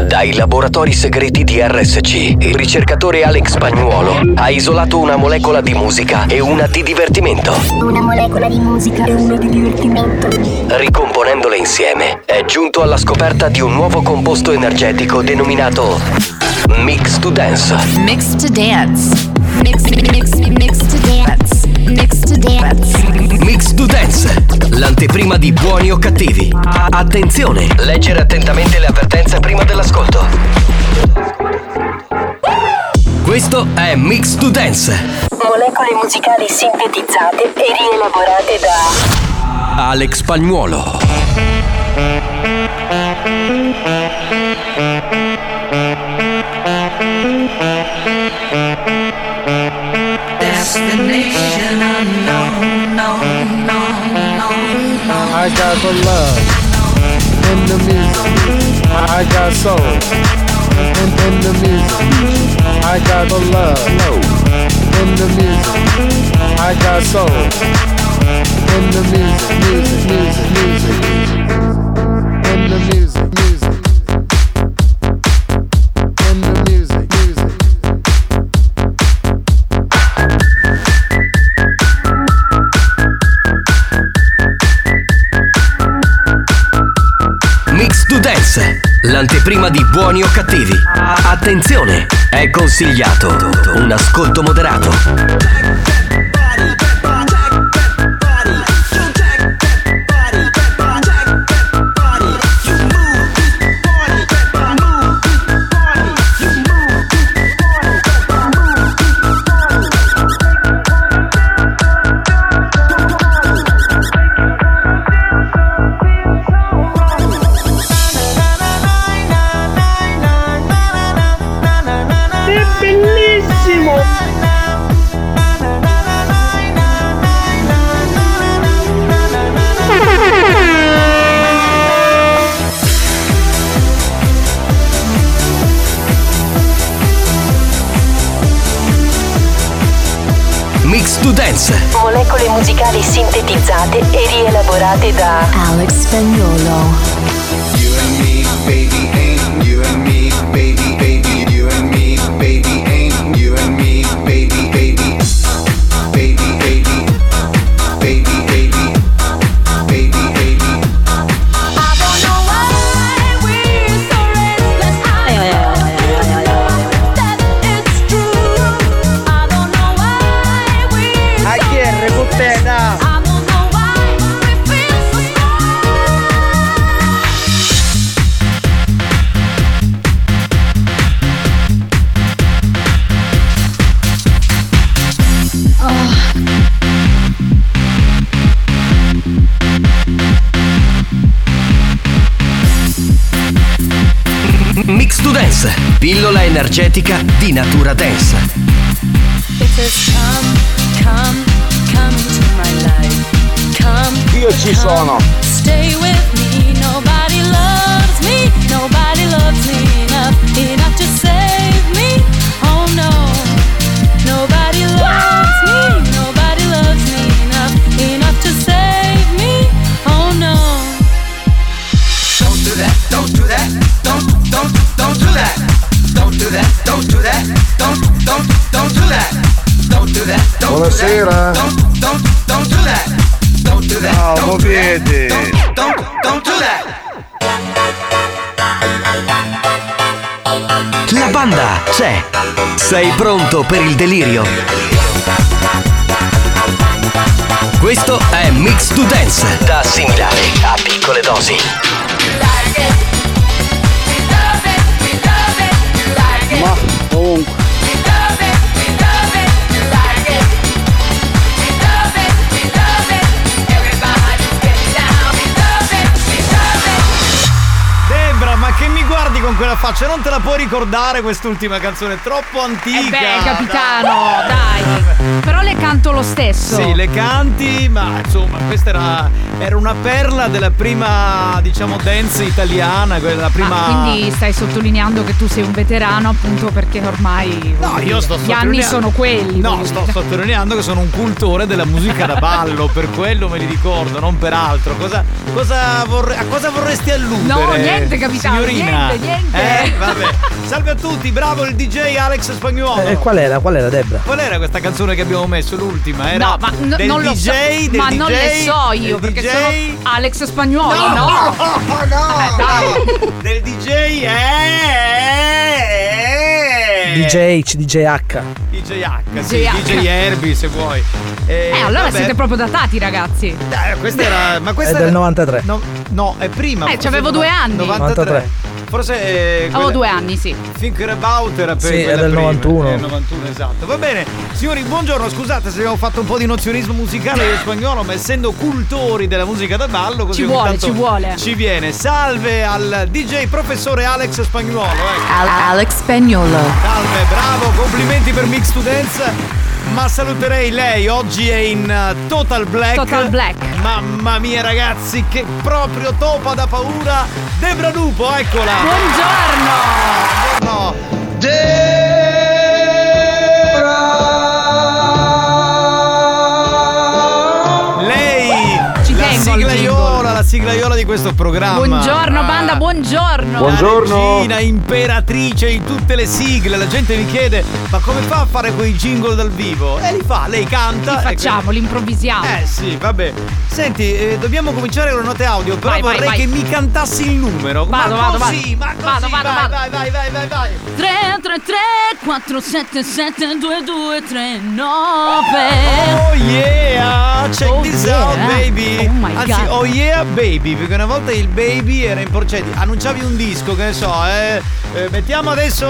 Dai laboratori segreti di RSC, il ricercatore Alex Spagnuolo ha isolato una molecola di musica e una di divertimento. Una molecola di musica e una di divertimento. Ricomponendole insieme, è giunto alla scoperta di un nuovo composto energetico denominato Mix to Dance. Mix to Dance. Mix to Dance. Mix to Dance. Mix to Dance, l'anteprima di Buoni o Cattivi. Attenzione, leggere attentamente le avvertenze prima dell'ascolto. Questo è Mix to Dance. Molecole musicali sintetizzate e rielaborate da Alex Spagnuolo. Destination unknown, I got the love in the music. I got soul in the music. I got the love in the music. I got soul in the music, music. In the music. L'anteprima di Buoni o Cattivi. Attenzione, è consigliato un ascolto moderato. Mix to Dance. Molecole musicali sintetizzate e rielaborate da Alex Spagnuolo. You and me, baby, ain't you and me, baby, baby, you and me, baby, ain't you and me, baby, baby, baby, baby, baby, baby, baby, baby. I don't know why we're so restless. I know that it's true. I don't know why we're so restless. I don't know why we feel so Mix to Dance, pillola energetica di natura dance. It says come into my life. Come. Io ci sono. Stay with me. Nobody loves me. Nobody loves me enough to save me. Oh no. Nobody loves me. Nobody loves me enough to save me. Oh no. Don't do that, don't do that, don't do that, don't do that, don't do that, don't do that, don't do that. Buonasera. Don't do that. Don't do that. Ciao, vedi. Don't do that. La banda c'è. Sei pronto per il delirio? Questo è Mix to Dance, da assimilare a piccole dosi. Ma comunque. Debra, ma che mi guardi con quella faccia? Non te la puoi ricordare quest'ultima canzone? È troppo antica. Beh, capitano, dai. Però le canto lo stesso. Sì, le canti, ma insomma, questa era una perla della prima, diciamo, dance italiana, quella prima. Quindi stai sottolineando che tu sei un veterano, appunto, perché ormai No, io sto gli anni sono quelli. No, sto sottolineando che sono un cultore della musica da ballo, per quello me li ricordo, non per altro. A cosa vorresti alludere? No, niente, capitano, signorina? niente. Vabbè. Salve a tutti, bravo il DJ Alex Spagnuolo. E qual era, Debra? Qual era questa canzone che abbiamo messo, l'ultima? Era No, ma del non lo DJ, so. del Ma DJ, non le so io, del perché DJ. sono Alex Spagnuolo, no? Del DJ DJH. DJ H, sì, DJ H. DJ Herbie se vuoi. Allora vabbè. siete proprio datati, ragazzi. Questa era. Ma questa È del 93. No, è prima. forse c'avevo 2 anni. 93. Forse Avevo 2 anni, sì. Thinker About era per Sì, quella è del prima. 91. È del 91, esatto. Va bene, signori, buongiorno. Scusate se abbiamo fatto un po' di nozionismo musicale io Spagnolo, ma essendo cultori della musica da ballo, così Ci ogni vuole, tanto ci vuole. Ci viene. Salve al DJ professore Alex Spagnuolo. Alex Spagnuolo. Salve, bravo, complimenti per Mix to Dance. Ma saluterei lei, oggi è in Total Black. Total Black. Mamma mia ragazzi, che proprio topa da paura. Debra Lupo, eccola. Buongiorno. Lei, Ci tengo al jingle. la siglaiola di questo programma. Buongiorno banda, buongiorno. La regina imperatrice di tutte le sigle. La gente mi chiede: ma come fa a fare quei jingle dal vivo? E li fa, lei canta. Li facciamo, li improvvisiamo. Sì, vabbè. Senti, dobbiamo cominciare con le note audio. Però Vai, vorrei vai. che mi cantassi il numero. Vado. Ma così. Vado. Vai. 333 477 2239. Oh yeah, check Oh this yeah. out baby. Oh my Anzi, God. oh yeah baby, perché una volta il baby era in porcedi. Annunciavi un disco, che ne so, mettiamo adesso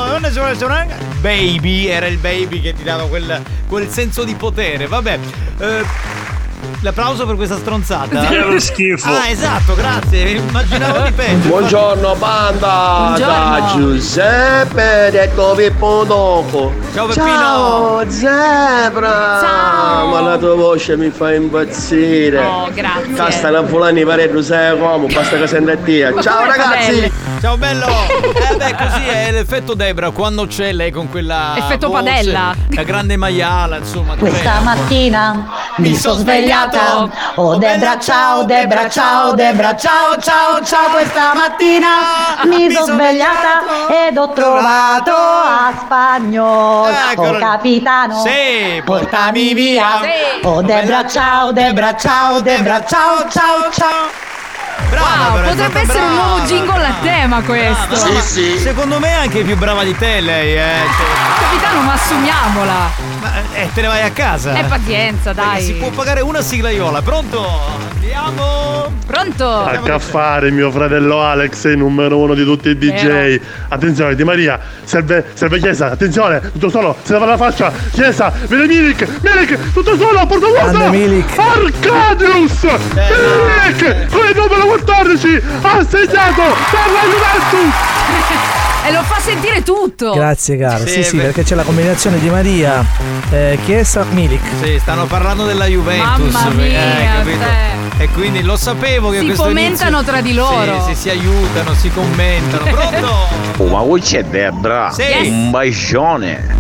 baby, era il baby che ti dava quel senso di potere. Vabbè. L'applauso per questa stronzata. Che è lo schifo. Ah, esatto, grazie. Immaginavo di peggio. Buongiorno banda. Buongiorno. Da Giuseppe detto Pippo Dopo. Ciao Peppino. Ciao Zebra. Ciao. Ma la tua voce mi fa impazzire. Oh, grazie. Casta la fulani pareggio sai come. Basta che senti a te. Ciao come ragazzi. padelle. Ciao bello. Beh, così è l'effetto Debra quando c'è lei con quella Effetto voce, padella. la grande maiala, insomma. Questa mattina mi sono svegliata. Oh Debra ciao, Debra ciao, Debra ciao, ciao, ciao. Questa mattina mi sono svegliata ed ho trovato a Spagnolo. Eccolo. Oh capitano, Sì, portami via. Sì. Oh Debra ciao, Debra ciao, Debra ciao, ciao, ciao. Brava, Wow, però, è potrebbe stata essere un brava. nuovo jingle a tema questo. Brava. Sì. Secondo me è anche più brava di te lei, Capitano, ma assumiamola. Ma te ne vai a casa. Pazienza, Perché dai. si può pagare una siglaiola. Pronto? Andiamo. Pronto? A che fare mio fratello Alex è il numero uno di tutti i DJ. Vero. Attenzione Di Maria, serve Chiesa, attenzione, tutto solo, se lava la faccia, Chiesa, viene Milik, tutto solo, porta vuota! Grande Milik. Arcadius! Milik! Con il numero 14 ha segnato per la Juventus! E lo fa sentire tutto. Grazie caro. Sì, Sì, beh. perché c'è la combinazione di Maria, Chiesa, Milik. Sì, stanno parlando della Juventus. Mamma mia, capito? te. E quindi lo sapevo che Si questo commentano inizio- tra di loro. Sì, si aiutano, si commentano. Pronto? Oh, ma voi c'è Debra? Sì. Yes. Un bacione.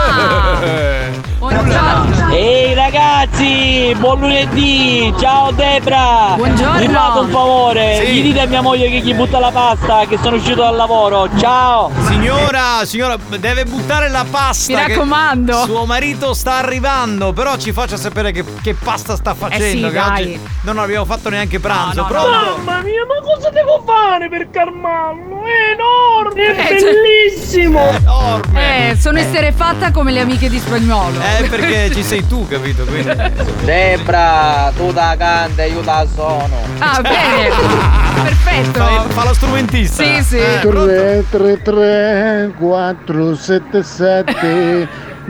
Buongiorno. Ehi ragazzi, buon lunedì, ciao Debra. Buongiorno. Mi fate un favore, Sì. gli dite a mia moglie che gli butta la pasta, che sono uscito dal lavoro, ciao. Signora, deve buttare la pasta. Mi raccomando. Che suo marito sta arrivando, però ci faccia sapere che pasta sta facendo. sì, che dai. oggi non abbiamo fatto neanche pranzo. No, no, Pronto? Mamma mia, ma cosa devo fare per calmarlo? È enorme, è cioè- bellissimo. Enorme. Sono esterefatta come le amiche di Spagnolo. Perché ci sei tu, capito? Quindi. Debra, tu da canta e io da sono. Ah, bene. Perfetto. Fa lo strumentista. Sì, sì. 333 477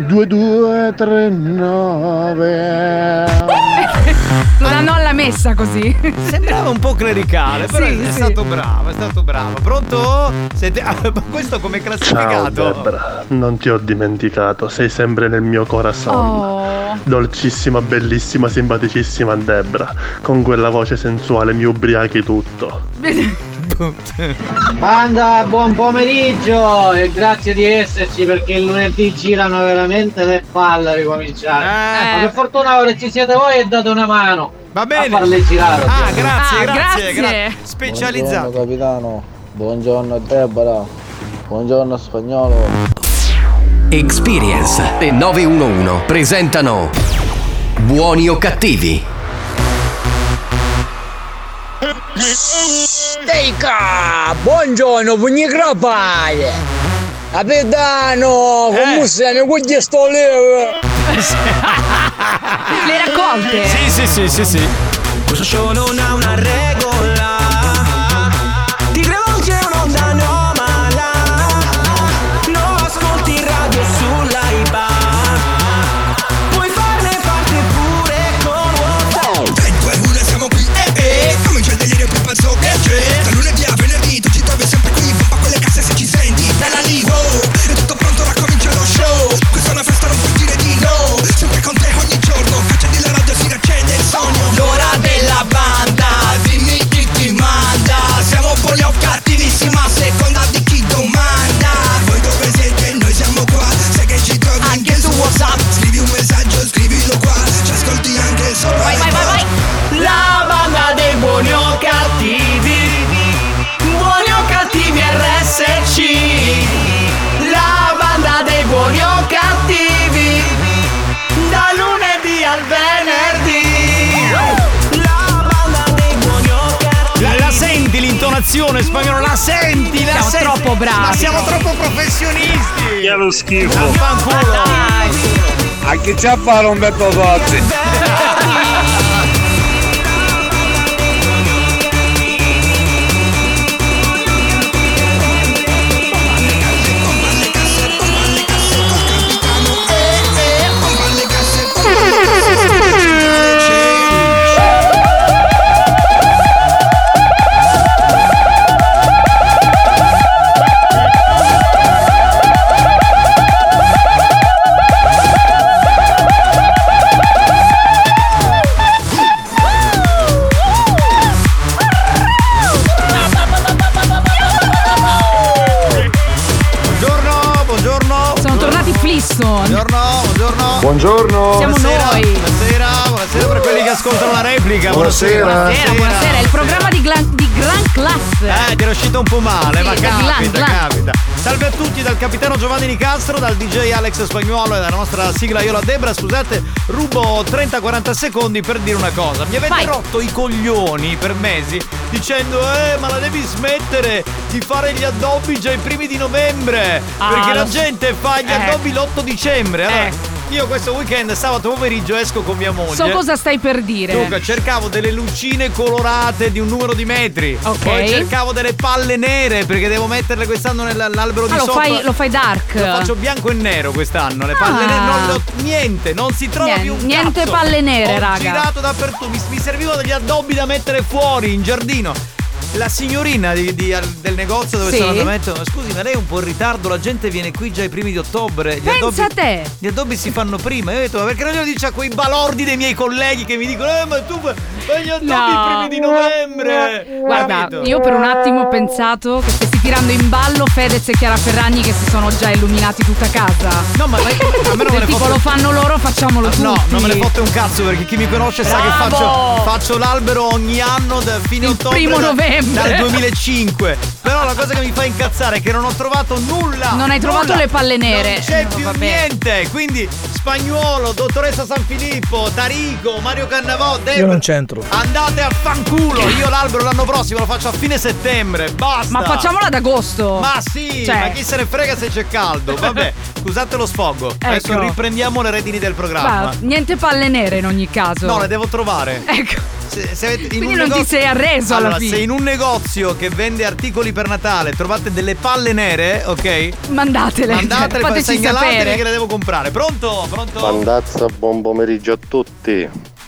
2239. Lo danno alla messa così. Sembrava un po' clericale, però Sì, è sì. stato bravo, è stato bravo. Pronto? Ma questo come Ciao classificato? Debra, non ti ho dimenticato, sei sempre nel mio corazon. Oh. Dolcissima, bellissima, simpaticissima Debra, con quella voce sensuale mi ubriachi tutto. Banda, buon pomeriggio e grazie di esserci perché il lunedì girano veramente le palle a ricominciare. Ma per fortuna ora ci siete voi e date una mano. Va bene. A farle girare. Ah, grazie, Ah, grazie, grazie. Specializzato. capitano, Buongiorno Deborah. Buongiorno Spagnolo. Experience e 911 presentano Buoni o cattivi? Steica! Buongiorno, pugni crapaglie! Capitano, come sei? Che sto lì? Le raccolte? Sì. Questo show non ha una regola. Ti rivolge un'onda anomala. Non ascolti radio sull'Aiba. Puoi farne parte pure con WhatsApp. 3, 2, 1 siamo qui, comincia il delirio più pazzo che c'è. Da lunedì a venerdì tu ci trovi sempre qui. Pompa quelle casse se ci senti. Dalla Livo, è tutto pronto, ora comincia lo show. Questa è una festa, non puoi dire di no. Sempre con te ogni giorno, cacciati la radio, si riaccende il sogno. L'ora della banda, dimmi chi ti manda. Siamo buoni o cattivissima, a seconda di chi domanda. Voi dove siete? Noi siamo qua. Sai che ci trovi anche su WhatsApp. Scrivi un messaggio, scrivilo qua. Ci ascolti anche solo. Vai. La banda dei buoni o cattivi. Buoni o cattivi RSC. La banda dei buoni o cattivi. Da lunedì al venerdì. La senti l'intonazione spagnolo? La senti? Siamo troppo bravi. Ma siamo troppo professionisti. Che è lo schifo. Vaffanculo. A chi c'ha a fare un Beppe Tozzi? Buongiorno. Siamo noi. Buonasera per quelli che ascoltano la replica. Buonasera. Buonasera. Il programma di Gran Class. Ti era uscito un po' male, Sì, ma Glan. capita. Salve a tutti dal capitano Giovanni Nicastro, dal DJ Alex Spagnuolo e dalla nostra sigla Io la Debra. Scusate, rubo 30-40 secondi per dire una cosa. Mi avete rotto i coglioni per mesi dicendo ma la devi smettere di fare gli addobbi già i primi di novembre, perché la gente fa gli addobbi l'8 dicembre. Allora, io questo weekend, sabato pomeriggio, esco con mia moglie. So cosa stai per dire. Dunque, cercavo delle lucine colorate di un numero di metri. Ok. Poi cercavo delle palle nere perché devo metterle quest'anno nell'albero di sopra. Lo fai dark. Lo faccio bianco e nero quest'anno. Le palle nere niente, non si trova più un niente cazzo. palle nere, Ho raga. girato dappertutto, mi servivano degli addobbi da mettere fuori in giardino. La signorina del negozio dove sono andato metto, scusi, ma lei è un po' in ritardo, la gente viene qui già i primi di ottobre. Pensa a te. Gli addobbi si fanno prima. Io ho detto, ma perché non glielo dice a quei balordi dei miei colleghi che mi dicono ma tu fai gli addobbi i primi di novembre. Guarda, Capito? io per un attimo ho pensato che stessi tirando in ballo Fedez e Chiara Ferragni che si sono già illuminati tutta casa. No, ma a me non me ne tipo fotte- lo fanno loro, facciamolo tutti. No, non me ne fotte un cazzo, perché chi mi conosce sa che faccio l'albero ogni anno da fine ottobre. primo novembre. Dal 2005. Però la cosa che mi fa incazzare è che non ho trovato nulla. Non hai trovato le palle nere. Non c'è No, più vabbè. niente. Quindi Spagnuolo, dottoressa San Filippo, Tarico, Mario Cannavò, Debra, Io non c'entro. andate a fanculo. Io l'albero l'anno prossimo lo faccio a fine settembre. Basta. Ma facciamolo ad agosto. Ma sì, Cioè. ma chi se ne frega se c'è caldo. Vabbè, scusate lo sfogo. Adesso Ecco. riprendiamo le redini del programma. Ma niente palle nere in ogni caso. No, le devo trovare. Ecco. Se avete in Quindi un non negozio- ti sei arreso alla Allora, fine. se in un negozio che vende articoli per Natale trovate delle palle nere, ok? Mandatele. Mandatele, fateci segnalatemi sapere. che le devo comprare. Pronto? Pronto? Bandazza, buon pomeriggio a tutti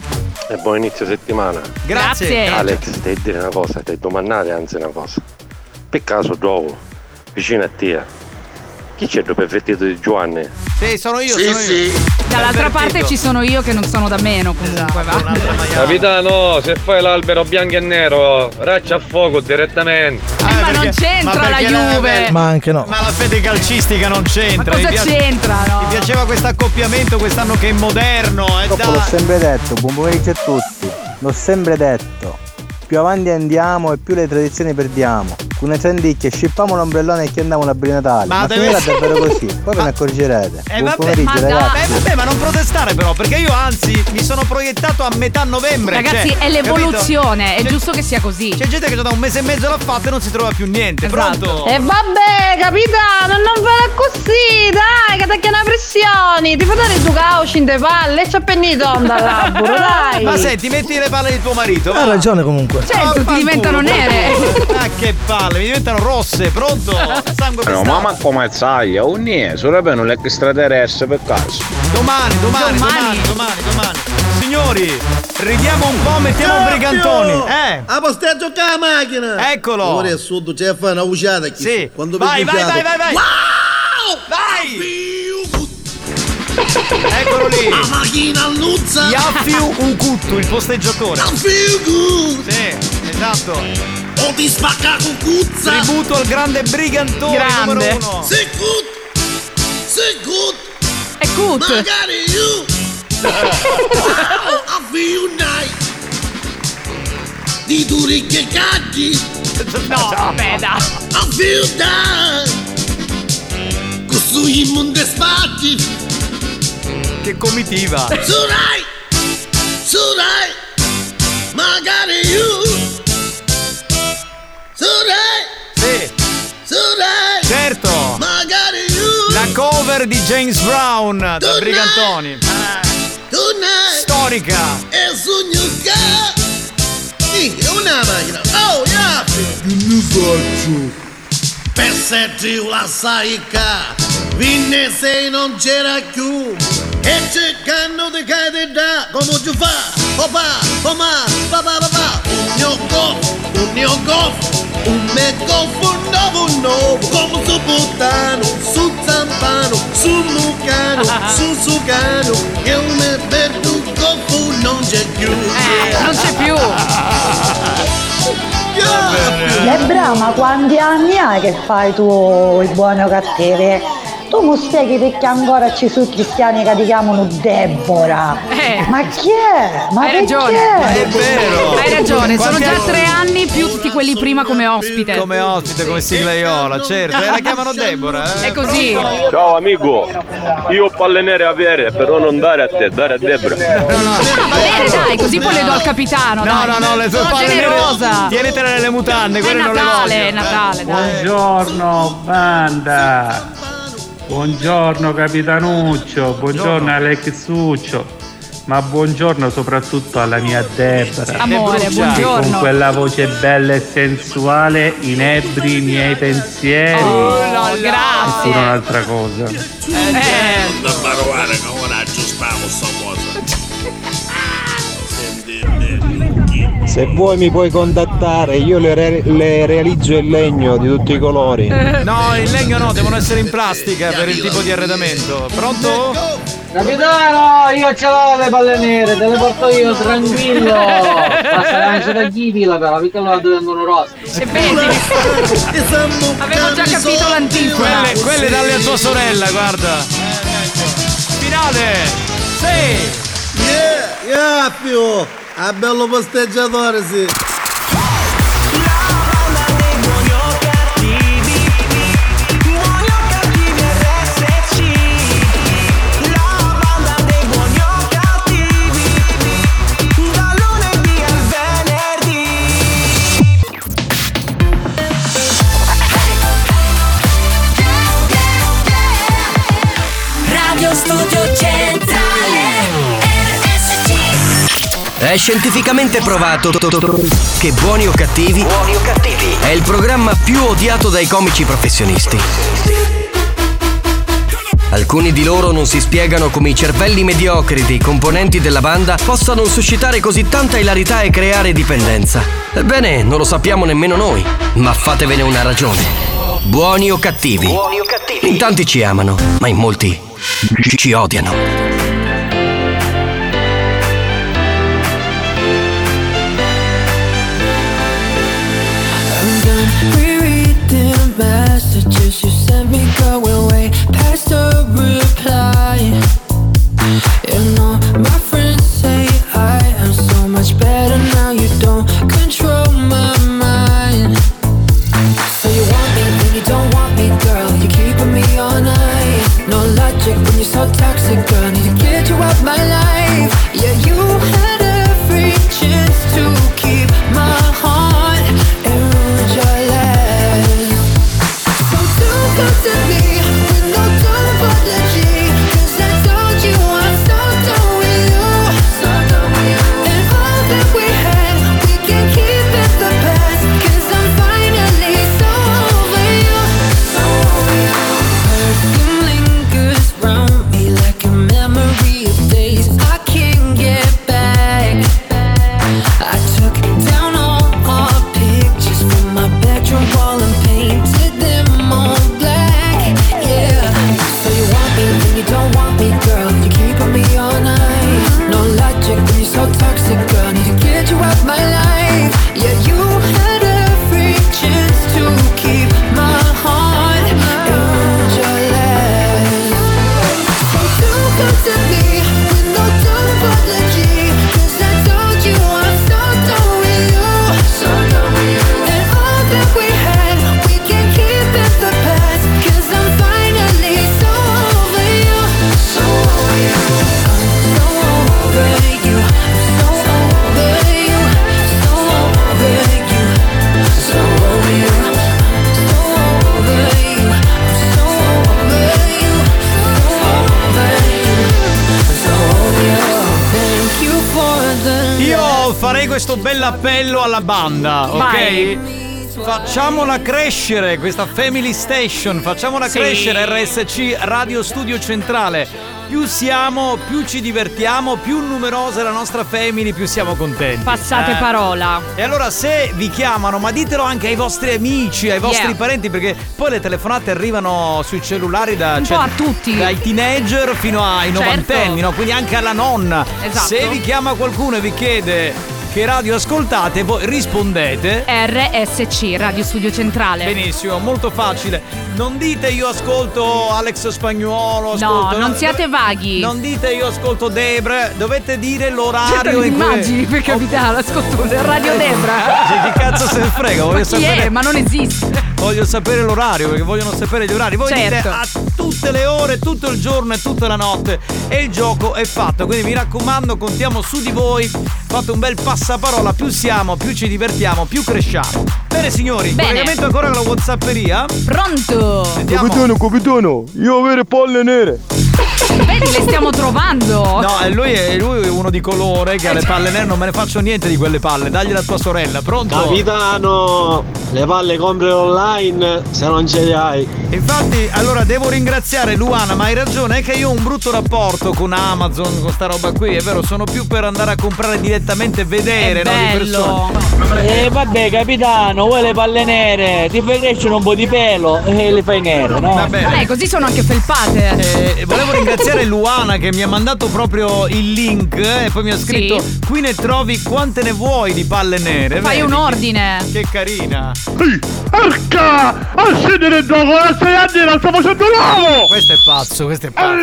e buon inizio settimana. Grazie. Alex, devi dire una cosa, devi domandare anzi una cosa. Per caso trovo vicino a te chi c'è dopo il vestito di Giovanni? Sì, sono io, Sì, sono sì. io. Dall'altra parte ci sono io che non sono da meno comunque, va. Capitano, se fai l'albero bianco e nero, raccia a fuoco direttamente. Ma non c'entra la Juve. Ma anche no. Ma la fede calcistica non c'entra. Ma cosa Mi piace- c'entra, no? Mi piaceva questo accoppiamento quest'anno che è moderno, Purtroppo l'ho sempre detto, buon pomeriggio a tutti. L'ho sempre detto. Più avanti andiamo e più le tradizioni perdiamo. con una ciandicchia, scippavamo l'ombrellone e che andavamo a Natale. Ma finirà davvero così, poi ve ne accorgerete. Buon pomeriggio, ragazzi. Vabbè, ma non protestare però, perché io anzi mi sono proiettato a metà novembre. Ragazzi, è l'evoluzione, è giusto che sia così. C'è gente che già da un mese e mezzo l'ha fatto e non si trova più niente. Esatto. Pronto? E vabbè, capitano, non fare così, dai, che tacchia una pressione. Ti fa dare tu cauci in te palle e ci appennito onda laburo, dai. Ma senti, metti le palle di tuo marito. Ha ragione comunque. Certo, ti diventano nere. Ah, che palle, mi diventano rosse, pronto? Sangue No, pestato. ma come sai, non è, solo per un extraterrestre per caso. Domani. Signori, ridiamo un po', mettiamo brigantoni. A posteggio con la macchina. Eccolo. Ora è sotto, c'è fa una uscita. Sì. Quando Vai. Wow! Vai! Eccolo lì. La macchina alluzza. Yaffiu Ukuttu, il posteggiatore. Yaffiu. Sì, esatto. O ti spacca cucuzza. Tributo al grande brigantone numero 1. Sei good. È good. Magari you. I feel nice. Di duri che cagli. No, vabbè, dai. I feel nice. Questo immonde spacchi. Che comitiva. Surai. Magari you. Surai. Sì. Certo. Magari you. La cover di James Brown da Brigantoni. Storica. E sognuca. È una macchina. Oh, yeah. Che ne faccio? Pessetti la saica. Vinne se non c'era più. E cercando di cadere come ci fa. Papà. Un mio goffo. Un me goffo nuovo. Come su puttano. Su zampano. Su lucano. Su sucano. E un me perdo goffo non c'è più. Non c'è più. Debra, ma quanti anni hai che fai tu i buoni o cattivi? Tu mi spieghi perché ancora ci sono cristiani che ti chiamano Deborah? Ma chi è? Ma hai perché? ragione. È vero. Hai ragione, sono Quanti già anni? 3 anni più tutti quelli prima come ospite. Come siglaiola, certo. E la chiamano Deborah. È così. Ciao amico, io ho palle nere a avere, però non dare a te, dare a Debra. Va bene, dai, così poi le do al capitano. No, le tue sono palle generosa. nere. Tienitele nelle mutande, È quelle non le voglio. Natale, è Natale, dai. Buongiorno banda, buongiorno capitanuccio, buongiorno Alexuccio, ma buongiorno soprattutto alla mia Debra. Amore, buongiorno. Con quella voce bella e sensuale, inebri i miei pensieri. Oh, no, E grazie. pure un'altra cosa. Da parlare che ora aggiustiamo sta cosa. Se vuoi mi puoi contattare, io le realizzo in legno di tutti i colori. No, in legno no, devono essere in plastica per il tipo di arredamento. Pronto? Capitano, io ce l'ho le palle nere, te le porto io tranquillo. Basta lancia da chipila però, perché lo vengono rosse. E vedi? Avevo già capito l'antico. Quelle dalle a tua sorella, guarda. Finale. Sì. Yeah, più. A bello posteggiatore, sì. Radio Studio Centrale RSC. È scientificamente provato che Buoni o Cattivi è il programma più odiato dai comici professionisti. Alcuni di loro non si spiegano come i cervelli mediocri dei componenti della banda possano suscitare così tanta ilarità e creare dipendenza. Ebbene, non lo sappiamo nemmeno noi, ma fatevene una ragione. Buoni o cattivi? In tanti ci amano, ma in molti ci odiano. Rereading messages you sent me, going way past the reply. You know, my friends say I am so much better now. You don't control my mind. questo bell'appello alla banda, ok? Vai. Facciamola crescere questa Family Station, facciamola crescere RSC Radio Studio Centrale. Più siamo, più ci divertiamo, più numerosa è la nostra family, più siamo contenti. Passate parola. E allora se vi chiamano, ma ditelo anche ai vostri amici, ai vostri parenti, perché poi le telefonate arrivano sui cellulari un po' a tutti, dai teenager fino ai novantenni, no? Quindi anche alla nonna. Esatto. Se vi chiama qualcuno e vi chiede che radio ascoltate, voi rispondete RSC Radio Studio Centrale. Benissimo, molto facile. Non dite io ascolto Alex Spagnuolo, ascolto, non siate vaghi. Non dite io ascolto Debra, dovete dire l'orario in cui... Immagini per capitale, ascolto Radio Debra. Chi cazzo se ne frega? Voglio sapere. È? Ma non esiste. Voglio sapere l'orario, perché vogliono sapere gli orari. Voi dite a tutte le ore, tutto il giorno e tutta la notte, e il gioco è fatto. Quindi mi raccomando, contiamo su di voi. Fate un bel passaparola, più siamo, più ci divertiamo, più cresciamo. Bene signori, collegamento ancora con la WhatsApperia. Pronto? Sentiamo. Capitano, io avere palle nere. Vedi, le stiamo trovando. No, lui è uno di colore che ha le palle nere, non me ne faccio niente di quelle palle. Dagli la tua sorella, pronto? Capitano, le palle compri online se non ce le hai. Infatti, allora devo ringraziare Luana, ma hai ragione, è che io ho un brutto rapporto con Amazon, con sta roba qui, è vero, sono più per andare a comprare direttamente e vedere, no, di persone. Vabbè capitano, vuoi le palle nere? Ti fai crescere un po' di pelo e le fai nere, no? Vabbè. Così sono anche felpate. Volevo ringraziare Luana che mi ha mandato proprio il link e poi mi ha scritto qui ne trovi quante ne vuoi di palle nere. Fai un ordine. Che carina. Arca! A scendere il gioco, da 6 anni non sto facendo l'uovo! Questo è pazzo, questo è pazzo.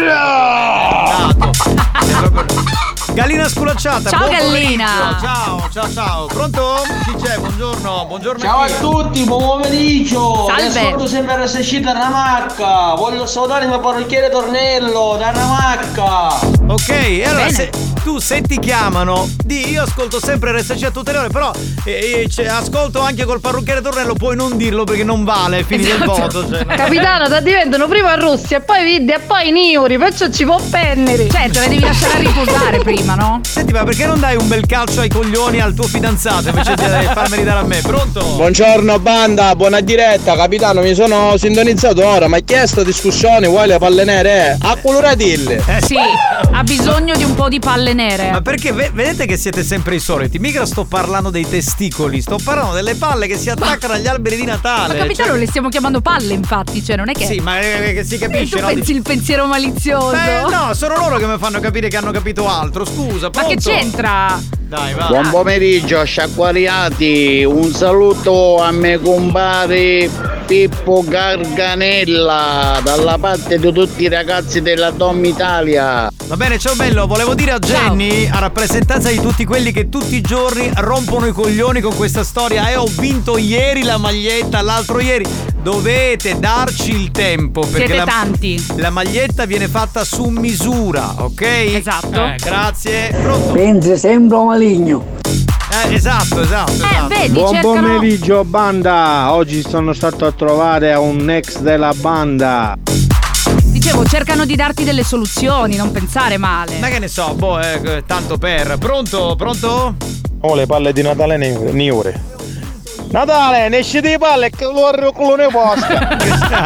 Gallina sculacciata. Ciao buon Gallina. Pomeriggio. Ciao. Pronto? Chi c'è? Buongiorno. Ciao a tutti, buon pomeriggio. Salve. Ascolto sempre RSC da Ramacca. Voglio salutare il mio parrucchiere Tornello da Ramacca. Ok, allora se ti chiamano, io ascolto sempre RSC a tutte le ore, però ascolto anche col parrucchiere Tornello, puoi non dirlo perché non vale, finito il voto. Capitano, da diventano prima a Russia e poi Vidde e poi Niuri, perciò ci può pennere. Certo, le devi lasciare riposare prima, no? Senti, ma perché non dai un bel calcio ai coglioni al tuo fidanzato invece di farmeli dare a me? Pronto? Buongiorno banda, buona diretta, capitano, mi sono sintonizzato ora, ma chiesto discussione, vuoi le palle nere? A coloratille. Sì, ha bisogno di un po' di palle nere. Ma perché vedete che siete sempre i soliti? Mica sto parlando dei testicoli, sto parlando delle palle che si attaccano agli alberi di Natale. Ma capitano, le stiamo chiamando palle, infatti, cioè non è che... Sì, ma che si capisce, tu no? pensi il pensiero malizioso? No, sono loro che mi fanno capire che hanno capito altro, scusa, pronto? Ma che c'entra? Dai, va. Buon pomeriggio, sciacquariati, un saluto a me compare Pippo Garganella dalla parte di tutti i ragazzi della Dom Italia. Va bene, ciao bello, volevo dire a Jenny, a rappresentanza di tutti quelli che tutti i giorni rompono i coglioni con questa storia, ho vinto ieri la maglietta, l'altro ieri, dovete darci il tempo perché siete tanti. La maglietta viene fatta su misura, ok? Esatto. Grazie. Pronto? Pensi sempre un maligno. Esatto. Vedi, Buon cercano... pomeriggio banda, oggi sono stato a trovare un ex della banda. Dicevo, cercano di darti delle soluzioni, non pensare male. Ma che ne so, tanto per. Pronto? Oh, le palle di Natale Niure. Natale, ne esci di palle che lo clone posta.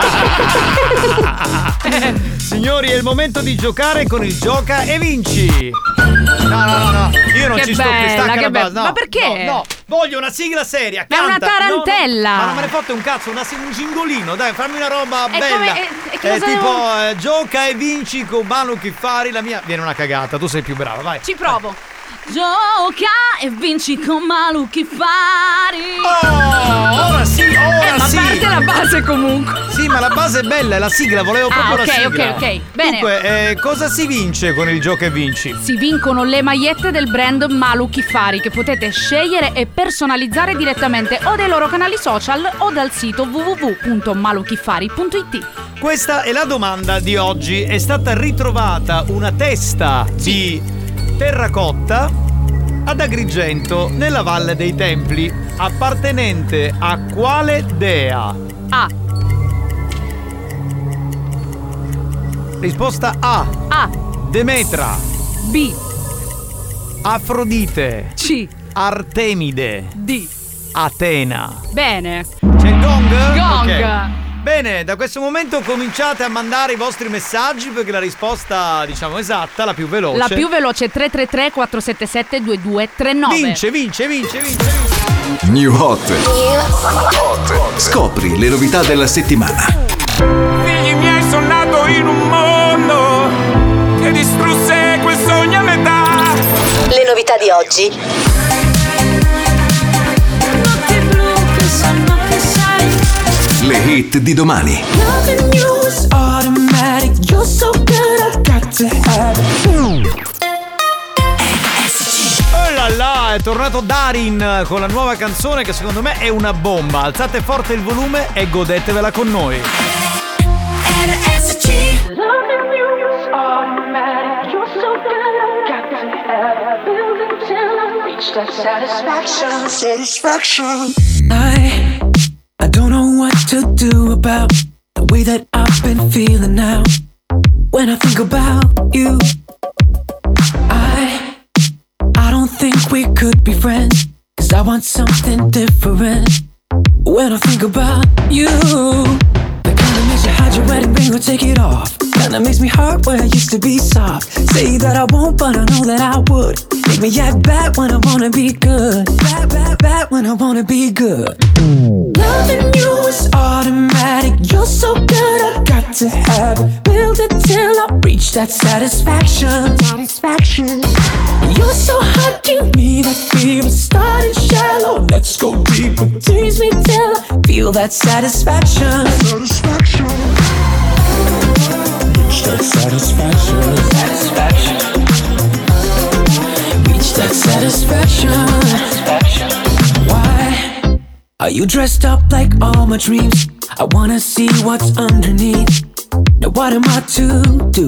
Signori, è il momento di giocare con il Gioca e Vinci. No, io non che ci sto più, stacca la base. No, ma perché? No, voglio una sigla seria. Ma è una tarantella. Ma non me ne fate un cazzo, un cingolino, dai, fammi una roba bella. Che tipo Gioca e Vinci con Manu Chiffari, la mia viene una cagata, tu sei più brava, vai. Ci provo. Gioca e vinci con Manu Chiffari. Ora sì. Ma parte la base comunque. Sì, ma la base è bella, è la sigla, volevo proprio la sigla. Ok. Bene. Dunque, cosa si vince con il Gioca e Vinci? Si vincono le magliette del brand Manu Chiffari che potete scegliere e personalizzare direttamente o dai loro canali social o dal sito www.maluchiffari.it. Questa è la domanda di oggi. È stata ritrovata una testa di terracotta ad Agrigento nella Valle dei Templi, appartenente a quale dea? A. Risposta A. A. Demetra. B. Afrodite. C. Artemide di Atena. Bene. C'è il gong? Gong. Ok. Bene, da questo momento cominciate a mandare i vostri messaggi perché la risposta, diciamo, esatta, la più veloce. La più veloce è 333 477 2239. Vince. New Hot. Scopri le novità della settimana. Figli miei, sono nato in un mondo che distrusse quel sogno a metà. Le novità di oggi. Notte blu che sanno che sei. Le hit di domani. Nothing new is automatic. You're so good, I got to have it. Oh là là, è tornato Darin con la nuova canzone che secondo me è una bomba. Alzate forte il volume e godetevela con noi. NSC. Nothing new is automatic. You're so good, I got to have it. Build it till I reach that satisfaction. I don't know what to do about the way that I've been feeling now. When I think about you, I don't think we could be friends, 'cause I want something different. When I think about you, the kind that makes you hide your wedding ring or take it off, kind that makes me hurt where I used to be soft. Say that I won't, but I know that I would. Make me act bad when I wanna be good. Bad when I wanna be good. Loving you is automatic. You're so good, I got to have it. Build it till I reach that satisfaction. You're so hot, give me that fever. Starting shallow, let's go deeper. Tease me till I feel that satisfaction. Reach that satisfaction. Reach that satisfaction. Why are you dressed up like all my dreams? I wanna see what's underneath. Now what am I to do?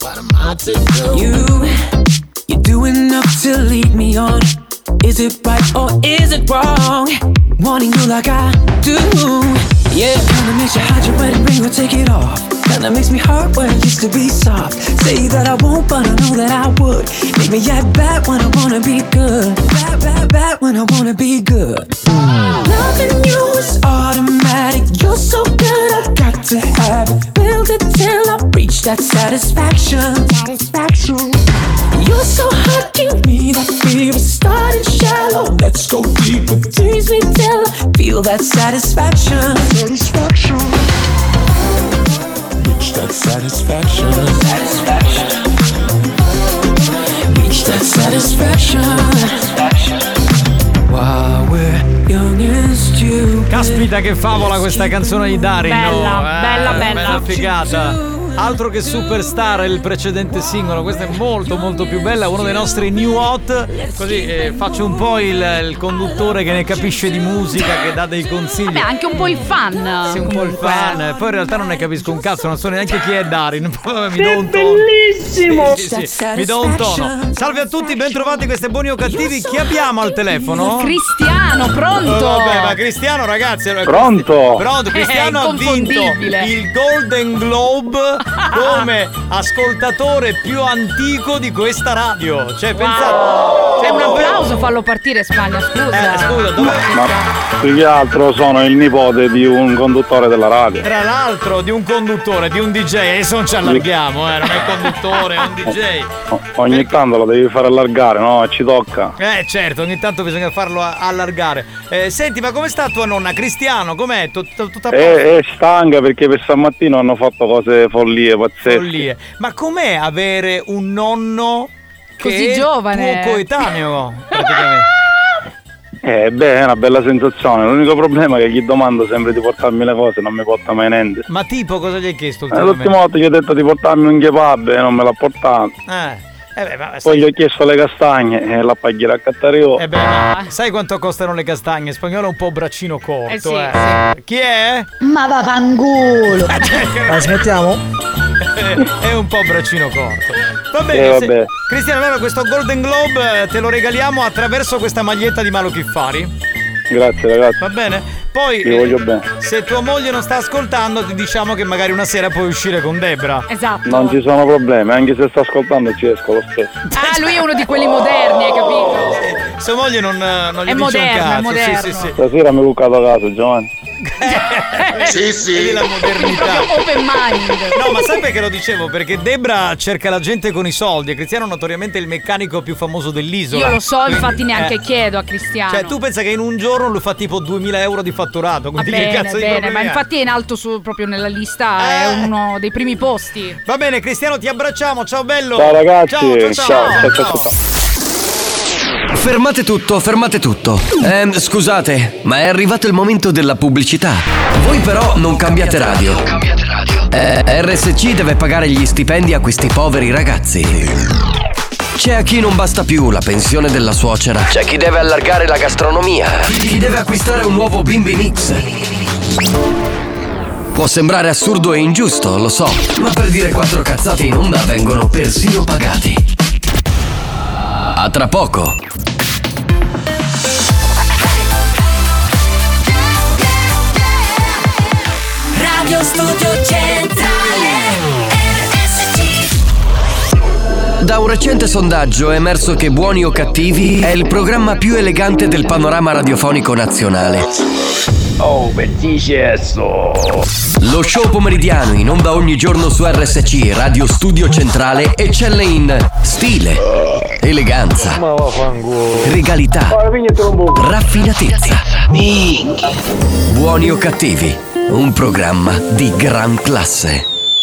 You do enough to lead me on. Is it right or is it wrong? Wanting you like I do. Yeah, kinda makes you hide your wedding ring or take it off. Kinda makes me hurt where it used to be soft. Say that I won't, but I know that I would. Make me act bad when I wanna be good. Bad when I wanna be good. Loving you is automatic. You're so good, I got to have it. Build it till I reach that satisfaction. You're so hot, give me that fever. Starting shallow, let's go deeper. Tease me till I feel that satisfaction. Reach that satisfaction. Reach that satisfaction. While we're young and stupid. Caspita che favola questa canzone di Darin. Bella. figata. Altro che Superstar, il precedente singolo. Questa è molto più bella. Uno dei nostri new hot. Così faccio un po' il conduttore che ne capisce di musica, che dà dei consigli. Vabbè, anche un po' il fan. Sì, un po' il fan. Poi in realtà non ne capisco un cazzo, non so neanche chi è Darin. Mi do un tono. Bellissimo. Sì, mi do un tono. Salve a tutti, ben trovati, queste buoni o cattivi. Chi abbiamo al telefono? Cristiano, pronto? Vabbè, ma Cristiano, ragazzi. Pronto? Cristiano ha vinto il Golden Globe come ascoltatore più antico di questa radio. Cioè, pensate. Un applauso, fallo partire, Spagna, scusa. Scusa, dov'è? Ma più che altro sono il nipote di un conduttore della radio. Tra l'altro di un conduttore, di un DJ. Adesso non ci allarghiamo, non è conduttore, è un DJ. Ogni tanto lo devi fare allargare, no? Ci tocca. Certo, ogni tanto bisogna farlo allargare. Senti, ma come sta tua nonna? Cristiano, com'è? Tutta a posto? È stanca perché per stamattina hanno fatto cose follie, pazzesche. Ma com'è avere un nonno così che giovane? È tuo coetaneo, praticamente. È una bella sensazione. L'unico problema è che gli domando sempre di portarmi le cose, non mi porta mai niente. Ma tipo, cosa gli hai chiesto? L'ultima volta gli ho detto di portarmi un kebab e non me l'ha portato. Poi gli ho chiesto le castagne e la pagherà a cattare io. Sai quanto costano le castagne? Spagnolo è un po' braccino corto. Sì. Chi è? Ma vaffanculo. La smettiamo? È un po' braccino corto. Va bene, Cristiano, allora questo Golden Globe te lo regaliamo attraverso questa maglietta di Malo Chiffari. Grazie ragazzi. Va bene? Poi ti voglio bene. Se tua moglie non sta ascoltando, ti diciamo che magari una sera puoi uscire con Debra. Esatto. Non ci sono problemi, anche se sta ascoltando ci esco lo stesso. Lui è uno di quelli moderni, hai capito? sua moglie non gli È dice moderno, un cazzo. è moderno. Sì. Stasera mi ho bucato a casa, Giovanni. Sì. Vedi la modernità. Open mind. No, ma sai perché lo dicevo? Perché Debra cerca la gente con i soldi e Cristiano è notoriamente il meccanico più famoso dell'isola. Io lo so, infatti Quindi, neanche chiedo a Cristiano. Cioè, tu pensa che in un giorno lui fa tipo 2.000 euro di fatturato? Va Quindi che bene, cazzo di bene, problemi ma ha? infatti è in alto proprio nella lista, è uno dei primi posti. Va bene, Cristiano, ti abbracciamo. Ciao bello. Ciao ragazzi. Ciao. Fermate tutto. Scusate, ma è arrivato il momento della pubblicità. Voi però non cambiate radio. RSC deve pagare gli stipendi a questi poveri ragazzi. C'è a chi non basta più la pensione della suocera. C'è chi deve allargare la gastronomia. Chi deve acquistare un nuovo Bimbi Mix. Può sembrare assurdo e ingiusto, lo so, ma per dire 4 cazzate in onda vengono persino pagati. A tra poco. Radio Studio Centrale RSC. Da un recente sondaggio è emerso che Buoni o Cattivi è il programma più elegante del panorama radiofonico nazionale. Oh, bellissimo! Lo show pomeridiano in onda ogni giorno su RSC, Radio Studio Centrale, eccelle in stile, eleganza, regalità, raffinatezza. Buoni o Cattivi, un programma di gran classe.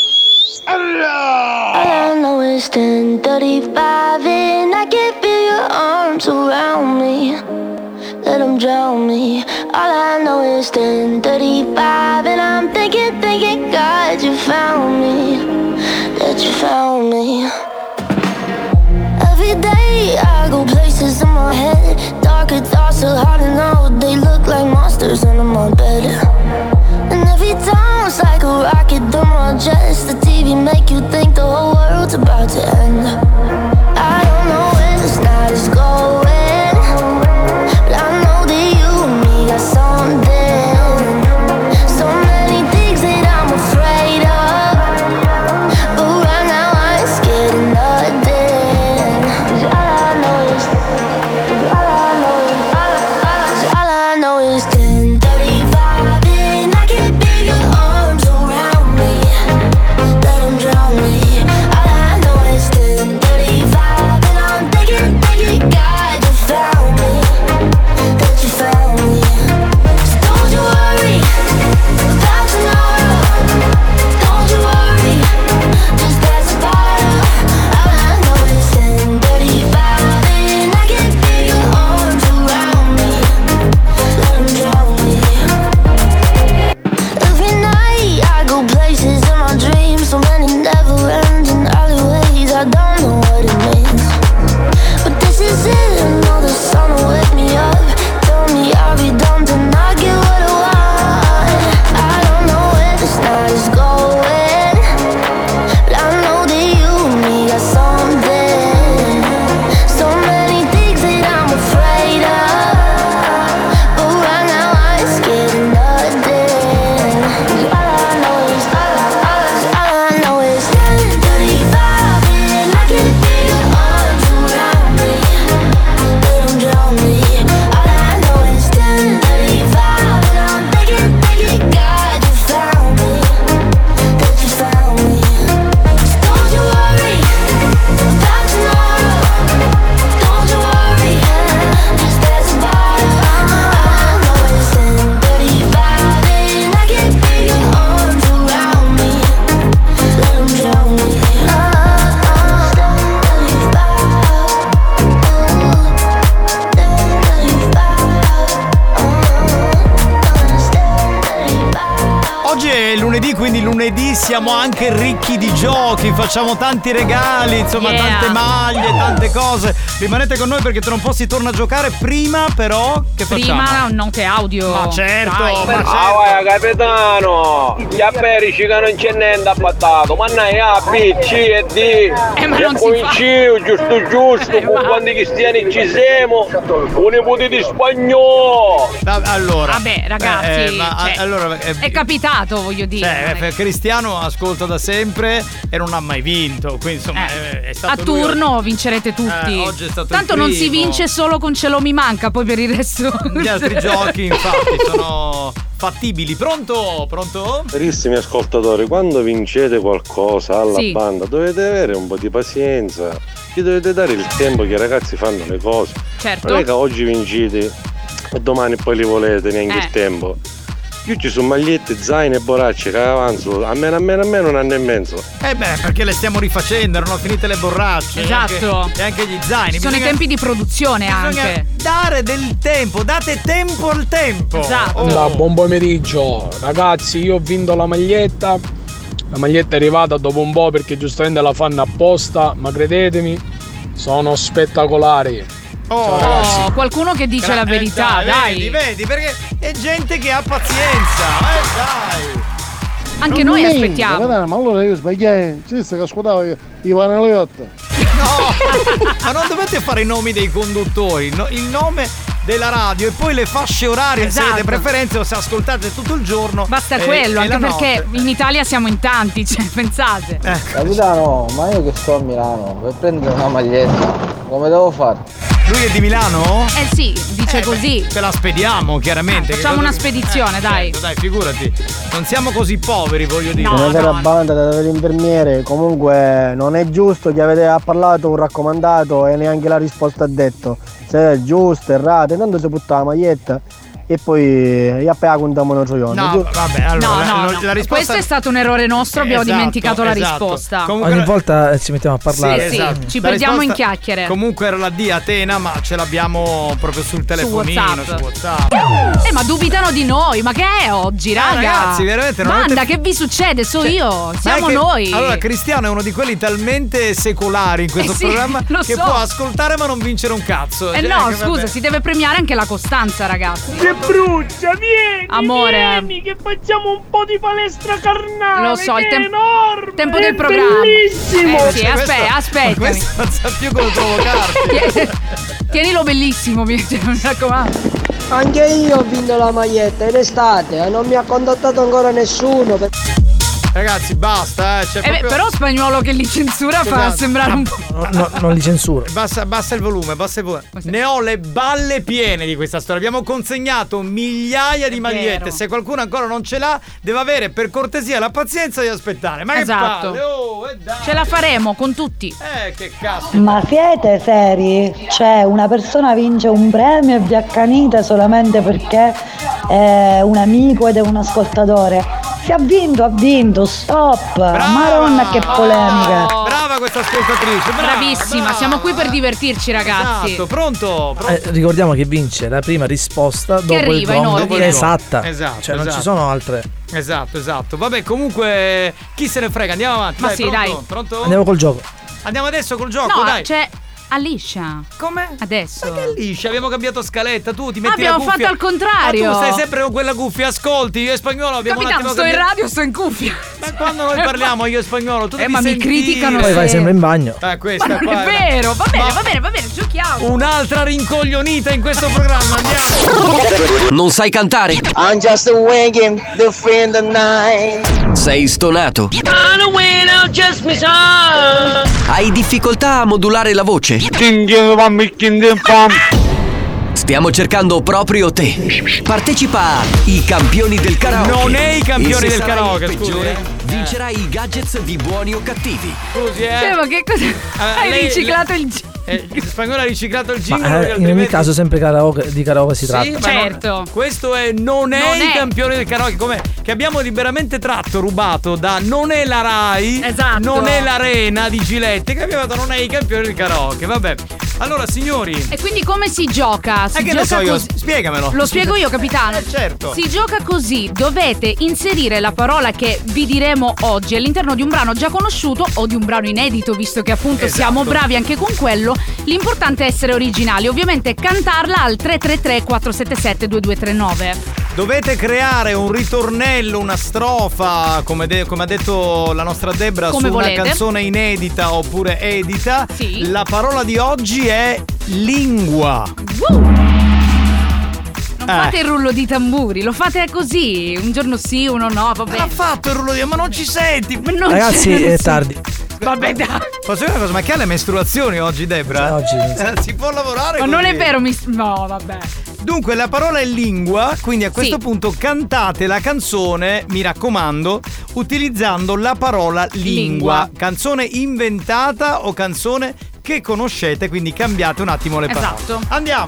I know it's 10:35 and I can feel your arms around me. Let them drown me. All I know is 10:35 and I'm thinking, God, you found me. That you found me. Every day I go places in my head. Darker thoughts are hard to know. They look like monsters under my bed. And every time it's like a rocket through my chest. The TV make you think the whole world's about to end. I don't know where this night is going, but I know that you and me got something. So many things that I'm afraid of, but right now I ain't scared of nothing. 'Cause all I know is 10:35 and I can feel your arms around me. Let them drown me. All I know is 10:35 and I'm thinking, God, you found me. That you found me. So don't you worry about tomorrow. Don't you worry, just pass the bottle. All I know is 10:35 and I can feel your arms around me. Let them drown me. Every night I go places in my dreams, so many never-ending alleyways. I don't know what it means, but this is it. I know the sun will wake me up. Tell me I'll be done to not get what I want. I don't know where this night is going, but I know that you and me got something. So many things that I'm afraid of, but right now I ain't scared of nothing. 'Cause all I know is 10:35 and I can feel your arms around me. Let them drown me. All I know is 10:35 and I'm thinking, God, you found me. That you found me. So don't you worry about tomorrow. Don't you worry, just pass the bottle. All I know is 10:35 and I can feel your arms around me. Let them drown me. 10:35. Oggi è lunedì, quindi lunedì siamo anche ricchi di giochi, facciamo tanti regali, insomma tante maglie, tante cose. Rimanete con noi perché tra un po' si torna a giocare. Prima però, che facciamo? Prima note audio. Ma certo, Dai. ma certo. Ah, vai, capitano! Gli apperici che non c'è niente abbattato, ma noi A, B, C e D. ma non si cominciamo, giusto, con quanti cristiani ci siamo, un nipote di spagnolo. Allora. Vabbè, ragazzi, allora, è capitato, voglio dire. Cioè, Cristiano ascolta da sempre e non ha mai vinto, quindi insomma è stato a turno vincerete tutti. Oggi è stato tanto il non primo. si vince solo con Ce lo mi manca, poi per il resto Gli altri giochi infatti sono fattibili. Pronto? Carissimi ascoltatori, quando vincete qualcosa alla Sì. banda dovete avere un po' di pazienza, gli dovete dare il tempo che i ragazzi fanno le cose. Certo. Non è che oggi vincete e domani poi li volete neanche il tempo. Io ci sono magliette, zaini e borracce che avanzano almeno un anno e mezzo. Perché le stiamo rifacendo, erano finite le borracce. Esatto. E anche gli zaini. ci sono i tempi di produzione anche. Dare del tempo, date tempo al tempo. Esatto. Buon pomeriggio, ragazzi, io ho vinto la maglietta. La maglietta è arrivata dopo un po' perché giustamente la fanno apposta, ma credetemi, sono spettacolari. Ciao ragazzi. Qualcuno che dice la verità, dai. Vedi, perché è gente che ha pazienza. Dai. Anche noi aspettiamo. Ma allora io sbagliai, ci che ascoltavo Ivano Leotta. No, ma non dovete fare i nomi dei conduttori, il nome della radio e poi le fasce orarie, se avete preferenze o se ascoltate tutto il giorno. Basta quello, anche perché in Italia siamo in tanti, cioè pensate. Capitano, ma io che sto a Milano per prendere una maglietta, come devo fare? Lui è di Milano? Sì, dice così. Te la spediamo, chiaramente. Facciamo una spedizione, dai. Certo, dai, figurati. Non siamo così poveri, voglio dire. Siete la banda dell'infermiere, comunque non è giusto che avete parlato un raccomandato e neanche la risposta ha detto. Se è giusto, errato, tanto si butta la maglietta e poi appena contiamo una gioione. No, vabbè, allora No. la risposta Questo è stato un errore nostro, abbiamo dimenticato la risposta. Ogni volta ci mettiamo a parlare. Sì, esatto. ci La perdiamo in risposta chiacchiere. Comunque era la D Atena, ma ce l'abbiamo proprio sul telefonino, WhatsApp. su WhatsApp. Ma dubitano di noi, ma che è oggi, raga? Ragazzi, veramente non Banda, avete- che vi succede? Io, Ma siamo è che- noi. Allora, Cristiano è uno di quelli talmente secolari in questo sì, programma lo che so. può ascoltare ma non vincere un cazzo. Eh Cioè, no, che scusa, vabbè. si deve premiare anche la costanza, ragazzi. Che brucia, vieni! Amore. Vieni, che facciamo un po' di palestra carnale. Lo so, il che è enorme. tempo del è programma. Bellissimo. Sì, aspetta. Questo non sa più come provocarti. Tienilo bellissimo, mi raccomando. Anche io ho vinto la maglietta in estate e non mi ha contattato ancora nessuno. Ragazzi, basta, cioè proprio... Però Spagnuolo che li censura fa Scusate. sembrare un po'. No, non li censuro. Basta il volume, Ne ho le balle piene di questa storia. Abbiamo consegnato migliaia di magliette. Se qualcuno ancora non ce l'ha, deve avere per cortesia la pazienza di aspettare. Ma Esatto. che palle, dai. Ce la faremo con tutti. Che cazzo. Ma siete seri? Cioè una persona vince un premio e vi accanite solamente perché è un amico ed è un ascoltatore. Se ha vinto, stop! Maronna che polemica! Brava questa ascoltatrice, Bravissima, siamo qui per divertirci, ragazzi. Esatto, pronto? Ricordiamo che vince la prima risposta dopo il arriva in gong, ordine. esatta. Esatto, Cioè non esatto. ci sono altre. Esatto. Vabbè, comunque chi se ne frega, andiamo avanti. Ma dai, sì, pronto? dai. Pronto? Andiamo col gioco. Andiamo adesso col gioco, No, dai. c'è Alicia. Come? Adesso. Ma che liscia, abbiamo cambiato scaletta, tu ti metti Abbiamo la cuffia. fatto al contrario. Ma tu stai sempre con quella cuffia, ascolti, io e Spagnolo abbiamo Capitano, un sto attimo in cambiato- radio, sto in cuffia. Ma quando noi parliamo io e Spagnolo, tu devi ma mi sentire. criticano Poi vai sempre in bagno. Questa Ma non qua è vero, va bene, giochiamo. Un'altra rincoglionita in questo programma, andiamo. Non sai cantare? I'm just a wagon, the friend of night. Sei stonato? Hai difficoltà a modulare la voce? Stiamo cercando proprio te. Partecipa a I Campioni del Karaoke. Non è I Campioni E se del sarai Karaoke, il peggiore, scusi. vincerai i gadgets di Buoni o Cattivi. Scusi, Cioè, ma che cosa? Hai lei- riciclato il Spagnolo ha riciclato il jingle. Ma perché in ogni altrimenti- caso sempre di karaoke si tratta. Sì, ma Certo. questo è non è I Campioni del Karaoke, come che abbiamo liberamente tratto, rubato da Non è la Rai, Esatto. Non è l'Arena di Giletti, che abbiamo detto Non è I Campioni del Karaoke. Vabbè. Allora, signori, E quindi come si gioca? Si che gioca ne so io, così. spiegamelo. Lo spiego io, capitano. Certo. Si gioca così: dovete inserire la parola che vi diremo oggi all'interno di un brano già conosciuto o di un brano inedito, visto che appunto Esatto. siamo bravi anche con quello. L'importante è essere originali, ovviamente cantarla al 333 477 2239. Dovete creare un ritornello, una strofa, come ha detto la nostra Debra, Come su volete. una canzone inedita oppure edita. Sì. La parola di oggi è lingua. Non Non fate il rullo di tamburi, lo fate così, un giorno sì, uno no, vabbè. Ha fatto il rullo di ma non ci senti. Ragazzi, è tardi. Vabbè, dai. Posso dire una cosa? Ma che ha le mestruazioni oggi, Debra? Oggi. Si può lavorare Ma così? non è vero, no, vabbè. Dunque, la parola è lingua, quindi a questo punto cantate la canzone, mi raccomando, utilizzando la parola lingua. Canzone inventata o canzone che conoscete, quindi cambiate un attimo le parole. Esatto. Andiamo.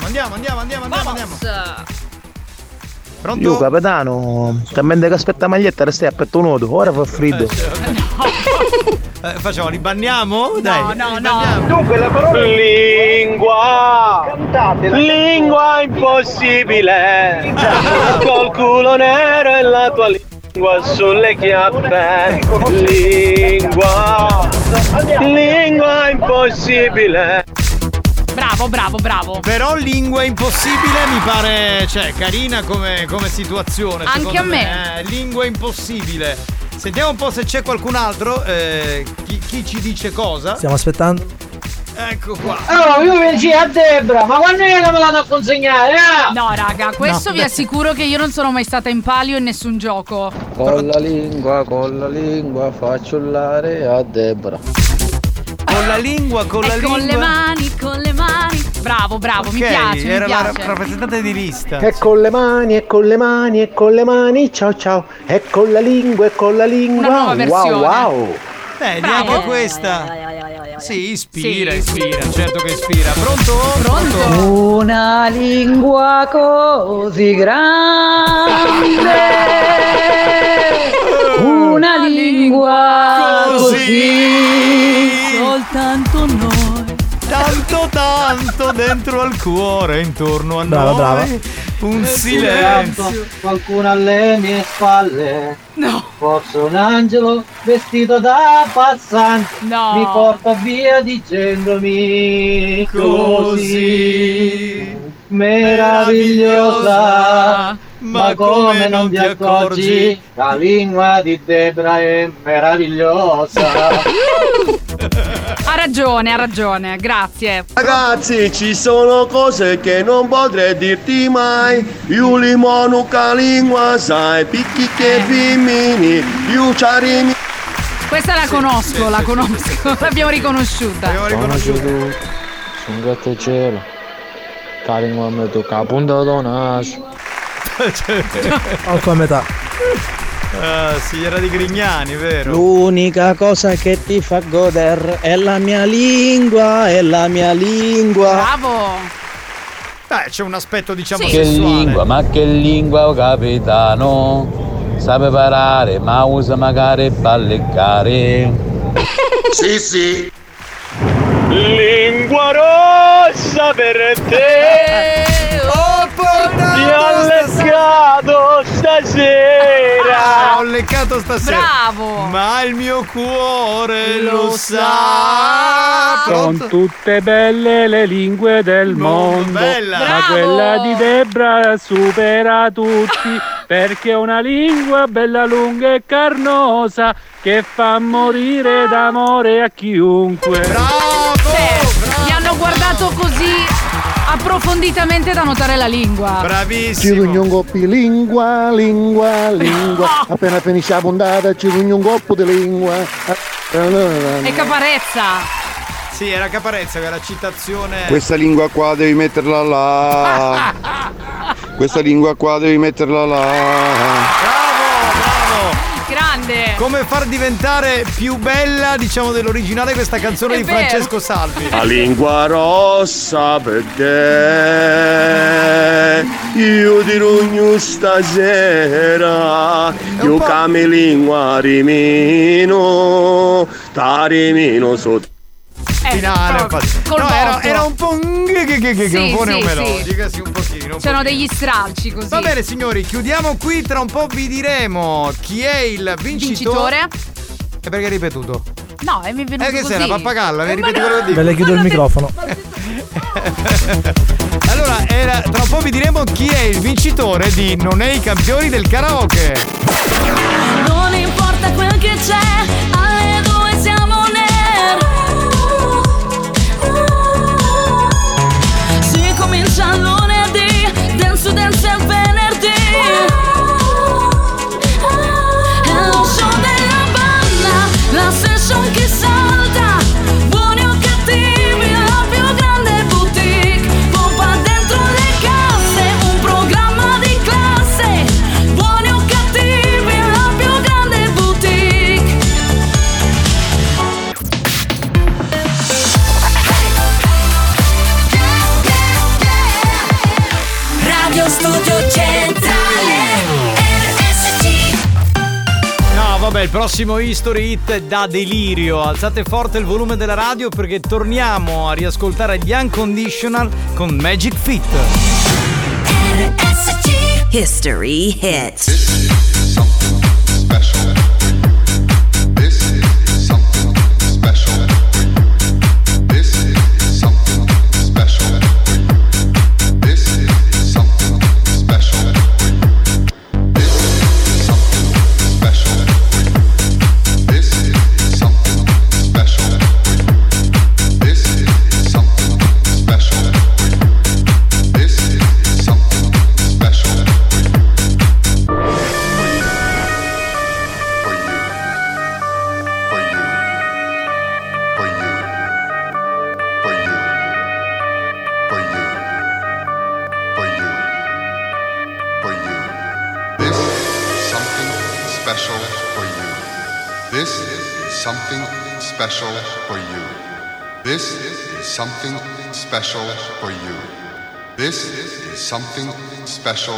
Pronto? Io capitano, talmente che aspetta maglietta restai a petto nudo, ora fa freddo. Facciamo, li banniamo? Dai. No. Dunque la parola lingua. Cantatela. Lingua impossibile. Col culo nero e la tua lingua sulle chiappe. Lingua impossibile. Bravo. Però lingua impossibile mi pare, cioè, carina come situazione. Anche a me. Lingua impossibile. Sentiamo un po' se c'è qualcun altro. Chi ci dice cosa? Stiamo aspettando. Ecco qua. Oh, io venci a Debra, ma quando è che me l'hanno a consegnare? No, raga, questo vi assicuro che io non sono mai stata in palio in nessun gioco. Con la lingua faccio l'are a Debra. Con la lingua. Con le mani. Bravo, Okay, mi piace. Era la rappresentante di lista. E con le mani, ciao. E con la lingua, Una nuova versione. Wow. Neanche questa. Sì, ispira, certo che ispira. Pronto? Una lingua così grande, una lingua così, soltanto noi. Tanto dentro al cuore, intorno a Brava. noi. Un silenzio. Qualcuno alle mie spalle. No. Forse un angelo vestito da passante. No. Mi porta via dicendomi così meravigliosa. Ma come non ti accorgi? La lingua di Debra è meravigliosa. Ha ragione, grazie. Ragazzi, ci sono cose che non potrei dirti mai. Io limonuca lingua sai, picchi che femmini, io ciarimi. Questa la conosco, l'abbiamo riconosciuta. Sono gatto e cielo. La lingua mi tocca a punta da naso. Alco a metà. Sì, era di Grignani, vero? L'unica cosa che ti fa goder è la mia lingua, Bravo. C'è un aspetto, diciamo, Che sessuale. lingua, ma che lingua, oh capitano? Sape parare, ma usa magari balleccare. Sì. Lingua rossa per te. Ti ho leccato stasera. Ho leccato stasera. Bravo. Ma il mio cuore lo sa. Sono tutte belle le lingue del mondo, bella. ma Bravo. quella di Debra supera tutti, perché è una lingua bella lunga e carnosa che fa morire d'amore a chiunque. Mi hanno guardato così approfonditamente da notare la lingua. Bravissimo. Ci un coppi lingua. Appena finisce la puntata ci un coppo di lingua. E Caparezza. Sì, era Caparezza, che era citazione. Questa lingua qua devi metterla là. Questa lingua qua devi metterla là. Bravo. Grande. Come far diventare più bella, diciamo, dell'originale questa canzone È di vero. Francesco Salvi. La lingua rossa perché io ti rugno stasera, io cami lingua rimino, ta rimino sotto. Finale, infatti. col No, botto. era un po' un Sì, po' sì, neomelodica, sì, un pochino. C'erano degli stralci così. Va bene, signori, chiudiamo qui. Tra un po' vi diremo chi è il vincitore. E perché hai ripetuto? No, mi è venuto Che così. sei una pappagalla? Mi ripeti quello che dico? Ve le chiudo il microfono. Allora, tra un po' vi diremo chi è il vincitore di Non è i campioni del karaoke. Non importa quel che c'è, alle 2 siamo nel. Si comincia lunedì, dance to dance Vabbè, il prossimo History Hit da delirio. Alzate forte il volume della radio perché torniamo a riascoltare gli Unconditional con Magic Fit. History Hit. Something special for you. This is something special.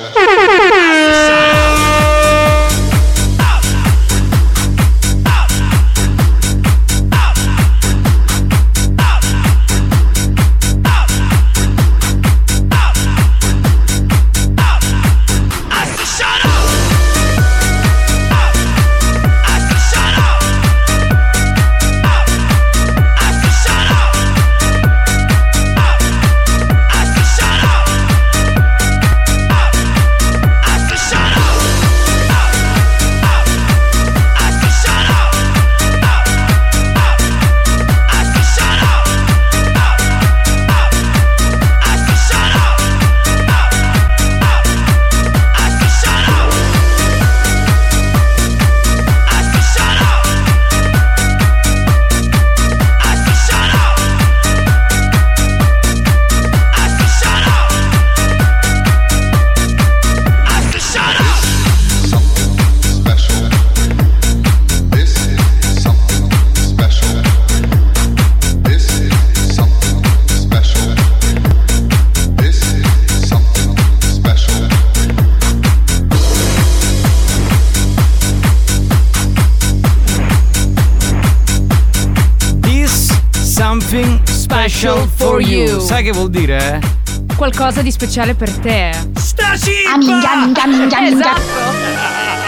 Special for you. Sai che vuol dire? Qualcosa di speciale per te. Starship! Minchia. Esatto.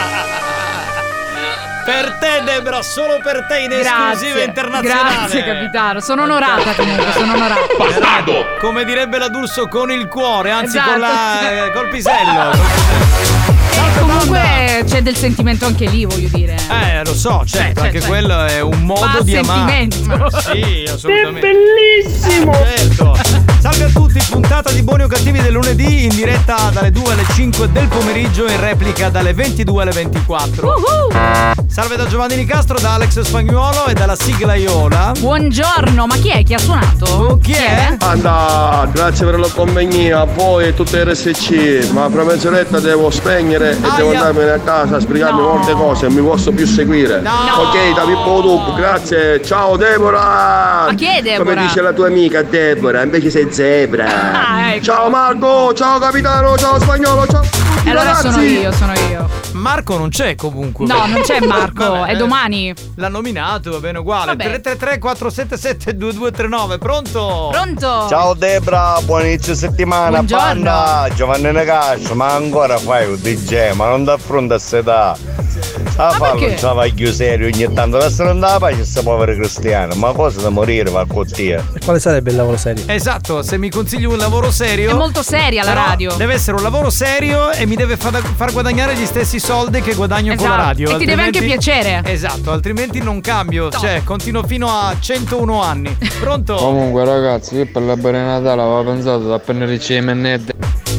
Per te, Debra, solo per te in esclusiva internazionale. Grazie, capitano. Sono onorata comunque, sono onorata. Bastardo! Come direbbe la D'Urso, con il cuore, anzi Esatto. col pisello. Comunque c'è del sentimento anche lì, voglio dire. Lo so, certo, anche quello è un modo di amare. sentimento. Sì, assolutamente. È bellissimo! Certo. Salve a tutti, puntata di Buoni o Cattivi del lunedì in diretta dalle 2 alle 5 del pomeriggio, in replica dalle 22 alle 24. Salve da Giovanni Nicastro, da Alex Spagnuolo e dalla sigla Iola. Buongiorno, ma chi è? Chi ha suonato? Chi è? Anda, grazie per la compagnia, a voi e tutte RSC, ma fra mezz'oretta devo spegnere e devo andarmene a casa a spiegarmi molte cose, non mi posso più seguire. Ok, da Pippo Tup, grazie, ciao Deborah! Ma chi è Deborah? Come dice la tua amica Deborah, invece sei Zebra. Ecco. Ciao Marco, ciao capitano, ciao Spagnolo, ciao tutti E allora ragazzi. sono io. Marco non c'è comunque. No, non c'è Marco, Vabbè, è domani. L'ha nominato, va bene uguale. 333 477 2239, pronto? Ciao Debra, buon inizio settimana. Buongiorno. Panda, Giovanni Nicastro, ma ancora fai un DJ, ma non d'affronta a setà. Ah, fallo un travaglio serio ogni tanto, adesso non dà pace sta povero cristiano, ma cosa da morire va a cottia. E quale sarebbe il lavoro serio? Esatto, se mi consigli un lavoro serio. È molto seria la però radio. Deve essere un lavoro serio e mi deve far guadagnare gli stessi soldi che guadagno con la Esatto. radio. E ti deve anche piacere. Esatto, altrimenti non cambio, cioè continuo fino a 101 anni. Pronto? Comunque ragazzi, io per la Bene Natale avevo pensato da prendere i CMN.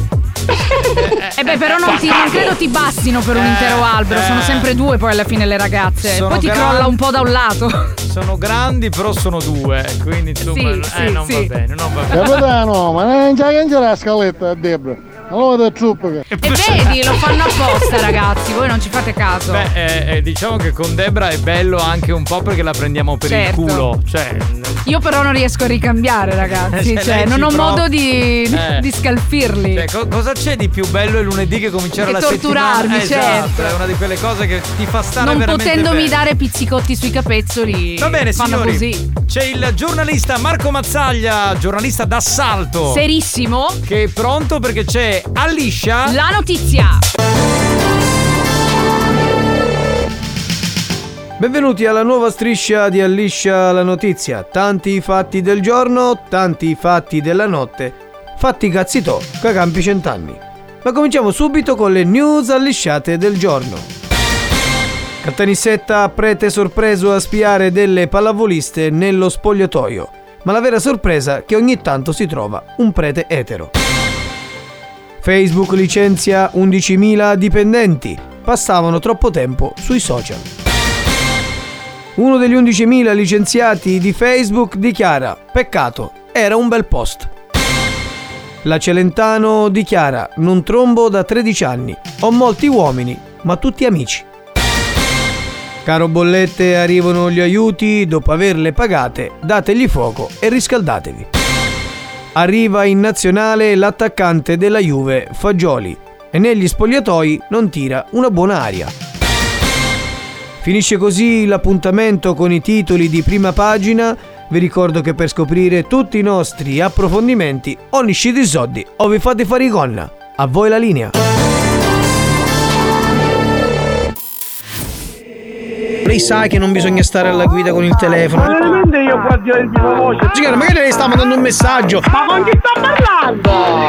Però non credo ti bastino per un intero albero. Sono sempre due poi alla fine le ragazze. Sono Poi ti grandi. crolla un po' da un lato. Sono grandi, però sono due, quindi insomma Sì, non va bene, non va bene. Capitano, ma non c'è la scaletta a Debra. Allora è troppo. E vedi, lo fanno apposta, ragazzi, voi non ci fate caso. Beh, diciamo che con Debra è bello anche un po' perché la prendiamo per il culo. Cioè. Io però non riesco a ricambiare, ragazzi. Cioè, non ho modo di scalfirli. Cioè, cosa c'è di più bello il lunedì che cominciare la settimana? Torturarmi, certo. Esatto, è una di quelle cose che ti fa stare non veramente potendomi bene. dare pizzicotti sui capezzoli. Va bene, fanno signori. così. C'è il giornalista Marco Mazzaglia, giornalista d'assalto. Serissimo. Che è pronto perché c'è Alliscia. La notizia. Benvenuti alla nuova striscia di Alliscia la notizia. Tanti fatti del giorno, tanti fatti della notte. Fatti cazzito, cacampi 100 anni. Ma cominciamo subito con le news allisciate del giorno. Caltanissetta, prete sorpreso a spiare delle pallavoliste nello spogliatoio. Ma la vera sorpresa è che ogni tanto si trova un prete etero. Facebook licenzia 11.000 dipendenti. Passavano troppo tempo sui social. Uno degli 11.000 licenziati di Facebook dichiara: peccato, era un bel post. La Celentano dichiara: non trombo da 13 anni, ho molti uomini, ma tutti amici. Caro bollette, arrivano gli aiuti, dopo averle pagate, dategli fuoco e riscaldatevi. Arriva in nazionale l'attaccante della Juve, Fagioli, e negli spogliatoi non tira una buona aria. Finisce così l'appuntamento con i titoli di prima pagina. Vi ricordo che per scoprire tutti i nostri approfondimenti onisci di soldi o vi fate fare i gonna. A voi la linea. Lei sa che non bisogna stare alla guida con il telefono. Ma veramente io guardo il mio voce. Signora, magari lei sta mandando un messaggio. Ma con chi sta parlando?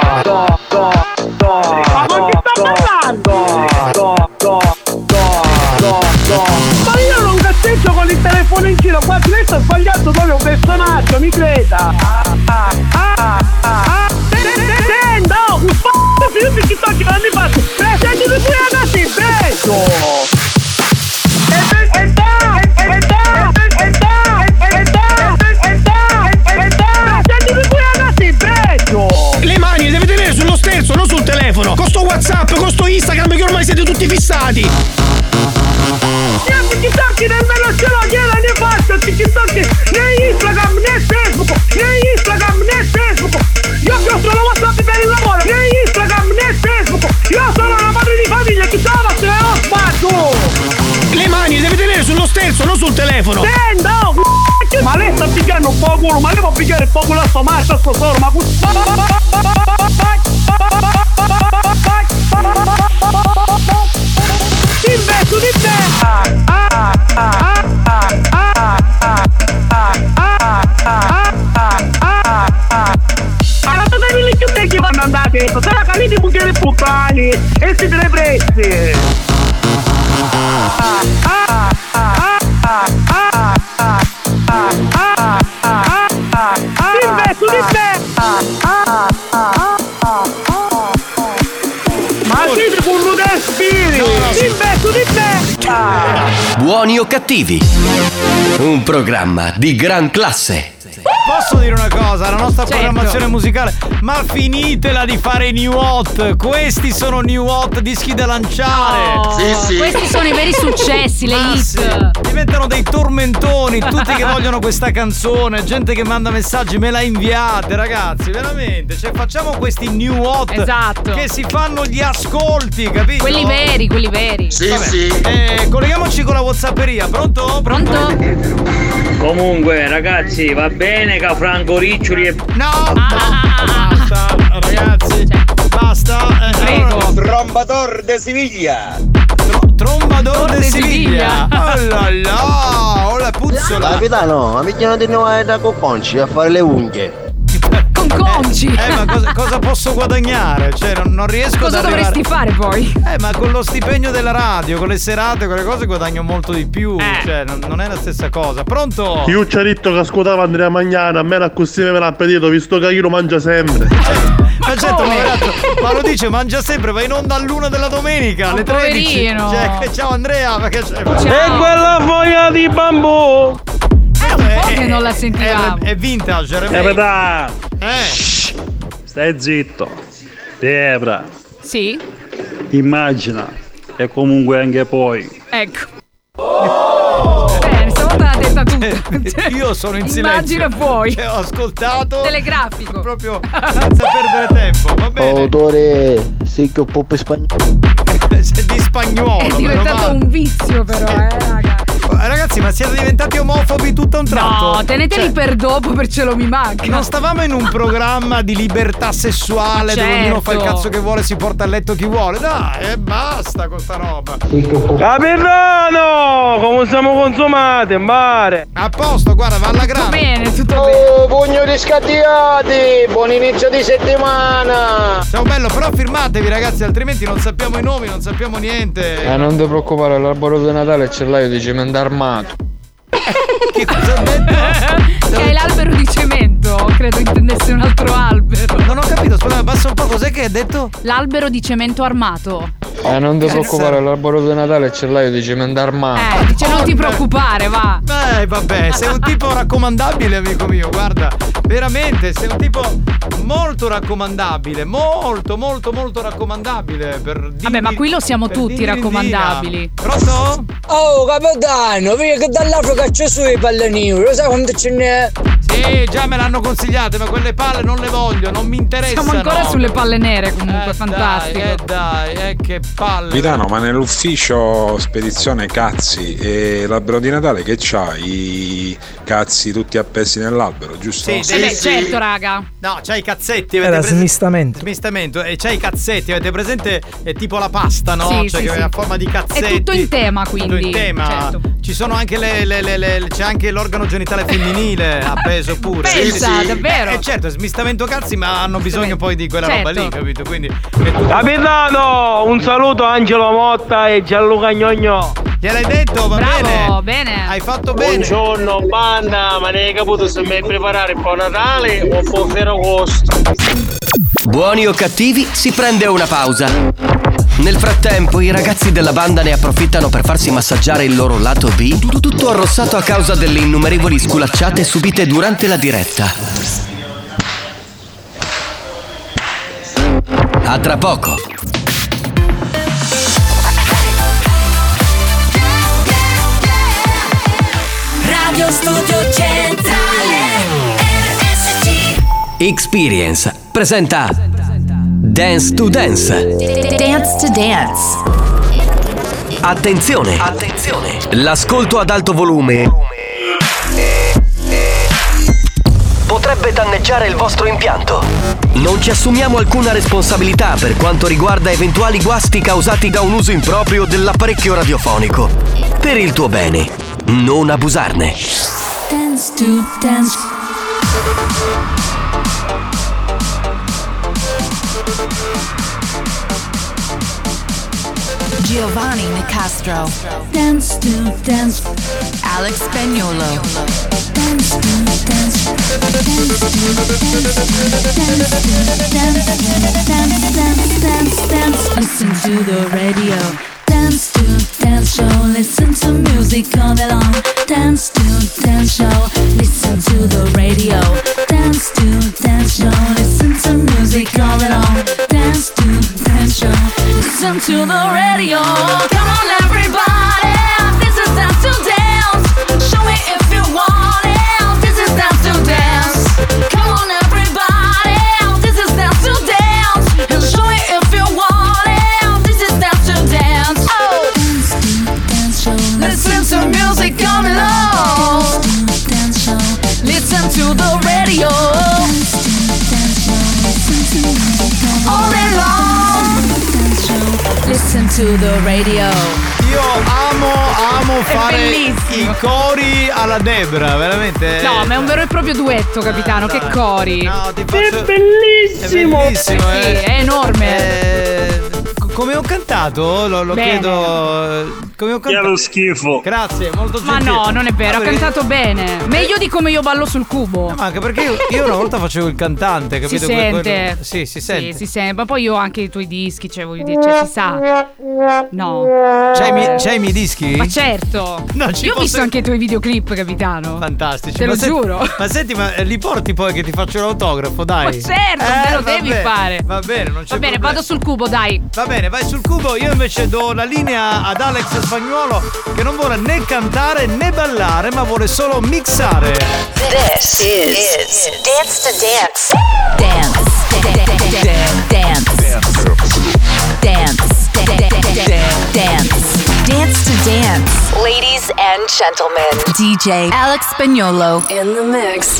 Ma con chi sta parlando? Ma io non cazzeggio con il telefono in giro. Guarda, lei sta sbagliando proprio un personaggio, mi creda. Senta, oh, un f***o figlio di TikTok che non mi faccio. Senti tu pure ragazzi, prego. Le mani le deve tenere sullo sterzo, non sul telefono. Con sto WhatsApp, con sto Instagram che ormai siete tutti fissati. Io TikTok nemmeno ce l'ho, gliela ne faccio TikTok né Instagram né Facebook, né Instagram né Facebook. Io che ho solo WhatsApp per il lavoro, né Instagram né Facebook. Io sono una madre di famiglia, chi stava se ne ho sbatto. Le mani le deve tenere sullo sterzo, non sul telefono. Senta, oh, ma lei sta pigliando un po' culo, ma lei può pigliare un po' culo a sto marcio, a sto solo, ma investo di te. Allora devi lì che ti vanno andate, se la caliti bucchiere puttani e si te le presti. Investo di te. Ma siete burro che spiri. Investo di te. Buoni o cattivi? Un programma di gran classe. Posso dire una cosa? La nostra programmazione musicale, ma finitela di fare i new hot. Questi sono new hot, dischi da lanciare. Oh, sì. Questi sono i veri successi, le hit. Sì. Diventano dei tormentoni, tutti che vogliono questa canzone, gente che manda messaggi, me la inviate, ragazzi, veramente. Cioè, facciamo questi new hot. Esatto. Che si fanno gli ascolti, capito? Quelli veri. Sì, vabbè. Sì. Colleghiamoci con la WhatsApperia, pronto? Comunque, ragazzi, va bene che Franco Riccioli è... No! Basta, ragazzi, basta. Prego. Trombador de Siviglia. Trombador de Siviglia. Oh là là, oh la puzzola. Capitano, ma mi chiamano di nuovo da Conci a fare le unghie. Con Conci. Ma cosa posso guadagnare? Cioè, non riesco cosa ad arrivare... dovresti fare poi? Ma con lo stipendio della radio, con le serate, con le cose guadagno molto di più. Cioè, non è la stessa cosa. Pronto? Io ci ho detto che ascoltava Andrea Magnana, a me la così me l'ha appetito, visto che io lo mangia sempre. Ma certo, ma lo dice, mangia sempre, va in onda all'1 della domenica, alle 13. Poverino. Cioè, ciao Andrea, ma che c'è? E quella foglia di bambù. Un po' che non la sentivamo. È vintage, Capità. Stai zitto. Debra, Sì? immagina, e comunque anche poi. Ecco. Bene, stavolta l'ha detta tutta. Io sono in silenzio. Immagina poi. Ho ascoltato. Telegrafico. Proprio senza perdere tempo, va bene. Autore, sì che un po' per spagnolo. Di spagnolo. È diventato un vizio però, raga. Ragazzi, ma siete diventati omofobi tutto a un tratto? No, teneteli per dopo, per ce lo mi manca. Non stavamo in un programma di libertà sessuale dove ognuno fa il cazzo che vuole, si porta a letto chi vuole. Dai, e basta con sta roba. Capitano, come siamo consumati, mare. A posto, guarda, va alla grande. Bene, tutto bene. Pugno di scattiati, buon inizio di settimana. Ciao bello, però firmatevi ragazzi, altrimenti non sappiamo i nomi, non sappiamo niente. Non ti preoccupare, l'albero di Natale ce l'hai di cemento armato. Che cosa ha detto? Che hai l'albero di cemento, credo intendesse un altro albero. Non ho capito, aspetta, basta un po', cos'è che hai detto? L'albero di cemento armato. Non ti preoccupare, l'albero di Natale ce l'hai di cemento armato. Dice non ti preoccupare, va. Vabbè, sei un tipo raccomandabile, amico mio, guarda. Veramente, sei un tipo molto raccomandabile, molto raccomandabile per Vabbè, ma qui lo siamo tutti raccomandabili. Pronto? Oh capitano, vedi che dall'Africa c'è su i pallini, lo sai quanto ce n'è? Sì, già me l'hanno consigliate, ma quelle palle non le voglio, non mi interessano. Siamo ancora sulle palle nere comunque, fantastico. Dai, che palle. Capitano, ma nell'ufficio spedizione cazzi e l'albero di Natale che c'ha? I cazzi tutti appesi nell'albero, giusto? Sì, certo, raga. No, c'hai i cazzetti. Era smistamento. E c'hai i cazzetti, avete presente? È tipo la pasta, no? Sì, cioè sì, che sì. ha forma di cazzetti. È tutto in tema, quindi. Tutto in tema. Certo. Ci sono anche c'è anche l'organo genitale femminile appeso pure. Pensa, davvero? Certo, è smistamento cazzi, ma hanno bisogno poi di quella roba lì, capito? Quindi Capitano, un saluto a Angelo Motta e Gianluca Gnogno. Gliel'hai detto, va Bravo, bene. bene. Hai fatto bene. Buongiorno banda, ma ne hai capito se mi preparare un po' Natale o un po' Ferragosto? Buoni o cattivi, si prende una pausa. Nel frattempo i ragazzi della banda ne approfittano per farsi massaggiare il loro lato B, tutto arrossato a causa delle innumerevoli sculacciate subite durante la diretta. A tra poco. Radio Studio Centrale RSC. Experience presenta Dance to Dance. Dance to Dance. Attenzione! L'ascolto ad alto volume potrebbe danneggiare il vostro impianto. Non ci assumiamo alcuna responsabilità per quanto riguarda eventuali guasti causati da un uso improprio dell'apparecchio radiofonico. Per il tuo bene, non abusarne. Dance to Dance. Giovanni Nicastro. Dance to Dance. Alex Spagnolo. Dance to Dance. Dance to Dance. Listen to the radio. Dance to Dance Show. Listen to music all day long. Dance to Dance Show. Listen to the radio. Dance to Dance Show. Listen to music all day long. Dance to Dance Show. Listen to the radio. Come on everybody. This is Dance to Dance. Show me if you want it. This is Dance to Dance. Come on everybody. This is Dance to Dance. Show me if you want it. This is Dance to Dance. Oh. Dance to Dance Show. Listen to music all along. Dance to Dance Show. Listen to the radio. Dance to Dance Show. Listen to music all day long. Dance Show. Listen to the radio. Io amo fare bellissimo. i cori alla Debra, veramente. No, ma è un vero e proprio duetto, capitano. Che cori. No, ti È faccio... bellissimo. È bellissimo, Sì, è enorme. Come ho cantato? Lo chiedo. Come ho cantato? Che è lo schifo. Grazie, molto Ma gentile. no, non è vero, ha cantato bene. Meglio di come io ballo sul cubo. Ma anche perché io una volta facevo il cantante, capito? Si sente. Sì, si sente. Sì, si sente. Ma poi io ho anche i tuoi dischi, cioè voglio dire, cioè, si sa. No. C'hai i miei dischi? Ma certo. No, io ho visto anche i tuoi videoclip, capitano. Fantastici. Te lo giuro. Ma senti, ma li porti poi che ti faccio l'autografo, dai. Ma certo, me lo devi fare. Va bene, non c'è Va bene, problema. vado sul cubo, dai. Va bene, vai sul cubo. Io invece do la linea ad Alex Spagnuolo, che non vuole né cantare né ballare, ma vuole solo mixare. This is Dance to Dance. Dance. Dance to Dance. Ladies and gentlemen, DJ Alex Spagnuolo in the mix.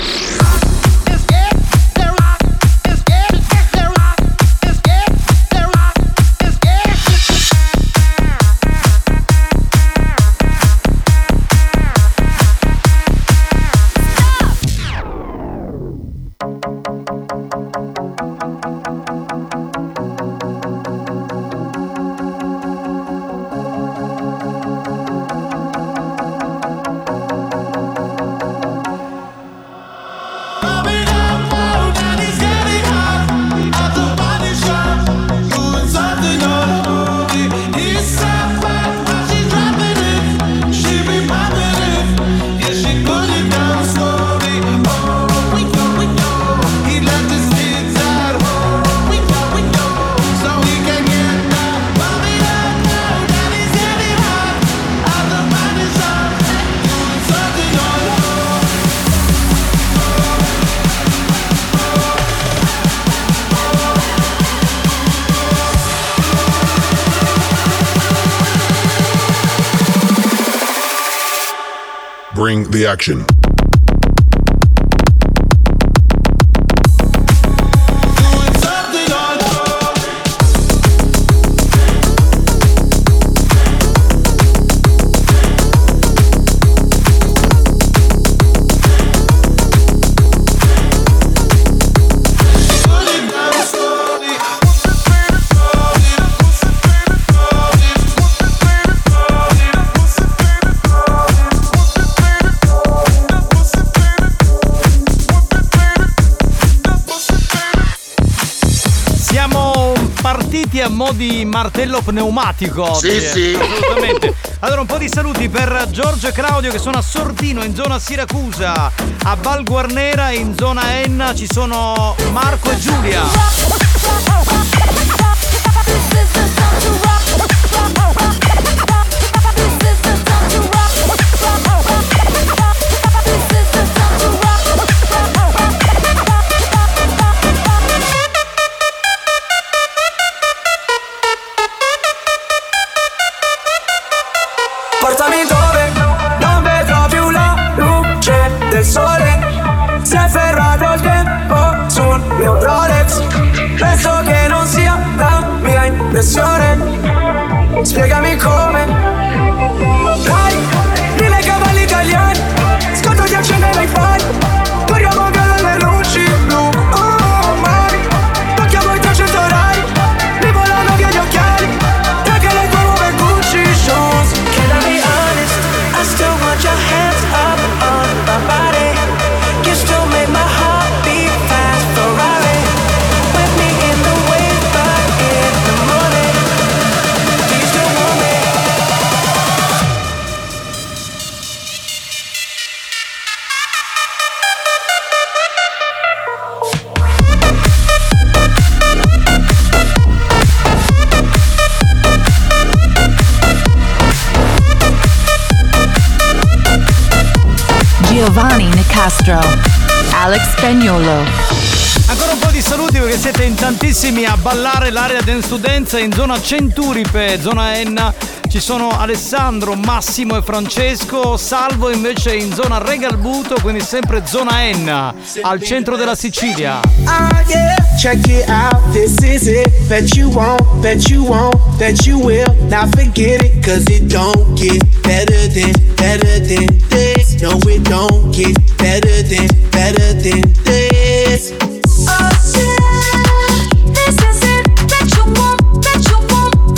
Bring the action. A mo' di martello pneumatico. Sì, sì. Assolutamente. Allora, un po' di saluti per Giorgio e Claudio che sono a Sortino in zona Siracusa, a Val Guarnera in zona Enna ci sono Marco e Giulia. Portami dove non vedo più la luce del sole. Si è fermato il tempo sul mio Rolex. Penso che non sia la mia impressione. Spiegami come. Dai, 1000 cavalli italiani. Sconto di accendere i fari. Corriamo via le luci blu. Oh, mari. Tocchiamo i 300 orari. Mi volano via gli occhiali. Anche le tue nuove Gucci shoes. I still want your hands up on my body. You still make my heart beat fast. Ferrari with me in the wave, but in the morning. Do you still want me? Giovanni Nicastro, Alex Spagnuolo. Ancora un po' di saluti perché siete in tantissimi a ballare l'area dance to dance in zona Centuripe, zona Enna. Ci sono Alessandro, Massimo e Francesco. Salvo invece in zona Regalbuto, quindi sempre zona Enna, al centro della Sicilia. Ah yeah, check it out, this is it. Bet you won't, bet you won't, bet you will. Now forget it, cause it don't get better than this. No, it don't get better than this. Oh yeah, this is it. Bet you won't, bet you won't,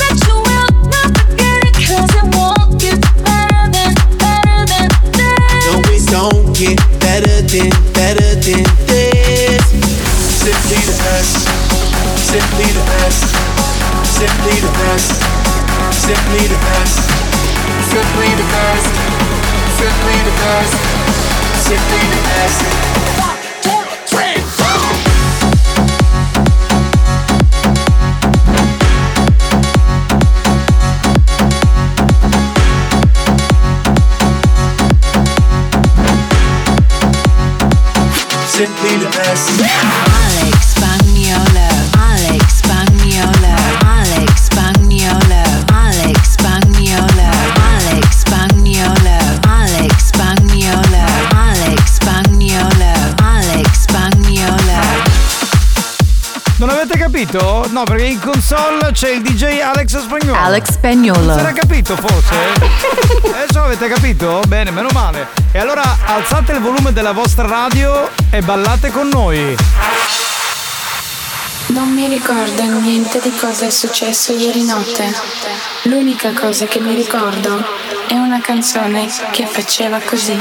get better than this. Simply the best, simply the best, simply the best, simply the best, simply the best, simply the best, simply the best. 1, 2, 3, 4. Simply the best. Alex Spagnuolo, Alex Spagnuolo, Alex Spagnuolo, Alex Spagnuolo, Alex Spagnuolo, Alex Spagnuolo, Alex Spagnuolo, Alex Spagnuolo. Non avete capito? No, perché in console c'è il DJ Alex Spagnuolo. Alex Spagnuolo. Non si era capito forse? Adesso avete capito? Bene, meno male. E allora alzate il volume della vostra radio e ballate con noi. Non mi ricordo niente di cosa è successo ieri notte. L'unica cosa che mi ricordo è una canzone che faceva così.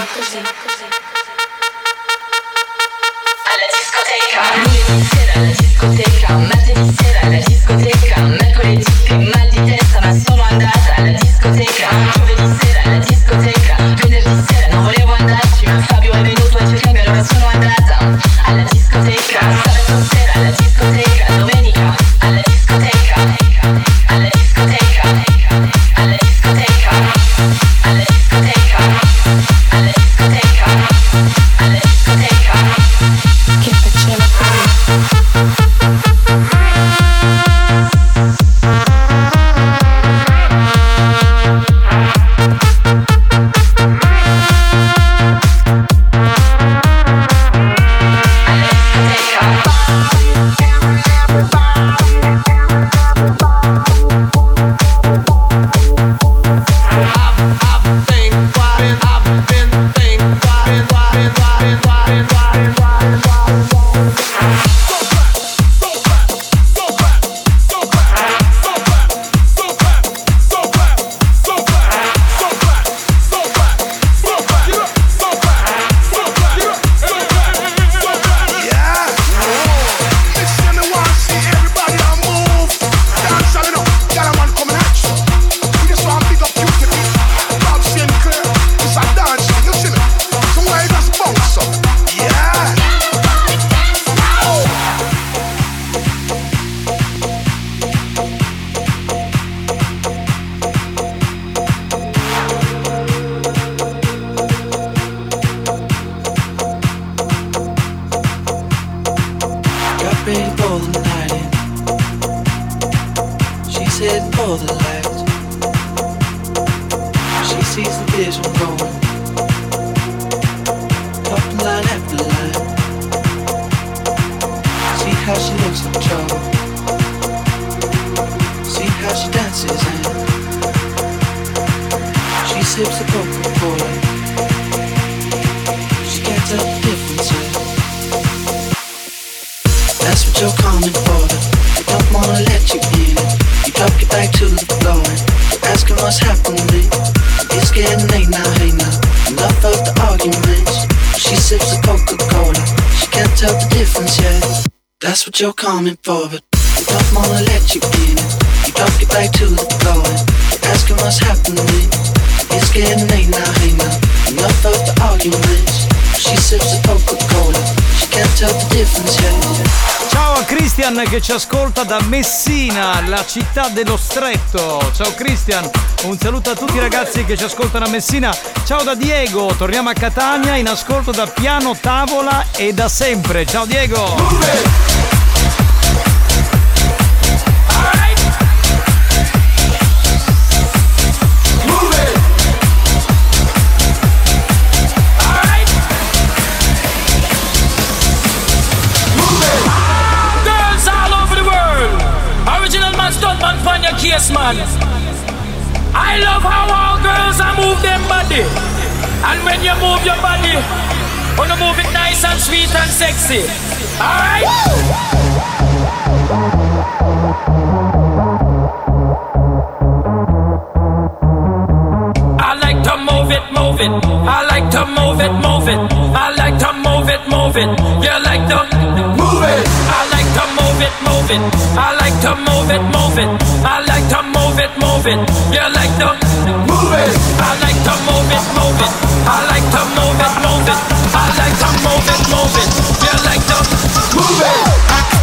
Alla discoteca, martedì sera alla discoteca, mercoledì che mal di testa ma sono andata alla discoteca, giovedì sera alla discoteca, venerdì sera non volevo andarci ma Fabio è venuto a cercarmi allora sono andata alla discoteca, sabato sera alla discoteca, domenica alla discoteca, alla discoteca, alla discoteca, alla discoteca, alla discoteca, alla discoteca, che faceva così. That's what you're coming for, but you don't wanna let you in it. You drop it back to the floor and you're asking what's happening. It's getting late now, hey now. Enough of the arguments. She sips the Coca-Cola. She can't tell the difference yet. Ciao a Christian che ci ascolta da Messina, la città dello stretto. Ciao Christian, un saluto a tutti i ragazzi che ci ascoltano a Messina. Ciao da Diego, torniamo a Catania in ascolto da Piano Tavola e da sempre. Ciao Diego. Yes, man. I love how all girls are move them body. And when you move your body, wanna move it nice and sweet and sexy. Alright? I like to move it, move it. I like to move it, move it. I like to move it, move it. You like to move it. I like to move it, move it. I like to move it, move it. I like to move it, move it. You like to move it. I like to move it, move it. I like to move it, move it. I like to move it, move it. You like to move it.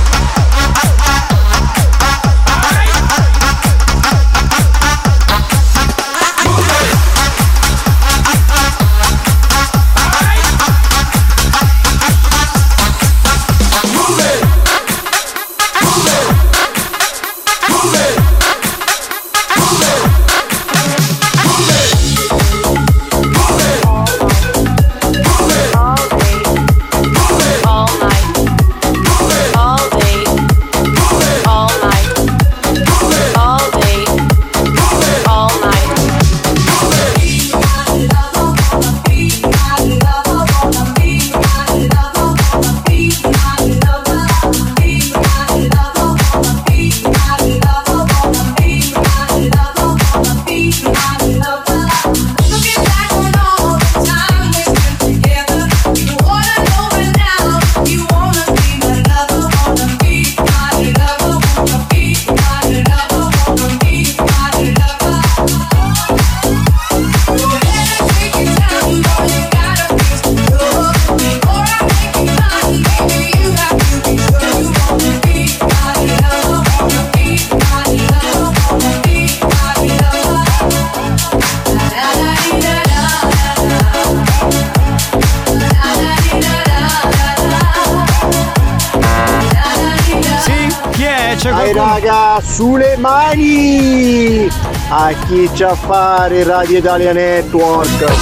Dai raga, sulle mani! A chi c'ha a fare Radio Italia Network?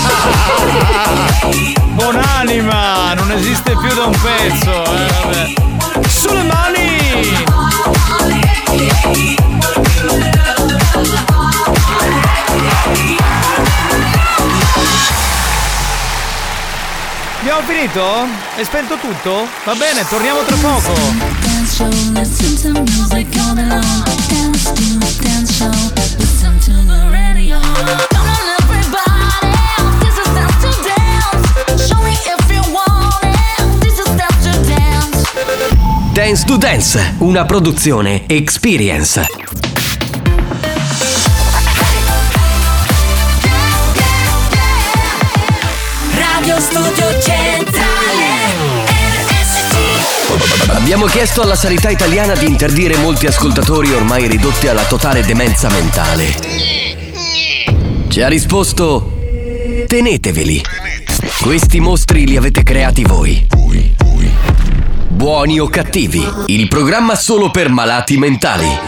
Buonanima, non esiste più da un pezzo, vabbè. Sulle mani! Abbiamo finito? Hai spento tutto? Va bene, torniamo tra poco. Listen to music all day long. Dance to dance show. Listen to the radio. Come on everybody, this is dance to dance. Show me if you want it. This is dance to dance. Dance to Dance, una produzione Experience. Radio Studio Centrale. Abbiamo chiesto alla sanità italiana di interdire molti ascoltatori ormai ridotti alla totale demenza mentale. Ci ha risposto: teneteveli. Questi mostri li avete creati voi. Buoni o cattivi, il programma solo per malati mentali.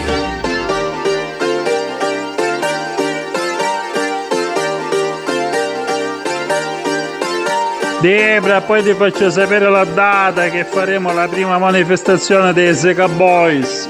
Debra, poi ti faccio sapere la data che faremo la prima manifestazione dei Sega Boys.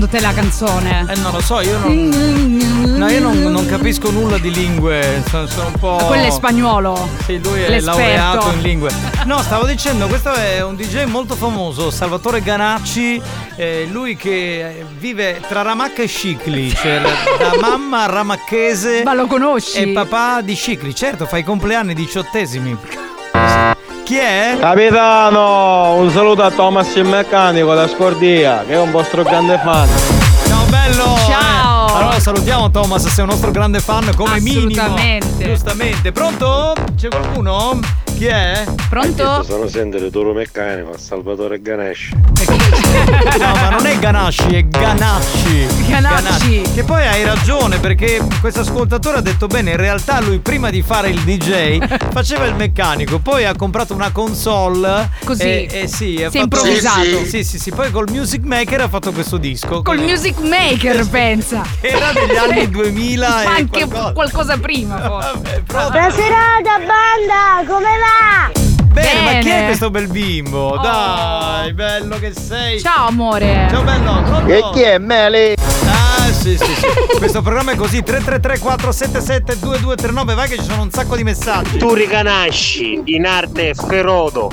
secondo te la canzone? Non lo so, io non capisco nulla di lingue. Sono un po'. Quello è spagnolo. Sì, lui è laureato in lingue. No, stavo dicendo, questo è un DJ molto famoso, Salvatore Ganacci. Lui che vive tra Ramacca e Scicli, cioè da mamma ramacchese. Ma lo conosci? E papà di Scicli, certo, fa i compleanni 18esimi. Chi è? Capitano, un saluto a Thomas il meccanico da Scordia, che è un vostro grande fan. Ciao bello! Ciao! Allora salutiamo Thomas, sei un nostro grande fan come minimo. Assolutamente. Giustamente. Pronto? C'è qualcuno? Chi è? Pronto? Sono sempre Toro Meccanico, Salvatore Ganasci. No, ma non è Ganasci, è Ganacci. Ganacci. Che poi hai ragione, perché questo ascoltatore ha detto bene, in realtà lui prima di fare il DJ faceva il meccanico, poi ha comprato una console. Così. Si è improvvisato. Sì. Poi col Music Maker ha fatto questo disco. Col Music Maker, pensa. Era degli anni 2000 ma e anche qualcosa prima. Vabbè, Buona serata, banda, come va? Bene, ma chi è questo bel bimbo? Dai, bello che sei. Ciao amore. Ciao bello. E chi è Meli? Ah, sì. Questo programma è così, 333-477-2239, vai che ci sono un sacco di messaggi. Tu ricanasci, in arte Ferodo.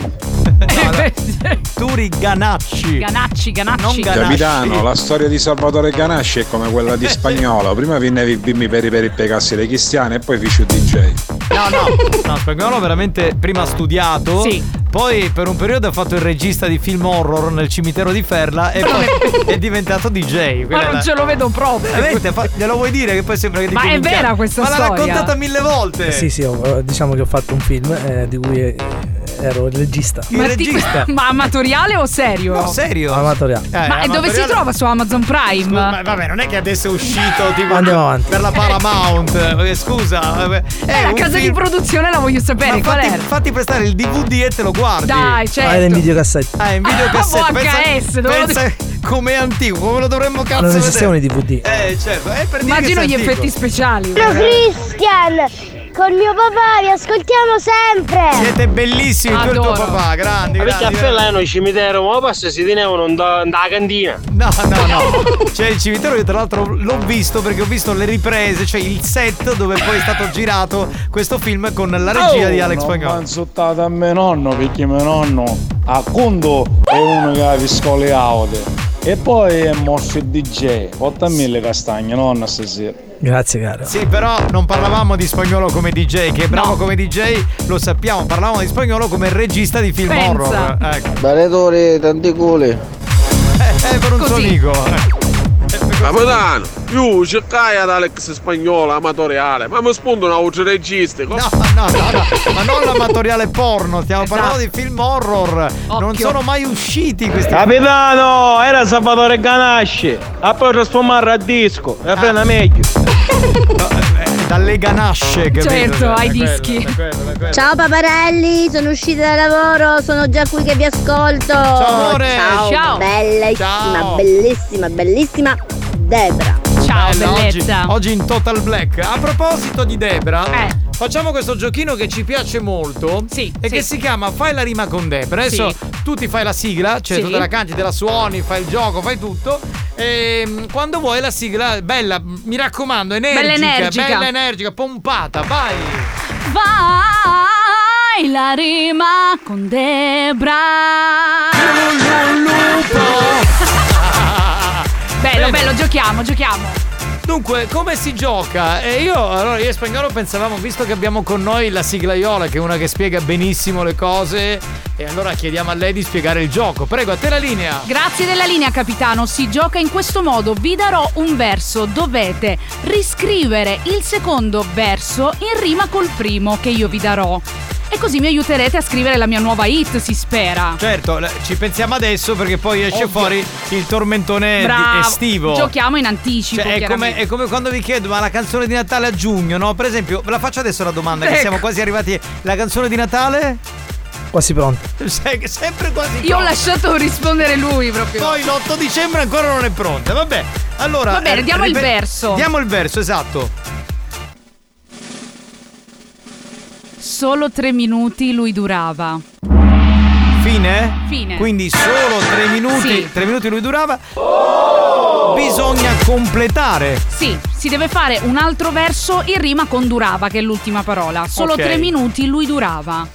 Turi Ganacci. Ganacci. Non Ganasci. Capitano, la storia di Salvatore Ganasci è come quella di Spagnolo. Prima vinnevi bimbi per i pegassi dei cristiani e poi feci un DJ. No, Spagnolo veramente prima ha studiato. Sì. Poi per un periodo ha fatto il regista di film horror nel cimitero di Ferla e poi è diventato DJ. Ma non ce lo vedo proprio. Veramente, glielo vuoi dire che poi sembra che dico Ma è vera questa storia? Ma l'ha raccontata 1000 volte. Sì, diciamo che ho fatto un film di cui ero il regista. Ma amatoriale o serio? No, serio. Amatoriale. Ma dove si trova su Amazon Prime? Ma vabbè, non è che adesso è uscito tipo Andiamo avanti. Per la Paramount. Scusa. La casa di produzione la voglio sapere. Qual è? Fatti prestare il DVD e te lo guardi. Dai, certo. Era in videocassette. In videocassette. VHS. Pensa com'è antico, come lo dovremmo cazzo non vedere. esistevano i DVD. Certo. Per immagino dire gli che effetti speciali. Ciao Christian, con mio papà vi ascoltiamo sempre. Siete bellissimi, tu e il tuo papà, grandi. Perché a Fella è cimitero, ma passa si tenevano da cantina. No. Cioè il cimitero io tra l'altro l'ho visto perché ho visto le riprese, cioè il set dove poi è stato girato questo film con la regia di Alex Spagnolo. Non insultate a mio nonno perché mio nonno a Conto è uno che ha viscole auto. E poi è mosso il DJ. 8.000 castagne, nonna stasera. Grazie caro. Sì, però non parlavamo di Spagnolo come DJ, che è bravo come DJ, lo sappiamo, parlavamo di Spagnolo come regista di film horror. Ecco. Benetori, tanti culi. Per un suo amico. Capitano, io cercai ad Alex Spagnolo amatoriale, ma mi spuntano a un regista. No, ma non l'amatoriale porno, stiamo parlando di film horror. Non sono mai usciti questi. Capitano, era Salvatore Ganasci. A poi trasformare a disco, e frena meglio. Dalle ganasce, capito? Certo, ai dischi. Ciao paparelli, sono uscita da lavoro, sono già qui che vi ascolto. Ciao amore. Ciao. Bellissima Debra. Ciao bellezza. Oggi in Total Black. A proposito di Debra, facciamo questo giochino che ci piace molto. Che si chiama Fai la rima con Debra. Adesso tu ti fai la sigla, cioè tu te la canti, te la suoni, fai il gioco, fai tutto. E quando vuoi la sigla bella, mi raccomando, bella energica, pompata, vai. Vai la rima con Debra. Bello, giochiamo. Dunque, come si gioca? Io e Spagnolo pensavamo, visto che abbiamo con noi la siglaiola, che è una che spiega benissimo le cose, e allora chiediamo a lei di spiegare il gioco. Prego, a te la linea. Grazie della linea, capitano. Si gioca in questo modo: vi darò un verso, dovete riscrivere il secondo verso in rima col primo che io vi darò. E così mi aiuterete a scrivere la mia nuova hit, si spera. Certo, ci pensiamo adesso perché poi esce fuori il tormentone estivo. Giochiamo in anticipo. Cioè, è come quando vi chiedo, ma la canzone di Natale a giugno, no? Per esempio, ve la faccio adesso la domanda, che siamo quasi arrivati. La canzone di Natale? Quasi pronto. Sempre quasi pronto. Io ho lasciato rispondere lui proprio. Poi l'8 dicembre ancora non è pronta. Vabbè, allora. Va bene, diamo il verso. Diamo il verso, esatto. Solo 3 minuti lui durava. Fine? Fine. Quindi solo 3 minuti, Sì. 3 minuti lui durava. Bisogna completare. Sì, si deve fare un altro verso in rima con durava, che è l'ultima parola. Solo Ok. 3 minuti lui durava.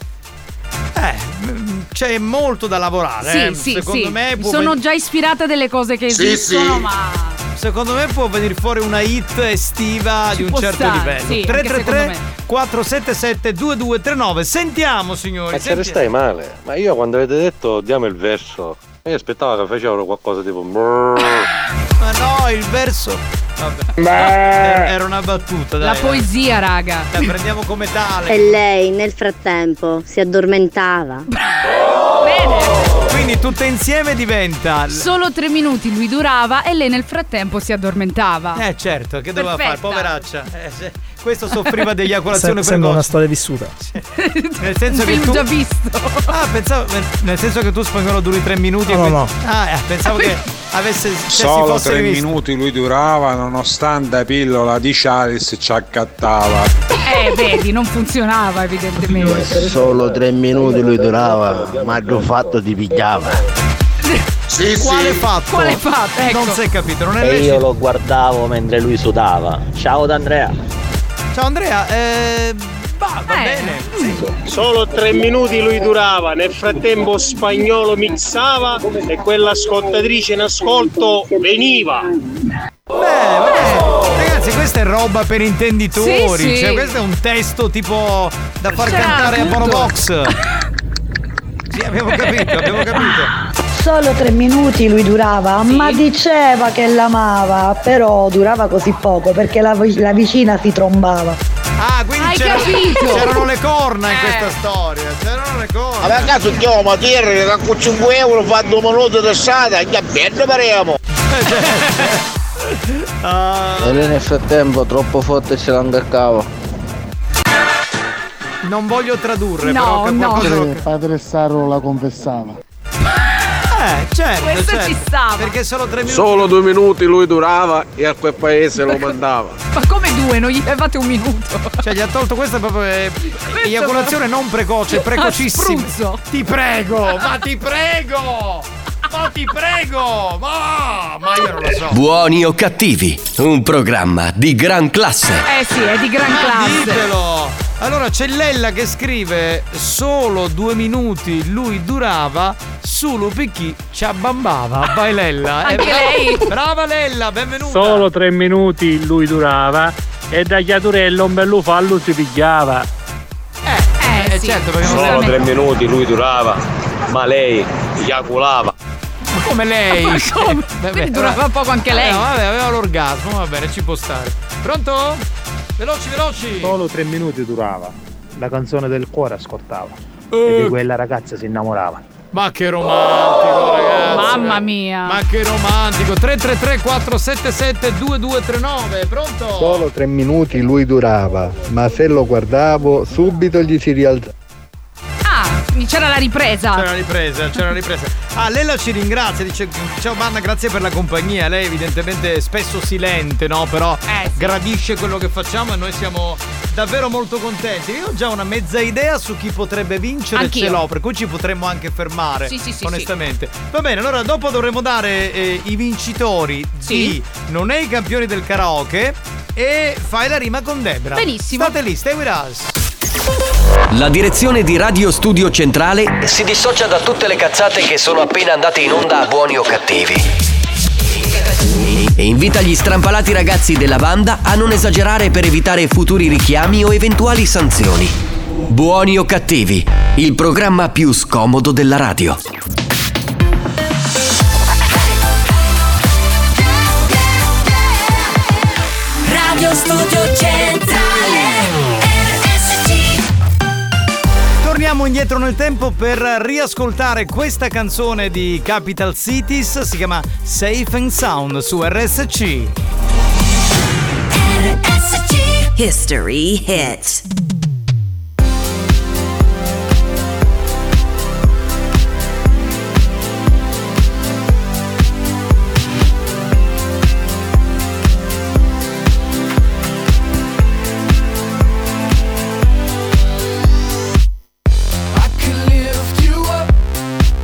C'è molto da lavorare. Sì, Secondo me può sono già ispirata delle cose che Sì, esistono, sì. ma Secondo me può venire fuori una hit estiva di un può certo stare, livello. sì, 333 477 2239. Sentiamo, signori. Ma ce ne stai male? Ma io quando avete detto diamo il verso, io aspettavo che facevano qualcosa tipo Ma no, il verso. Vabbè. Era una battuta, dai. la poesia, raga. La prendiamo come tale. E lei nel frattempo si addormentava. Quindi tutte insieme diventa. Solo 3 minuti lui durava e lei nel frattempo si addormentava. Certo, che doveva fare? Perfetta. Poveraccia. Questo soffriva di eiaculazione Sembra una precoce. storia vissuta. Nel senso Un che film tu. già visto. Ah, pensavo. Nel senso che tu Spagnolo duri 3 minuti. No, e no, quindi- pensavo che avesse. cioè, si Solo fosse 3 rivisto. minuti lui durava, nonostante la pillola di Charles ci accattava. Vedi, non funzionava evidentemente. Solo 3 minuti lui durava, ma il fatto ti pigliava. Quale fatto? Quale fatto? Ecco. Non si è capito, non è E lecito. io lo guardavo mentre lui sudava. Ciao D'Andrea. Ciao Andrea, va bene. Solo 3 minuti lui durava, nel frattempo Spagnolo mixava e quella ascoltatrice in ascolto veniva. Ragazzi, questa è roba per intenditori. Sì, sì. Cioè, questo è un testo tipo da far C'era cantare a tutto. Bonovox. Sì, abbiamo capito. Solo 3 minuti lui durava, ma diceva che l'amava, però durava così poco perché la vicina si trombava. Ah, quindi Hai c'erano capito? le corna in questa storia. C'erano le corna. Ma per caso chiamo a dire che con 5 euro fa 2 minuti di strada, che bello paremo. E lui nel frattempo troppo forte ce l'angaccava. Non voglio tradurre, No, però che no. qualcosa lo- Padre Sarro la confessava. certo, Questa certo. ci stava. Perché solo 3 minuti. Solo 2 minuti lui durava e a quel paese lo mandava. Ma come 2? Non gli levate un minuto? Cioè, gli ha tolto questa proprio eiaculazione non precoce, precocissima. spruzzo. Ti prego, ma ti prego! Ma ti prego! Ma io non lo so. Buoni o cattivi, un programma di gran classe. Sì, è di gran classe. Ditelo! Allora c'è Lella che scrive solo 2 minuti lui durava, solo perché ci abbambava. Vai Lella. Anche brava, lei. Brava Lella, benvenuta. Solo 3 minuti lui durava e da Chiaturello un bello fallo si pigliava. Sì. certo, perché Solo 3 minuti lui durava, ma lei eiaculava. Ma come lei? Ma come? Quindi durava poco anche lei. No, vabbè, aveva l'orgasmo, va bene, ci può stare. Pronto? Veloci. Solo 3 minuti durava. La canzone del cuore ascoltava. E di quella ragazza si innamorava. Ma che romantico, ragazzi. Mamma mia. Ma che romantico. 333 477 2239. Pronto? Solo 3 minuti lui durava, ma se lo guardavo subito gli si rialzava. Quindi c'era la ripresa. C'era la ripresa. Ah, Lella ci ringrazia, dice ciao Manna, grazie per la compagnia. Lei evidentemente spesso silente, no? Però gradisce quello che facciamo e noi siamo davvero molto contenti. Io ho già una mezza idea su chi potrebbe vincere, Anch'io. ce l'ho, per cui ci potremmo anche fermare. Sì, onestamente. Va bene, allora dopo dovremo dare i vincitori di Non è i campioni del karaoke e fai la rima con Debra. Benissimo. State lì, stay with us. La direzione di Radio Studio Centrale si dissocia da tutte le cazzate che sono appena andate in onda a Buoni o Cattivi e invita gli strampalati ragazzi della banda a non esagerare per evitare futuri richiami o eventuali sanzioni. Buoni o Cattivi, il programma più scomodo della radio. Radio Studio Centrale RSC. Torniamo indietro nel tempo per riascoltare questa canzone di Capital Cities, si chiama Safe and Sound su RSC. History hits. I can lift you up,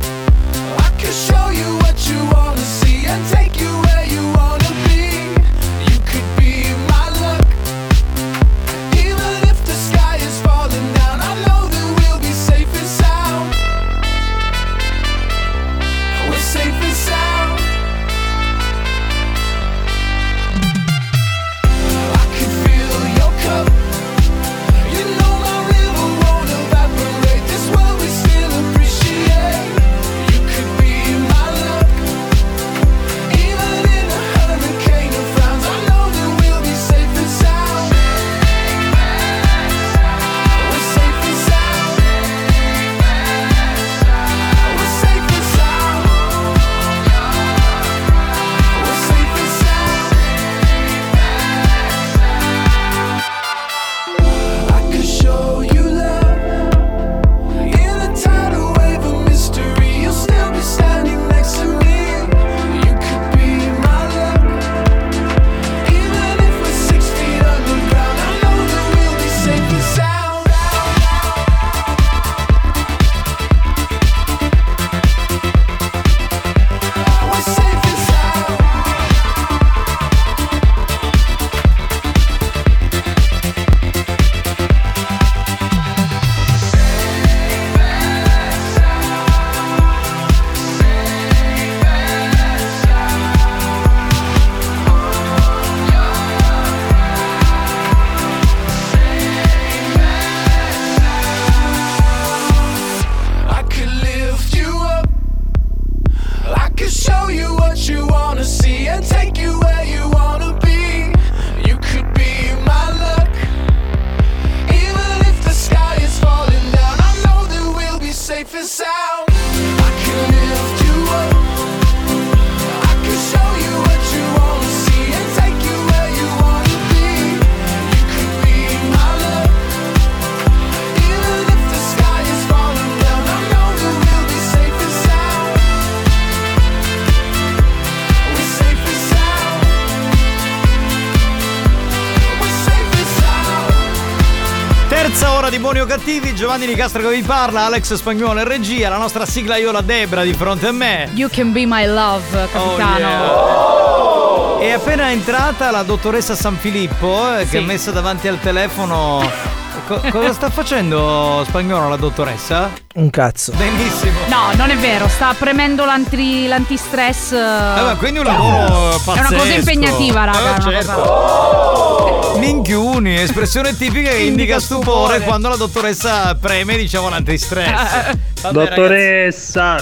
Terza ora di Buoni o Cattivi, Giovanni Nicastro che vi parla, Alex Spagnuolo in regia, la nostra siglaiola Debra di fronte a me. You can be my love, capitano. Oh, yeah. È appena entrata la dottoressa Sanfilippo che è messa davanti al telefono. Cosa sta facendo Spagnuolo la dottoressa? Un cazzo. Benissimo. No, non è vero, sta premendo l'antistress. Quindi un lavoro pazzesco. È una cosa impegnativa, raga. Certo. Minchiuni, espressione tipica che indica stupore quando la dottoressa preme, diciamo, l'antistress. Vabbè, dottoressa.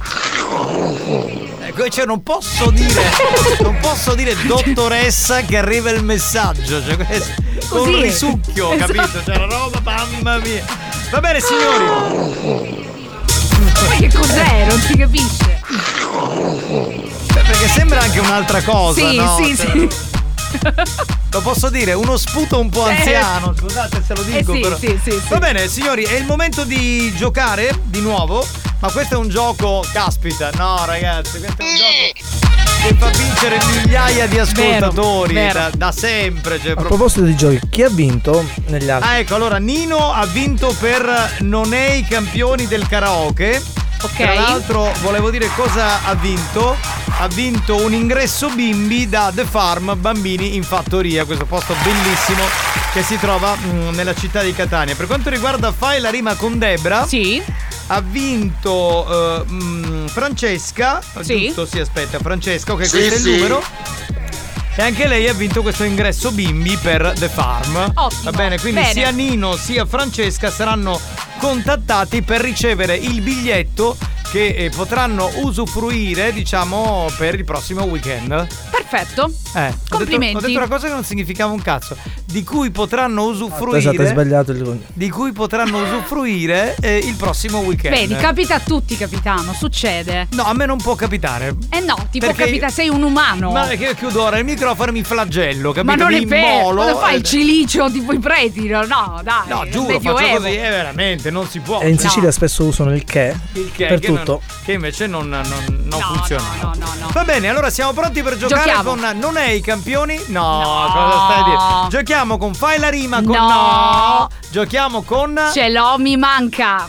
Ecco, cioè non posso dire dottoressa che arriva il messaggio, cioè con risucchio, esatto. Capito? Cioè la roba, mamma mia. Va bene, signori. Ma che cos'è? Non si capisce. Perché sembra anche un'altra cosa, sì, no? Sì, sì. Lo posso dire, uno sputo un po' anziano, scusate se lo dico, sì, però. Sì. Va bene, signori, è il momento di giocare di nuovo, ma questo è un gioco, caspita, no ragazzi, questo è un gioco che fa vincere migliaia di ascoltatori vero. Da sempre. Cioè, a proposito di giochi, chi ha vinto negli altri? Ecco, allora Nino ha vinto per Non è i campioni del karaoke. Ok. Tra l'altro volevo dire cosa ha vinto. Ha vinto un ingresso bimbi da The Farm Bambini in Fattoria, questo posto bellissimo che si trova nella città di Catania. Per quanto riguarda Fai la rima con Debra, sì, ha vinto Francesca, sì. Giusto? Sì, aspetta, Francesca, che questo è il numero. E anche lei ha vinto questo ingresso bimbi per The Farm. Ottimo. Va bene, quindi bene. Sia Nino sia Francesca saranno contattati per ricevere il biglietto che potranno usufruire, diciamo, per il prossimo weekend. Perfetto. Complimenti. Ho detto una cosa che non significava un cazzo. Di cui potranno usufruire. Esatto, hai sbagliato il... Di cui potranno usufruire il prossimo weekend. Vedi, capita a tutti, capitano, succede. No, a me non può capitare. No, ti può capitare, sei un umano. Ma che io chiudo ora il microfono e mi flagello, capito? Ma non mi è vero. immolo. Cosa fai il cilicio tipo i preti? No, dai. No, giuro, faccio così, veramente, non si può. E in Sicilia spesso usano il che per che tutto. Che invece non funziona. No. Va bene, allora siamo pronti per giocare. Giochiamo. Con Non è i campioni? No, cosa stai a dire? Giochiamo con Fai la rima con no. Giochiamo con Ce l'ho, mi manca.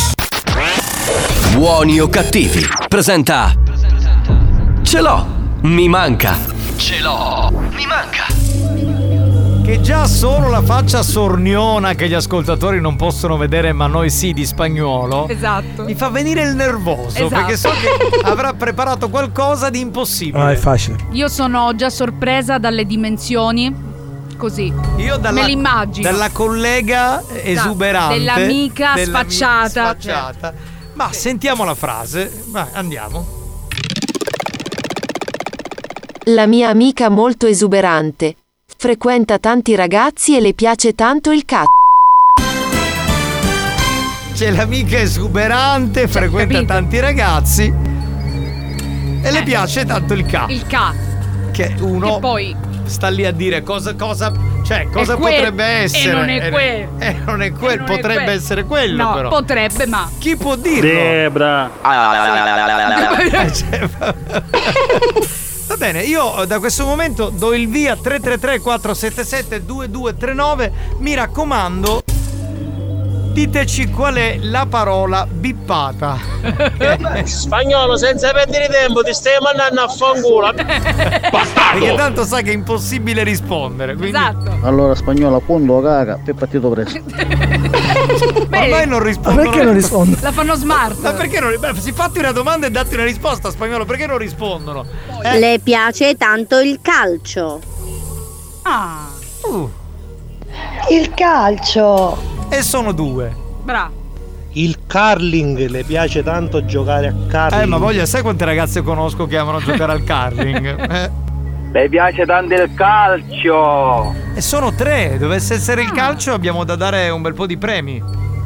Buoni o cattivi presenta Ce l'ho, mi manca. Ce l'ho, mi manca. Che già solo la faccia sorniona che gli ascoltatori non possono vedere, ma noi sì, di Spagnuolo. Esatto. Mi fa venire il nervoso, esatto. Perché so che avrà preparato qualcosa di impossibile. No, è facile. Io sono già sorpresa dalle dimensioni. Così. Io me l'immagino. Dalla collega esuberante. Dell'amica sfacciata. Certo. Ma sentiamo la frase. Vai, andiamo. La mia amica molto esuberante. Frequenta tanti ragazzi e le piace tanto il cazzo. C'è l'amica esuberante, frequenta tanti ragazzi e le piace tanto il cazzo. Il cazzo. Che uno e poi sta lì a dire cosa potrebbe essere. E non è quello. Non è quello, potrebbe essere quello, no, però. Potrebbe, ma chi può dirlo? Debra. Va bene, io da questo momento do il via 333 477 2239. Mi raccomando, diteci qual è la parola bippata. Spagnolo, senza perdere tempo, ti stai mandando a fanculo. Perché tanto sai che è impossibile rispondere. Quindi... Esatto. Allora, Spagnolo, appunto, caga, è partito presto. Ormai non rispondo. Ma perché non rispondo? La fanno smart. Ma perché non? Beh, si fatti una domanda e datti una risposta, Spagnolo. Perché non rispondono? Le piace tanto il calcio. Ah. Il calcio. E sono due. Bravo. Il curling, le piace tanto giocare a curling. Ma voglia, sai quante ragazze conosco che amano giocare al curling? Le piace tanto il calcio. E sono tre, dovesse essere il calcio abbiamo da dare un bel po' di premi.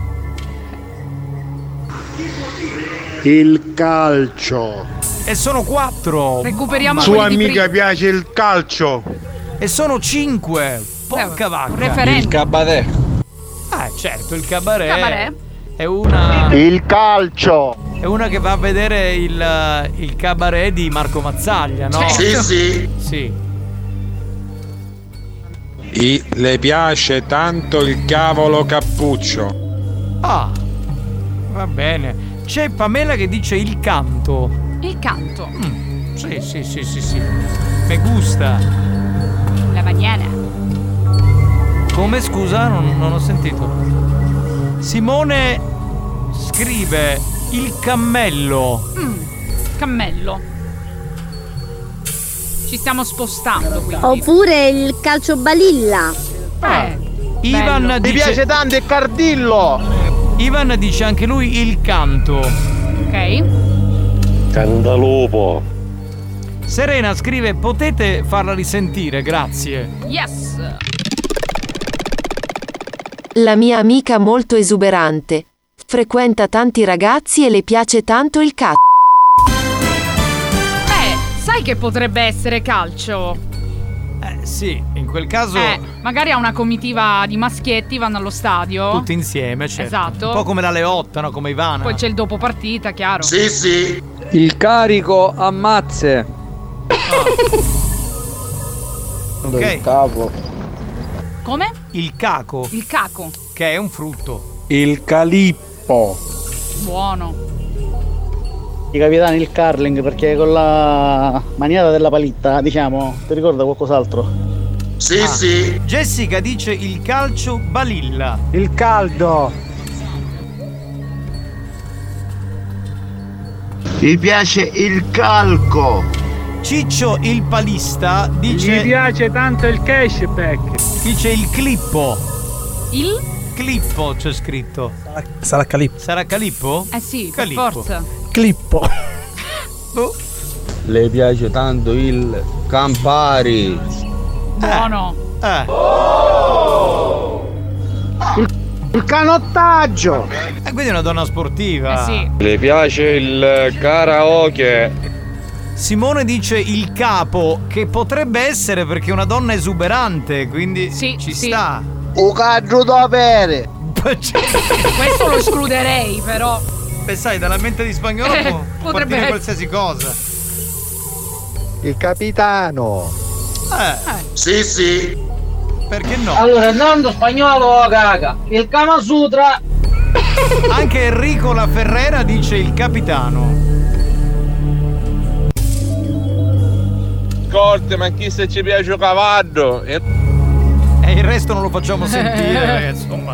Il calcio. E sono quattro. Recuperiamo Sua quelli di amica piace il calcio. E sono cinque. Porca vacca. Referente. Il cabaret. Certo, il cabaret. Cabaret. È una. Il calcio. È una che va a vedere il cabaret di Marco Mazzaglia, no? Certo. Sì. Sì. Le piace tanto il cavolo cappuccio. Ah, va bene. C'è Pamela che dice il canto. Il canto. Sì. Me gusta. La mañana. Come, scusa? Non ho sentito. Simone scrive il cammello. Cammello. Ci stiamo spostando quindi. Oppure il calcio balilla. Ivan Mi dice, piace tanto il cardillo. Ivan dice anche lui il canto. Ok. Cantalupo. Serena scrive potete farla risentire, grazie. Yes. La mia amica molto esuberante. Frequenta tanti ragazzi e le piace tanto il cazzo. Sai che potrebbe essere calcio? Sì, in quel caso magari ha una comitiva di maschietti, vanno allo stadio. tutti insieme, certo. Esatto. Un po' come la Leotta, no? Come Ivana. Poi c'è il dopo partita, chiaro. Sì. Il carico ammazze. Ok. Il capo. Come? Il caco. Il caco. Che è un frutto. Il calippo. Buono. I capitani il curling, perché con la maniata della palitta, diciamo, ti ricorda qualcos'altro? Sì. Jessica dice il calcio balilla. Il caldo. Mi piace il calco. Ciccio il palista dice Gli piace tanto il cashback. Dice il clippo. Il? Clippo c'è scritto. Sarà Calippo. Sarà Calippo? Sì, Calippo. per forza. Clippo. Le piace tanto il Campari. Buono. Il canottaggio. Quindi è una donna sportiva. Sì. Le piace il karaoke. Simone dice il capo, che potrebbe essere perché è una donna esuberante, quindi ci sta. O cadro da bere. Questo lo escluderei, però. Beh, sai, dalla mente di Spagnolo può potrebbe partire qualsiasi cosa. Il capitano. Sì. Perché no? Allora, tanto Spagnolo caga. Il Kama Sutra. Anche Enrico La Ferrera dice il capitano. Scorte, ma chi se ci piace cavallo? E il resto non lo facciamo sentire, insomma.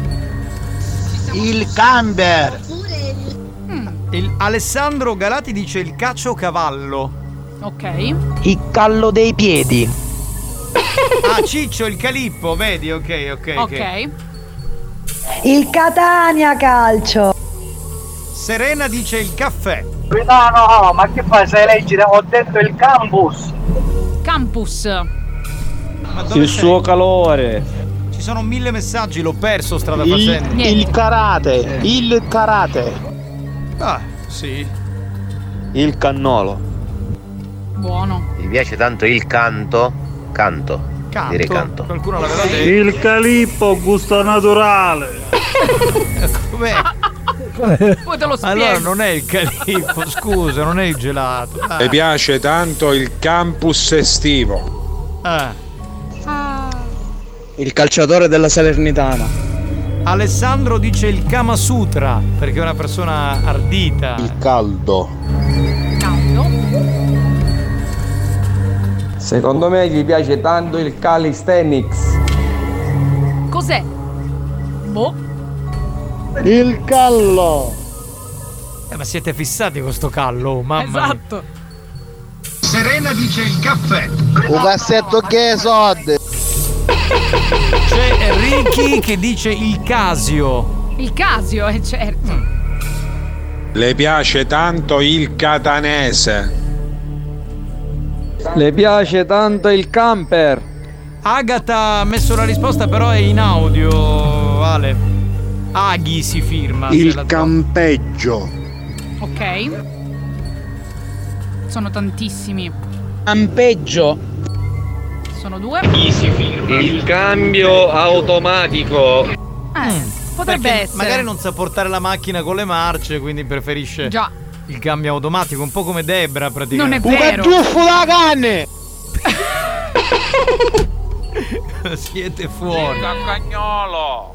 Il camber. Il Alessandro Galati dice il caciocavallo. Ok. Il callo dei piedi. Ciccio il calippo, vedi? Ok. Il Catania calcio. Serena dice il caffè. No, ma che fai? Sei leggere? Ho detto il campus. Campus. Ma dove Il sei? suo calore. Ci sono 1000 messaggi, l'ho perso strada facendo. Il karate. Il karate. Sì. Il cannolo. Buono. Mi piace tanto il canto. Canto. Dire canto. Qualcuno l'aveva detto. Il calippo gusto naturale. Com'è? Poi te lo spiego. Allora non è il calippo, scusa, non è il gelato. Le piace tanto il campus estivo. Il calciatore della Salernitana. Alessandro dice il Kama Sutra, perché è una persona ardita. Il caldo. Secondo me gli piace tanto il calisthenics. Cos'è? Boh. Il callo. Ma siete fissati con sto callo, mamma Esatto. Serena dice il caffè. Un cassetto che sode. C'è Ricky che dice il Casio. Il Casio, certo. Le piace tanto il catanese. Le piace tanto il camper. Agata ha messo la risposta, però è in audio, Ale. Aghi si firma. Il campeggio. Ok. Sono tantissimi. Campeggio. Sono due. Il cambio automatico. Potrebbe Perché essere. magari non sa portare la macchina con le marce, quindi preferisce il cambio automatico, un po' come Debra praticamente. Non è vero. Giuffo la canne. Siete fuori. Cagnolo.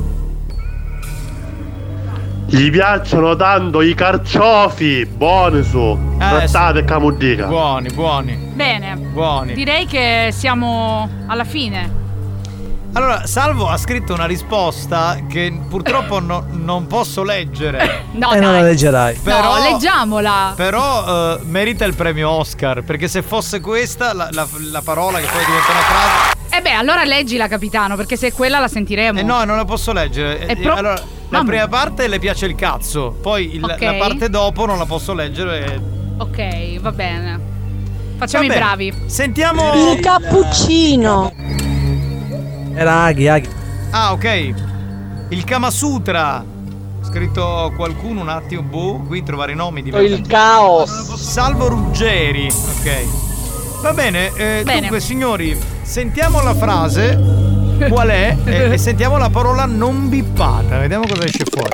Gli piacciono tanto i carciofi, buoni su. Trattate e camudica. Buoni. Bene. Buoni. Direi che siamo alla fine. Allora, Salvo ha scritto una risposta che purtroppo non posso leggere. No, non la leggerai. Però, no, leggiamola. Però merita il premio Oscar, perché se fosse questa la parola che poi diventa una frase. Allora leggila, capitano, perché se è quella la sentiremo. No, non la posso leggere. Allora, la prima parte le piace il cazzo, poi la parte dopo non la posso leggere. Ok, va bene. Facciamo i bravi. Sentiamo il cappuccino. Era Aghi. Ah, ok. Il Kama Sutra. Scritto qualcuno un attimo, qui trovare i nomi di il caos. Salvo Ruggeri. Ok. Va bene, dunque signori, sentiamo la frase. Qual è? E sentiamo la parola non bippata. Vediamo cosa esce fuori.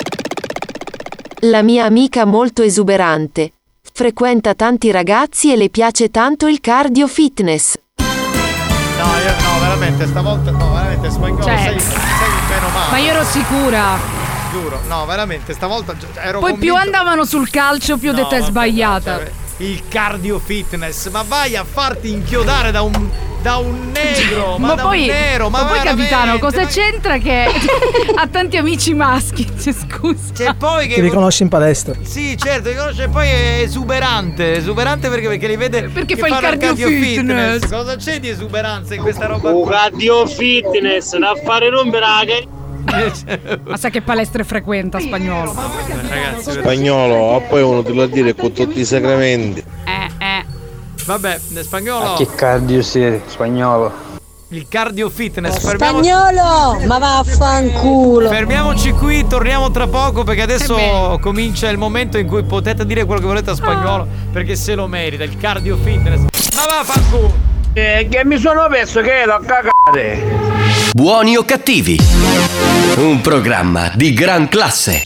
La mia amica molto esuberante. Frequenta tanti ragazzi e le piace tanto il cardio fitness. No, veramente, stavolta Spagnolo, sei un meno male. Ma io ero sicura. Giuro, no, veramente, stavolta ero Poi convinto. più andavano sul calcio, più ho detto è sbagliata. Il cardio fitness, ma vai a farti inchiodare da un negro, ma da poi, un nero, ma poi capitano, cosa c'entra che ha tanti amici maschi? Scusa. C'è poi che ti riconosci in palestra. Sì, certo, riconosce, poi è esuberante perché li vede perché che fa il cardio fitness. Cosa c'è di esuberanza in questa roba? Il cardio fitness da fare rompere. Ma sa che palestre frequenta Spagnolo? Ragazzi, Spagnolo, poi uno te lo dire con tutti i sacramenti. Vabbè, Spagnolo. Che cardio sei, Spagnolo? Il cardio fitness. Spagnolo, ma vaffanculo. Fermiamoci qui, torniamo tra poco perché adesso comincia il momento in cui potete dire quello che volete a Spagnolo perché se lo merita, il cardio fitness. Ma vaffanculo. Che mi sono perso che l'ho cagate. Buoni o cattivi? Un programma di gran classe.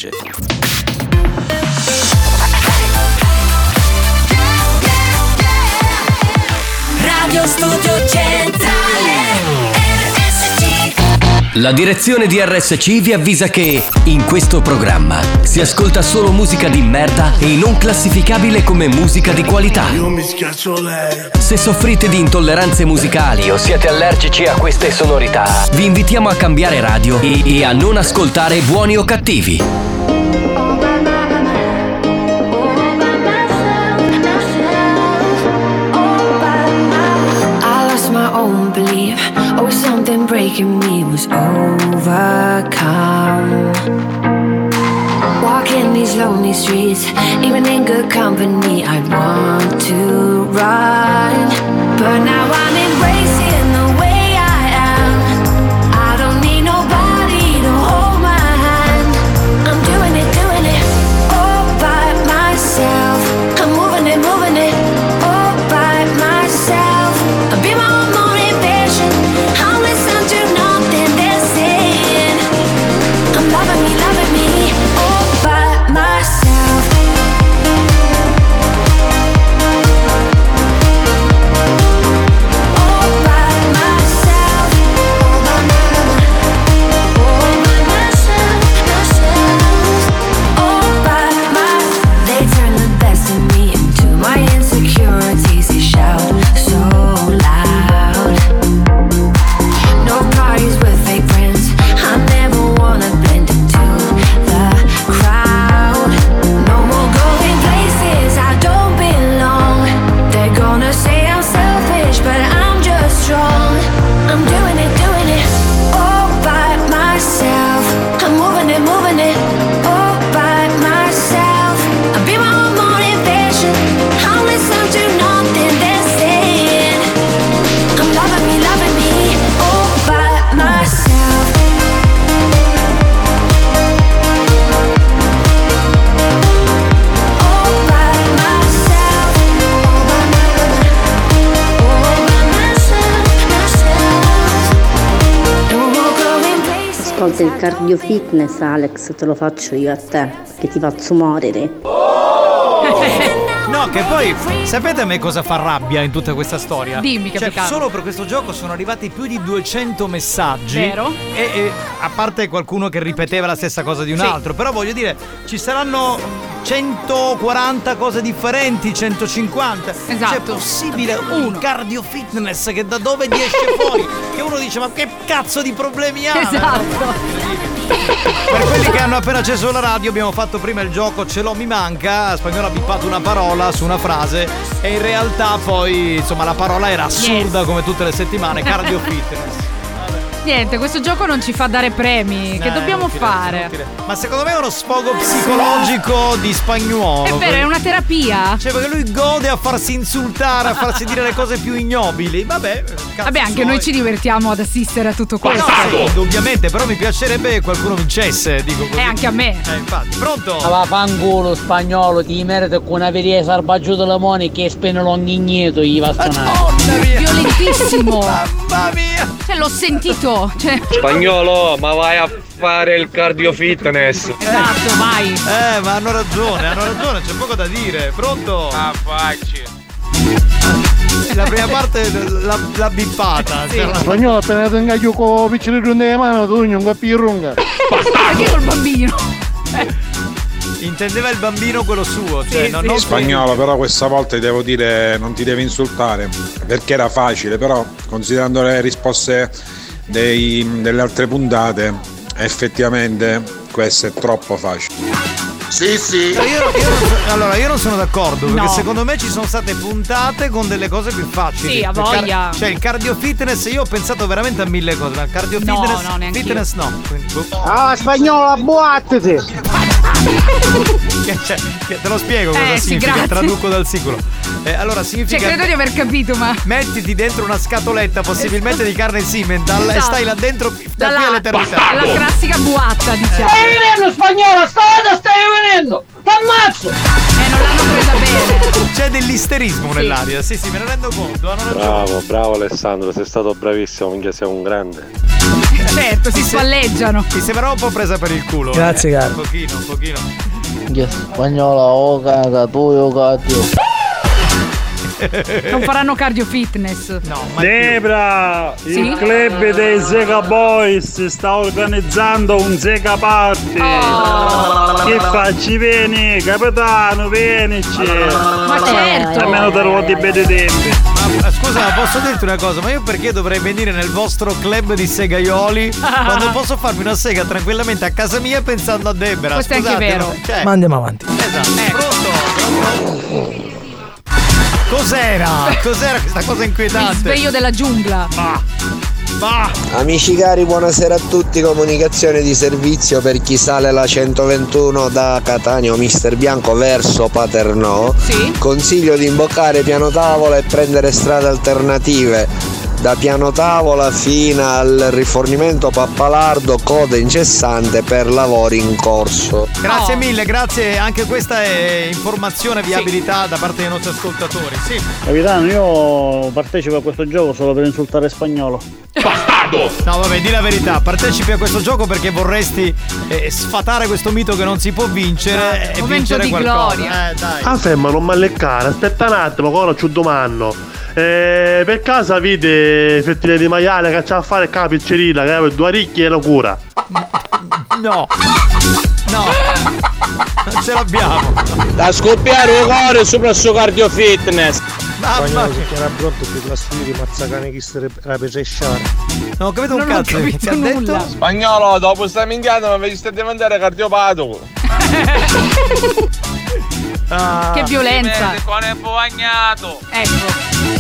Radio Studio Centrale RSC. La direzione di RSC vi avvisa che in questo programma si ascolta solo musica di merda e non classificabile come musica di qualità. Io mi schiaccio lei. Se soffrite di intolleranze musicali o siete allergici a queste sonorità, vi invitiamo a cambiare radio e a non ascoltare Buoni o Cattivi. Own belief, always something breaking me was overcome. Walking these lonely streets, even in good company, I want to run, but now I'm embracing the way I am. I don't need nobody to hold my hand. I'm doing it all by myself. I'm moving it all by myself. I'll be my own motivation. I'll listen to nothing they're saying. I'm loving me all by myself. All by myself. All by myself. All by myself. They turn the best in me into my insecurities. They shout so loud. No parties with fake friends. I never wanna blend into the crowd. No more going places I don't belong. They're gonna say I'm selfish, but I'm just strong. I'm doing it all by myself. I'm moving it all by myself. I'll be my own motivation. I'll listen to nothing they're saying. I'm loving me all by myself. All by myself. All by myself. No more going places. Ascolta il cardio fitness, Alex, te lo faccio io a te, che ti faccio morire. No, che poi sapete a me cosa fa rabbia in tutta questa storia? Dimmi, capitano. Solo per questo gioco sono arrivati più di 200 messaggi. Vero? E a parte qualcuno che ripeteva la stessa cosa di un altro, però voglio dire, ci saranno 140 cose differenti, 150. Esatto. C'è possibile un cardio fitness che da dove gli esce fuori? Che uno dice, ma che cazzo di problemi ha? Esatto. Per quelli che hanno appena acceso la radio, abbiamo fatto prima il gioco Ce l'ho mi manca. Spagnolo ha bippato una parola su una frase e in realtà poi insomma la parola era assurda, come tutte le settimane. Cardio fitness. Niente, questo gioco non ci fa dare premi. Che dobbiamo fare? Ma secondo me è uno sfogo psicologico di Spagnuolo. È vero, è una terapia. Cioè, perché lui gode a farsi insultare, a farsi dire le cose più ignobili. Vabbè, anche noi ci divertiamo ad assistere a tutto questo. No, indubbiamente, però mi piacerebbe che qualcuno vincesse, dico così. E anche a me. Infatti, pronto? Ma fanculo Spagnolo, ti merita con una veria salvaggio della mone che spende l'ongigneto gli va a suonare. Violentissimo. Mamma mia. Cioè, l'ho sentito. Cioè. Spagnolo, ma vai a fare il cardio fitness. Esatto, vai. Ma hanno ragione, c'è poco da dire. Pronto? Ah, facci. La prima parte l'ha bippata. Sì. Spagnolo, appena tenga io con piccerino nelle mani, tu non capisci runga. Perché col bambino? Intendeva il bambino quello suo, cioè non Spagnolo, però questa volta ti devo dire, non ti devi insultare, perché era facile, però considerando le risposte delle altre puntate, effettivamente questo è troppo facile. Sì. Io non sono d'accordo, perché No. secondo me ci sono state puntate con delle cose più facili. Sì, a voglia. Cioè il cardio fitness, io ho pensato veramente a mille cose, ma il cardio No, fitness, no, neanch'io. fitness no. Quindi, Ah, Spagnolo, abbuattiti! te lo spiego cosa sì, significa, grazie. traduco dal sicuro. Allora significa. Cioè, credo di aver capito, ma. Mettiti dentro una scatoletta, possibilmente di carne Simmental, e stai là dentro da qui all'eternità. La classica buatta, diciamo. Stai venendo Spagnolo, stai venendo! T'ammazzo! Non l'hanno presa bene. C'è dell'isterismo nell'aria, sì, me ne rendo conto, hanno ragione. Bravo Alessandro, sei stato bravissimo, minchia sei un grande. Certo, si spalleggiano. Mi sembrava un po' presa per il culo. Grazie, caro. Un pochino. Spagnolo, oh caga, tu io cadio. Non faranno cardio fitness. No, Debra, Sì? il club dei Zega Boys sta organizzando un Zega Party. Che facci? Vieni, capitano, venici. Ma certo. Almeno te lo di bene tempi. Ma scusa, ma posso dirti una cosa? Ma io perché dovrei venire nel vostro club di segaioli quando posso farmi una sega tranquillamente a casa mia pensando a Debra? Questo è anche Scusate, vero. no? Cioè, Ma andiamo avanti. esatto. Pronto? Cos'era questa cosa Il inquietante? sveglio della giungla. Bah. Amici cari, buonasera a tutti. Comunicazione di servizio per chi sale la 121 da Catania o Mister Bianco verso Paternò. Sì. Consiglio di imboccare Piano Tavola e prendere strade alternative. Da Piano Tavola fino al rifornimento Pappalardo, coda incessante per lavori in corso. Grazie mille, grazie. Anche questa è informazione, viabilità da parte dei nostri ascoltatori. Sì. Capitano, io partecipo a questo gioco solo per insultare Spagnolo. No, vabbè, di la verità, partecipi a questo gioco perché vorresti sfatare questo mito che non si può vincere e momento vincere di qualcosa. gloria. Dai. Ah, ferma, non malleccare, aspetta un attimo, ora c'ho domando. Per caso vede fettine di maiale che c'ha a fare qua pizzeria, che aveva due ricchi e la cura? No, non ce l'abbiamo. Da scoppiare un cuore sopra il suo cardio fitness. Spagnolo, se era pronto più trasferire mazzacane che era per resciare. Non ho capito un Non ho cazzo capito che ha nulla. detto. Spagnolo, dopo sta minchiata mi vedi di mandare cardiopatico. Che violenza. Con il bagnato. Ecco.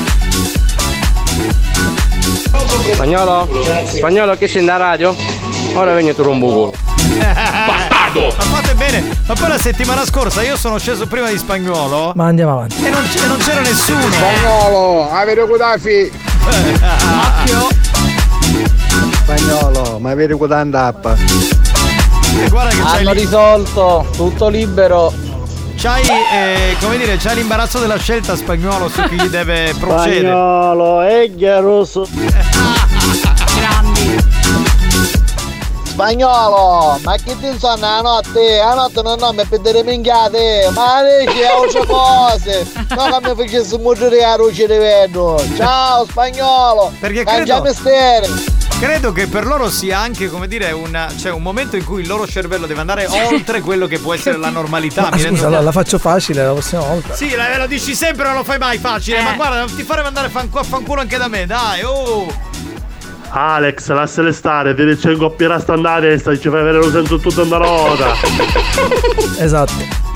Spagnolo che sei in radio? Ora vieni tu rombo culo. Ma fate bene. Ma poi la settimana scorsa io sono sceso prima di Spagnuolo Ma andiamo avanti. e non c'era nessuno. Spagnolo, avere cudafi. Occhio. Spagnolo, ma vedi quando andappa? Guarda che c'hai Hanno risolto, tutto libero. c'hai l'imbarazzo della scelta Spagnuolo su chi gli deve procedere. Spagnolo, è chiaroso. Grandi. Spagnolo, ma che ti insonna la notte? La notte non mi pedere minchiate, ma dici altre cose. No che mi facessi morire a luce di vedo. Ciao Spagnolo, perché credo che per loro sia anche, come dire, un momento in cui il loro cervello deve andare oltre quello che può essere la normalità. Ma scusa, la faccio facile la prossima volta. Sì, lo dici sempre, non lo fai mai facile, ma guarda, non ti fare mandare a fanculo anche da me, dai, oh! Alex, lasciale stare, ti dice ingoppierà sta andata a testa, ci fai avere lo senso tutto in rota. Esatto.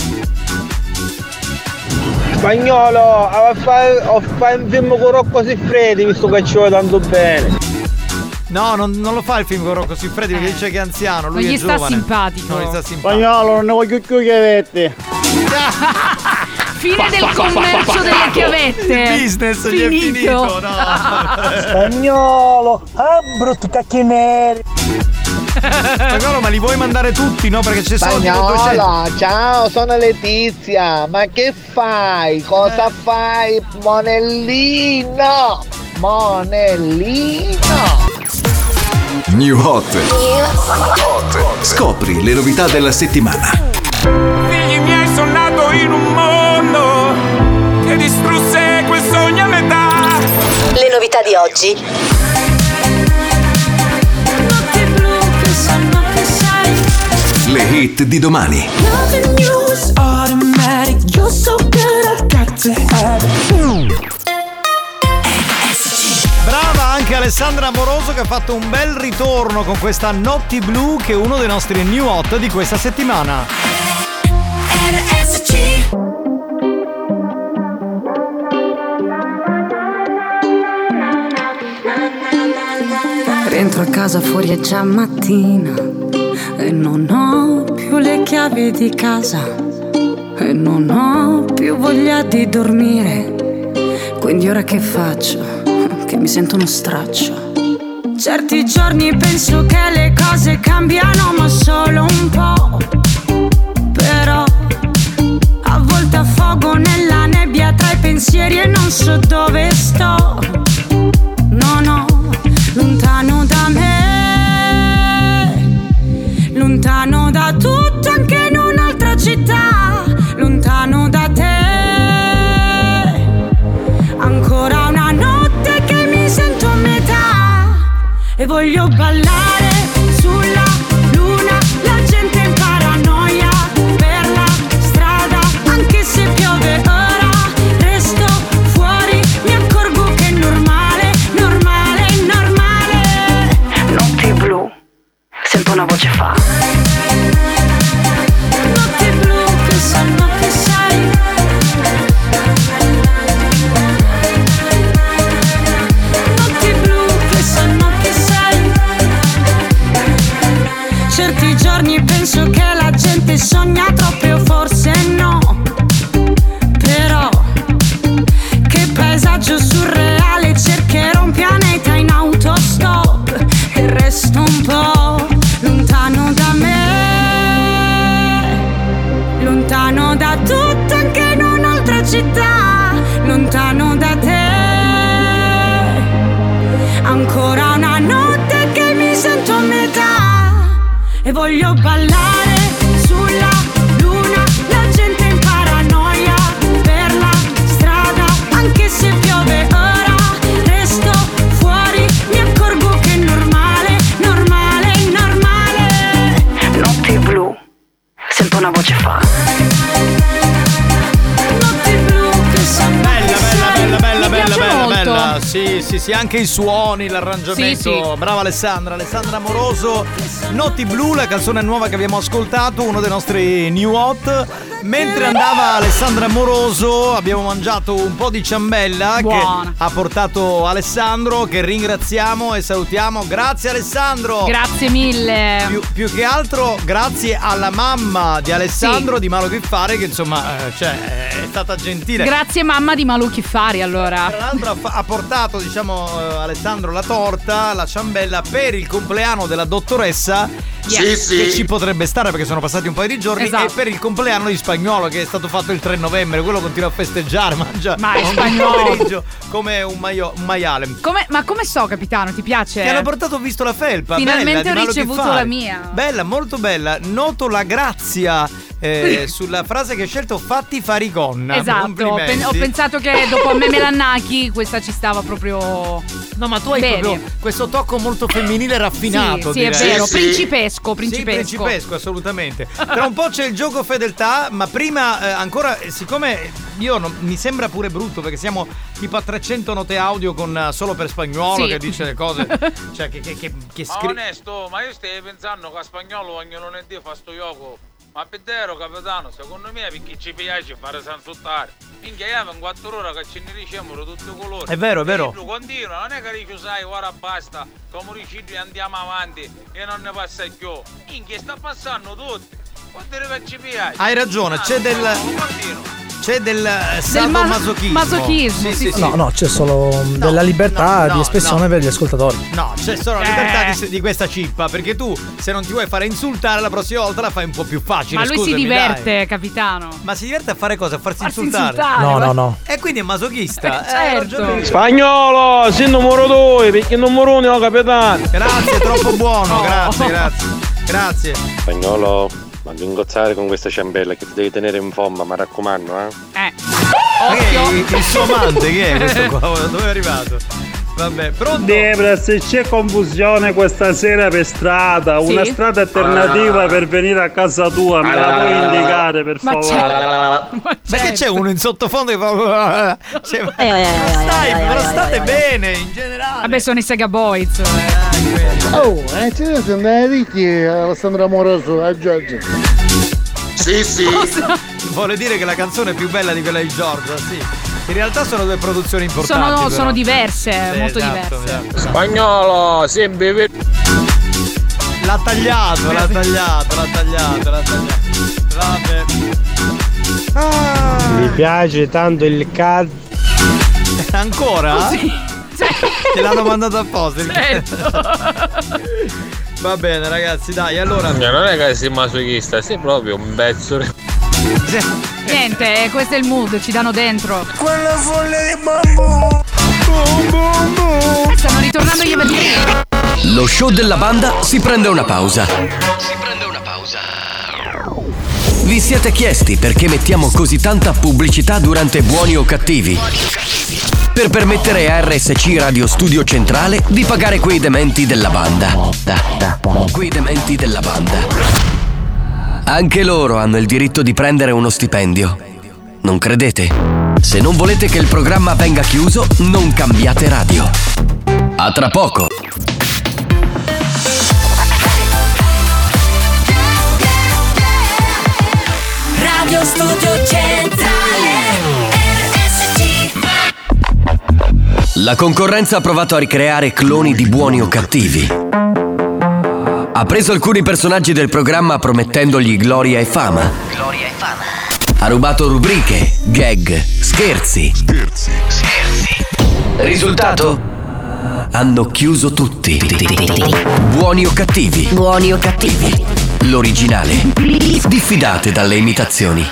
Spagnolo, ho fatto un film con Rocco Siffredi, visto che ci vuoi tanto bene. No, non lo fa il film con Rocco Siffredi perché dice che è anziano, lui non è gli giovane. sta simpatico. Non gli sta simpatico. Spagnolo, non ne voglio più chiavette. Fine del commercio delle chiavette. Il business gli è finito, no. Spagnolo, brutto cacchi neri. Spagnolo, ma li vuoi mandare tutti, no? Perché c'è solo 200. Ciao, sono Letizia. Ma che fai? Cosa fai? Monellino. New Hot. Scopri le novità della settimana. Figli miei, sono nato in un mondo che distrusse quel sogno a metà. Le novità di oggi. Notte blu che sanno che sei. Le hit di domani. Loving you is automatic. You're so good, I got to have it. Brava anche Alessandra Amoroso che ha fatto un bel ritorno con questa Notti Blu, che è uno dei nostri new hot di questa settimana. Rientro a casa, fuori è già mattina e non ho più le chiavi di casa e non ho più voglia di dormire. Quindi ora che faccio? Che mi sento uno straccio. Certi giorni penso che le cose cambiano, ma solo un po'. Però a volte affogo nella nebbia tra i pensieri e non so dove sto. No, lontano da me, lontano da tutto, anche in un'altra città, lontano da te. Ancora una notte che mi sento a metà e voglio ballare sulla luna, la gente in paranoia per la strada, anche se piove ora resto fuori, mi accorgo che è normale. Notti blu, sento una voce fa. Notti blu che sanno che sei. Certi giorni penso che la gente sogna troppo, o forse no. Però che paesaggio surreale, cercherò un pianeta in autostop e resto un po' lontano da me, lontano da tutto, anche in un'altra città, lontano da te. Ancora una notte che mi sento a metà e voglio ballare sulla luna, la gente in paranoia per la strada, anche se piove ora resto fuori, mi accorgo che è normale. Notti blu, sento una voce fa. Notti blu che sanno bella. Sì, anche i suoni, l'arrangiamento. Sì. Brava Alessandra Amoroso. Notti Blu, la canzone nuova che abbiamo ascoltato, uno dei nostri new hot. Mentre andava Alessandra Amoroso abbiamo mangiato un po' di ciambella. Buona. Che ha portato Alessandro, che ringraziamo e salutiamo. Grazie Alessandro. Grazie mille. Più che altro grazie alla mamma di Alessandro, di Malo Chiffari, che insomma è stata gentile. Grazie mamma di Malu Chiffari, allora. Tra l'altro ha portato abbiamo Alessandro la torta, la ciambella per il compleanno della dottoressa. Yes. Che ci potrebbe stare perché sono passati un paio di giorni. Esatto. E per il compleanno di Spagnolo che è stato fatto il 3 novembre. Quello continua a festeggiare, mangia Ma è ogni Spagnolo. pomeriggio come un maiale. Ma come so, capitano, ti piace? Ti hanno portato, ho visto la felpa. Finalmente bella, ho di Malo che ricevuto fai. la mia. Bella, molto bella. Noto la grazia sulla frase che hai scelto, fatti fare gonna. Esatto, Complimenti. ho pensato che dopo a me Melannaki questa ci stava proprio. No, ma tu hai bene. proprio questo tocco molto femminile raffinato. Sì, è direi. vero, Sì. principesco. Sì, principesco, assolutamente. Tra un po' c'è il gioco fedeltà, ma prima ancora, siccome mi sembra pure brutto perché siamo tipo a 300 note audio con solo per Spagnolo Sì. che dice le cose, cioè che Ma onesto, ma io stai pensando che a Spagnolo ogni lunedì fa sto gioco? Ma per vero, capitano, secondo me perché ci piace fare sanzuttare. Minchia, io in 4 ore che ce ne diciamo tutti i colori. È vero, è vero. E tu continua, non è che dici sai, ora basta, come riusciti andiamo avanti e non ne passa più. Minchia, sta passando tutti. Quanto che ci piace? Hai ragione, c'è del sadomasochismo. masochismo, sì. No, c'è solo della libertà di espressione per gli ascoltatori. No, c'è solo la libertà di questa cippa, perché tu se non ti vuoi fare insultare la prossima volta la fai un po' più facile. Ma lui scusami, si diverte, dai. capitano. Ma si diverte a fare cosa? A farsi insultare? No. E quindi è masochista. Certo. Spagnolo, sei il numero 2, perché il numero 1 è capitano. Grazie, troppo buono, grazie. Spagnolo, ma non ingozzare con questa ciambella che ti devi tenere in forma, mi raccomando, Occhio. Il suo amante, chi è questo qua? Dove è arrivato? Vabbè, pronto? Debra, se c'è confusione questa sera per strada, una strada alternativa per venire a casa tua, me la puoi indicare per favore? Perché c'è uno in sottofondo che fa. Però state bene in generale. Vabbè, sono i Sega Boys. Oh, ce ne sono dei ricchi Alessandro Amoroso a Giorgio. Sì. Vuole dire che la canzone è più bella di quella di Giorgio, sì. In realtà sono due produzioni importanti. Sono diverse, Sì, molto esatto, diverse. esatto. Spagnolo, sempre L'ha tagliato. Vabbè. Mi piace tanto il cazzo. Ancora? Sì. Te l'hanno mandato apposta. Certo. Va bene, ragazzi, dai, allora. non è che sei masochista, sei proprio un pezzo. Niente, questo è il mood, ci danno dentro. Quella folle di bambù. Stanno ritornando gli avvenimenti. Lo show della banda si prende una pausa. Vi siete chiesti perché mettiamo così tanta pubblicità durante Buoni o Cattivi? Per permettere a RSC Radio Studio Centrale di pagare quei dementi della banda. Quei dementi della banda. Anche loro hanno il diritto di prendere uno stipendio. Non credete? Se non volete che il programma venga chiuso, non cambiate radio. A tra poco. Radio Studio Centrale RSC. La concorrenza ha provato a ricreare cloni di Buoni o Cattivi. Ha preso alcuni personaggi del programma promettendogli gloria e fama. Ha rubato rubriche, gag, scherzi. Risultato? Hanno chiuso tutti. Buoni o Cattivi? L'originale. Diffidate dalle imitazioni.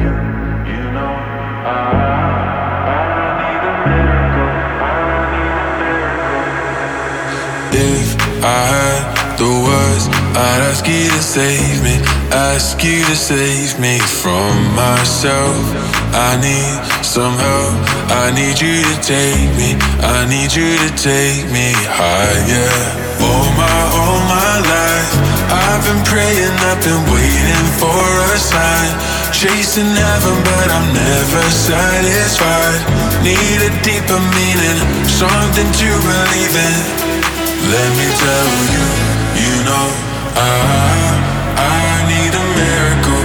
If I had the words, I'd ask you to save me, from myself. I need some help, I need you to take me, higher. All my life, I've been praying, I've been waiting for a sign. Chasing heaven, but I'm never satisfied. Need a deeper meaning, something to believe in. Let me tell you, you know, I need a miracle,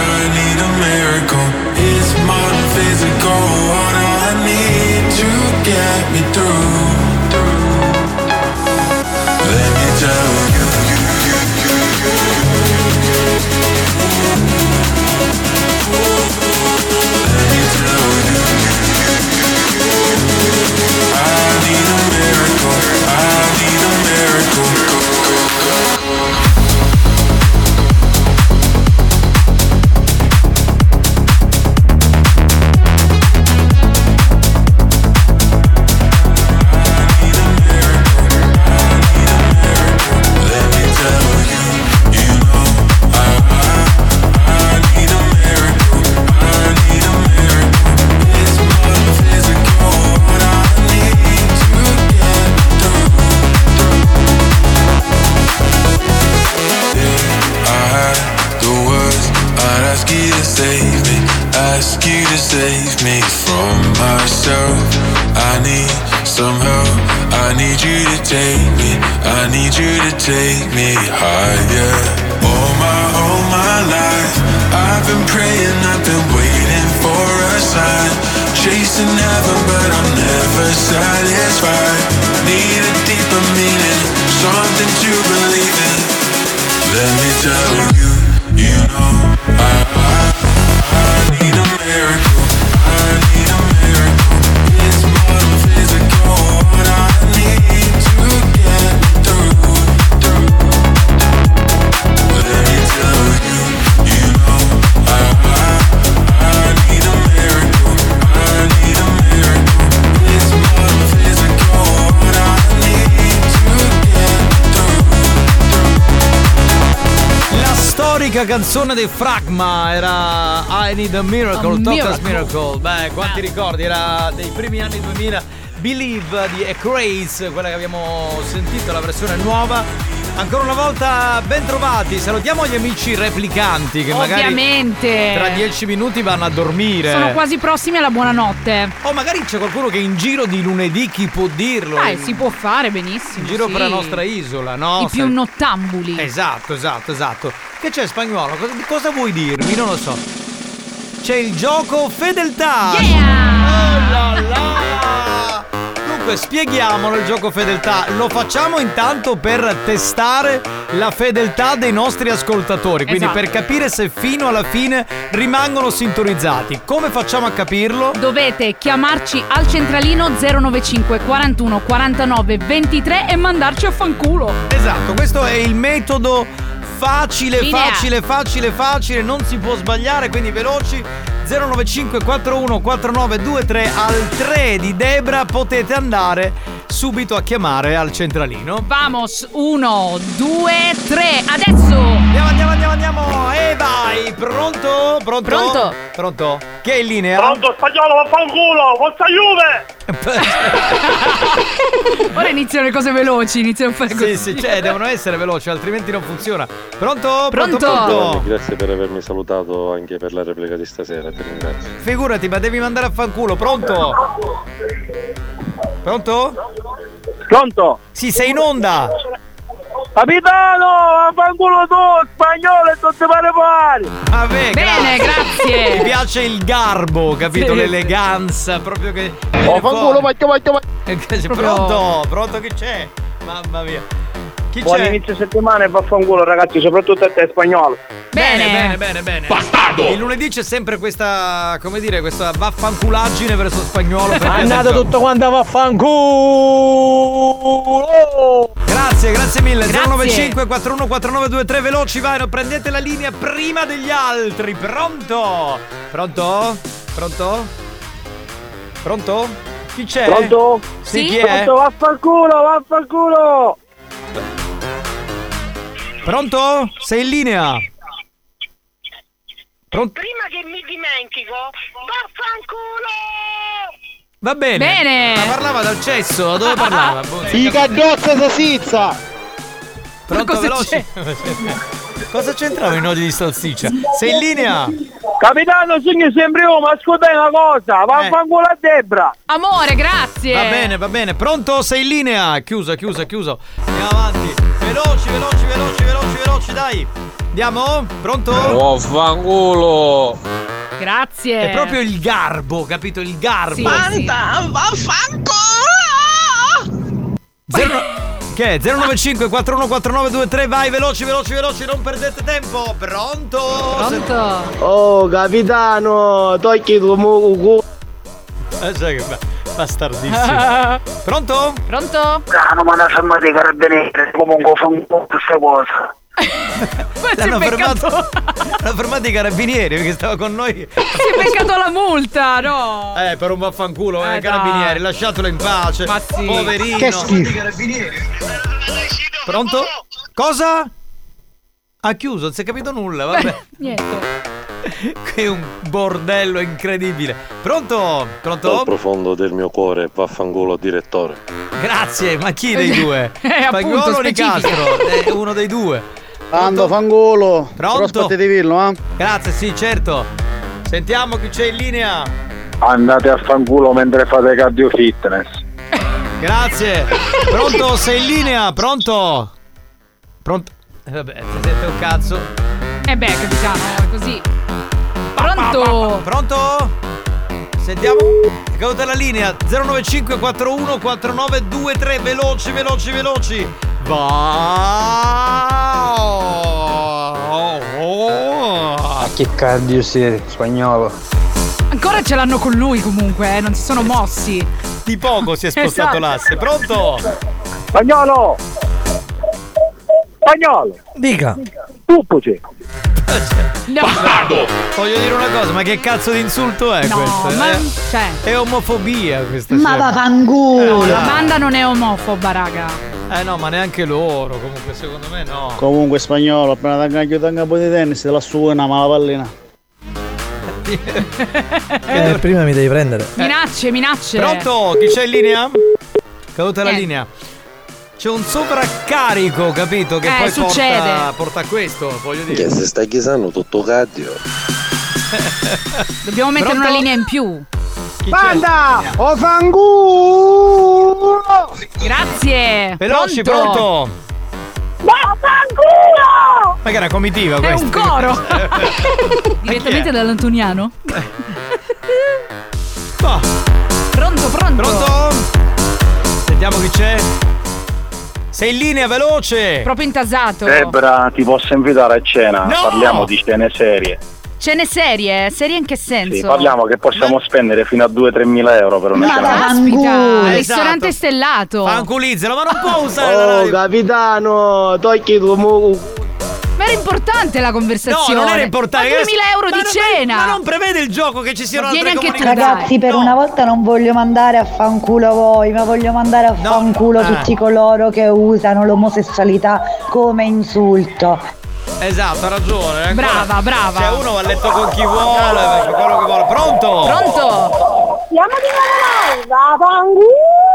It's more than physical, what I need to get me through. Let me tell you, let me tell you, I need a miracle. to save me from myself. I need some help. I need you to take me. I need you to take me higher. All my life I've been praying, I've been waiting for a sign. Chasing heaven but I'm never satisfied. Need a deeper meaning, something to believe in. Let me tell you, you know I need a miracle. I need a miracle. It's more than physical. What I need to get through. Let me tell you, you know I need a miracle. I need a miracle. It's more than physical. What I need to get through. La storica canzone dei Fragma era I Need a Miracle, Toca's Miracle. Beh, quanti ricordi, era dei primi anni 2000. Believe di Craze, quella che abbiamo sentito, la versione nuova. Ancora una volta ben trovati, salutiamo gli amici replicanti che Ovviamente. magari tra 10 minuti vanno a dormire. Sono quasi prossimi alla buonanotte. O magari c'è qualcuno che è in giro di lunedì, chi può dirlo? Si può fare benissimo. In giro sì. per la nostra isola, no? I più nottambuli. Esatto. Che c'è, Spagnuolo? Cosa vuoi dirmi? Non lo so. C'è il gioco Fedeltà. Oh là là. Dunque, spieghiamolo il gioco Fedeltà. Lo facciamo intanto per testare la fedeltà dei nostri ascoltatori. Quindi per capire se fino alla fine rimangono sintonizzati. Come facciamo a capirlo? Dovete chiamarci al centralino 095 41 49 23 e mandarci a fanculo. Esatto, questo è il metodo facile, non si può sbagliare, quindi veloci. 095 41 49 23 al 3 di Debra potete andare subito a chiamare al centralino. Vamos, 1, 2, 3, adesso! Andiamo! E vai! Pronto? Che è in linea? Pronto, Spagnolo, vaffanculo! Forza Juve! Ora iniziano le cose veloci, iniziano a fare così. Sì, devono essere veloci, altrimenti non funziona. Pronto? Grazie per avermi salutato anche per la replica di stasera, ti ringrazio. Figurati, ma devi mandare a fanculo. Pronto? Pronto? Sì, sei in onda. Capitano, vaffanculo tu, Spagnolo e tutti pare. Bene, grazie. Mi piace il garbo, capito? Sì. L'eleganza, proprio che. Vaffanculo, vai. Pronto, chi c'è? Mamma mia. Buon inizio settimana e vaffanculo, ragazzi, soprattutto a te, Spagnolo. Bene. Bastardo! Il lunedì c'è sempre questa, come dire, questa vaffanculaggine verso Spagnuolo. Andate tutto quanto a vaffanculo! Grazie mille. 095 41 49 23, veloci, vai, prendete la linea prima degli altri. Pronto? Chi c'è? Pronto? Sì, chi è? Pronto, vaffanculo! Pronto? Sei in linea? Pronto? Prima che mi dimentico, vaffanculo! Va bene. Ma parlava dal cesso, dove parlava? I cagliozza salsiccia! Pronto, veloce? Cosa c'entrava i nodi di salsiccia? Sei in linea? Capitano, sogno sempre io, ma ascoltai una cosa, vaffanculo a Debra! Amore, grazie! Va bene, pronto? Sei in linea? Chiuso. Andiamo avanti. Veloci, dai. Andiamo? Pronto? Vaffanculo! Grazie! È proprio il garbo, capito? Il garbo. Vaffanculo! Che è? 095 41 49 23, vai, veloci, non perdete tempo. Pronto? Oh, capitano, tocchi tu sai che bastardissimo. Pronto? No, ma non fermate dei carabinieri, comunque fa un po' questa cosa. L'hanno fermato i carabinieri perché stava con noi. Si è beccato la multa, no? Per un vaffanculo, carabinieri, lasciatelo in pace. Ma sì. Poverino. Che schifo. Pronto? Cosa? Ha chiuso, non si è capito nulla, vabbè. Niente. Che è un bordello incredibile. Pronto? Dal profondo del mio cuore, vaffanculo direttore. Grazie, ma chi dei due? Spagnolo o Nicastro? È uno dei due. Ando fangolo. Pronto? Aspetti di dirlo, Grazie, sì, certo. Sentiamo chi c'è in linea. Andate a fanculo mentre fate cardio fitness. Grazie. Pronto, sei in linea? Pronto? Pronto? Vabbè, ti sente un cazzo. Capitano, è così. Pronto? Pronto? Sentiamo. È caduta la linea. 095 41 4923. Veloci. Va. Ma che cardio sei, Spagnolo? Ancora ce l'hanno con lui comunque, non si sono mossi. Di poco si è spostato l'asse. Pronto? Spagnolo! Dica. Tuppoci! No. Voglio dire una cosa, ma che cazzo di insulto è questo? Cioè. È omofobia questa. Ma vaffanculo! La banda non è omofoba, raga. No, ma neanche loro, comunque secondo me no. Comunque Spagnolo, appena t'angacchio un po' di tennis, te la suona ma la pallina. Prima mi devi prendere. Minacce. Pronto? Chi c'è in linea? Caduta la linea. C'è un sovraccarico, capito? Che poi porta a questo, voglio dire. Che se stai chisando tutto cardio. Dobbiamo mettere una linea in più. Banda! O fanculo! Grazie. Veloci, pronto? Vaffanculo! Ma che era comitiva È questo? un coro. Direttamente dall'Antoniano. Pronto? Sentiamo chi c'è. Sei in linea, veloce. Proprio intasato. Debra, ti posso invitare a cena? No! Parliamo di cene serie. Cene serie? Serie in che senso? Sì, parliamo che possiamo spendere fino a 2-3 mila euro per una cena. Caspita, ristorante stellato. Fanculizzalo, ma non può usare la radio. Capitano, tocchi tu. Ma era importante la conversazione. No, non era importante. Ma 2.000 euro di cena. Ma non prevede il gioco che ci siano Vieni altre anche tu, comunicazioni. Ragazzi, per una volta non voglio mandare a fanculo voi, ma voglio mandare a fanculo tutti coloro che usano l'omosessualità come insulto. Esatto, ha ragione. Brava. Cioè uno va a letto con chi vuole, perché quello che vuole. Pronto? Siamo di nuovo noi, vaffanculo!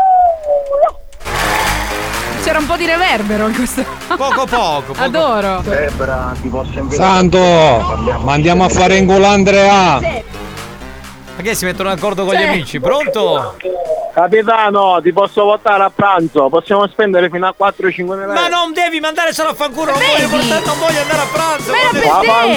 C'era un po' di reverbero in questo. Poco. Adoro. Debra, ti posso invitare. Santo, ma andiamo a fare in culo Andrea. Ma che si mettono d'accordo con gli amici? Pronto? Capitano, ti posso portare a pranzo? Possiamo spendere fino a 4-5 mila euro. Ma non devi mandare solo a fanculo, non voglio andare a pranzo. Ma era per te.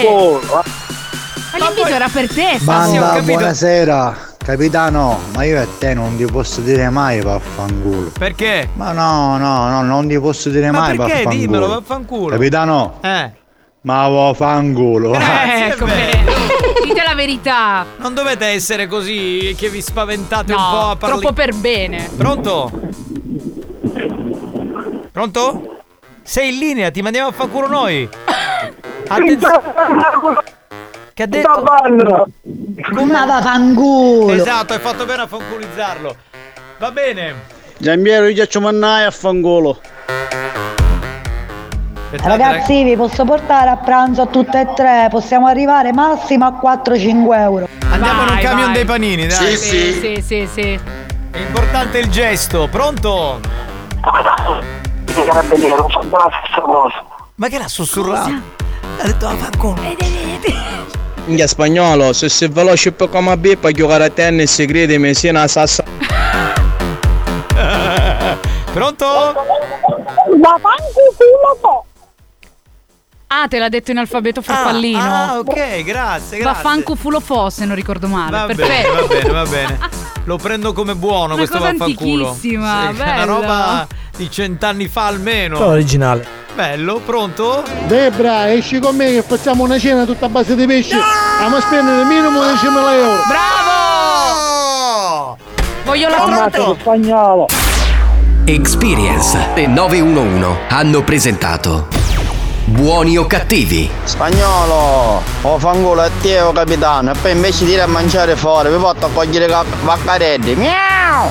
Ma l'invito era per te, Banda, buonasera. Capitano, ma io a te non ti posso dire mai vaffanculo. Perché? Ma no, non ti posso dire mai perché? vaffanculo. Dimmelo, vaffanculo. Capitano? Ma vaffanculo. Ecco, dite la verità. Non dovete essere così che vi spaventate No, un po' a parlare. troppo per bene. Pronto? Sei in linea, ti mandiamo a fanculo noi. Che ha detto? Ma vaffanculo. Esatto, hai fatto bene a fanculizzarlo. Va bene. Giambiero, io ci mannai a fanculo. Ragazzi, vi posso portare a pranzo a tutte e tre? Possiamo arrivare massimo a 4-5 euro. Andiamo in un camion dei panini, dai. Sì. Importante il gesto. Pronto? Ma che l'ha sussurrato? Ha detto a fanculo. Minchia Spagnolo, se sei veloce per come bippa giocare a tennis, credimi, sia una sassa. Pronto? Ah, te l'ha detto in alfabeto farfallino. Ah, ok, grazie. Vaffanculo se non ricordo male. Va Perfetto. bene. Lo prendo come buono Una questo cosa vaffanculo. antichissima, È una bello. roba di 100 anni fa almeno. Però originale. Bello, pronto? Debra, esci con me che facciamo una cena tutta a base di pesce. Andiamo a spendere minimo 10.000 euro. Bravo! Voglio la trota. Spagnolo. Experience e 911 hanno presentato Buoni o cattivi? Spagnolo, o fanculo a te o capitano. E poi invece di ir a mangiare fuori vi porto a cogliere vaccarelli. Miau!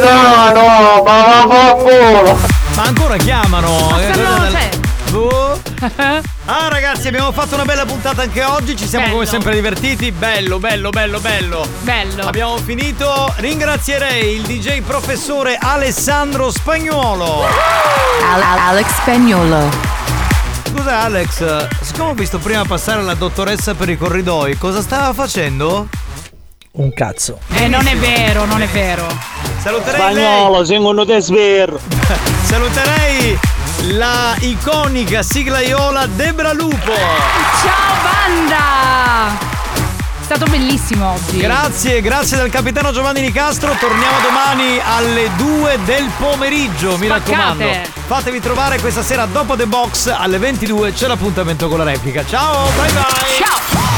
Capitano, ma ancora chiamano? Ah ragazzi, abbiamo fatto una bella puntata anche oggi, ci siamo come sempre divertiti, bello. Abbiamo finito, ringrazierei il DJ professore Alessandro Spagnuolo. Alex Spagnuolo. Scusa Alex, siccome ho visto prima passare la dottoressa per i corridoi, cosa stava facendo? Un cazzo. Non è vero. Saluterei Spagnolo, secondo te svero. Saluterei la iconica siglaiola Debra Lupo. Ciao banda! È stato bellissimo oggi. Grazie dal capitano Giovanni Nicastro. Torniamo domani alle 2 del pomeriggio. Mi raccomando, fatevi trovare questa sera dopo The Box alle 22. C'è l'appuntamento con la replica. Ciao, bye bye. Ciao.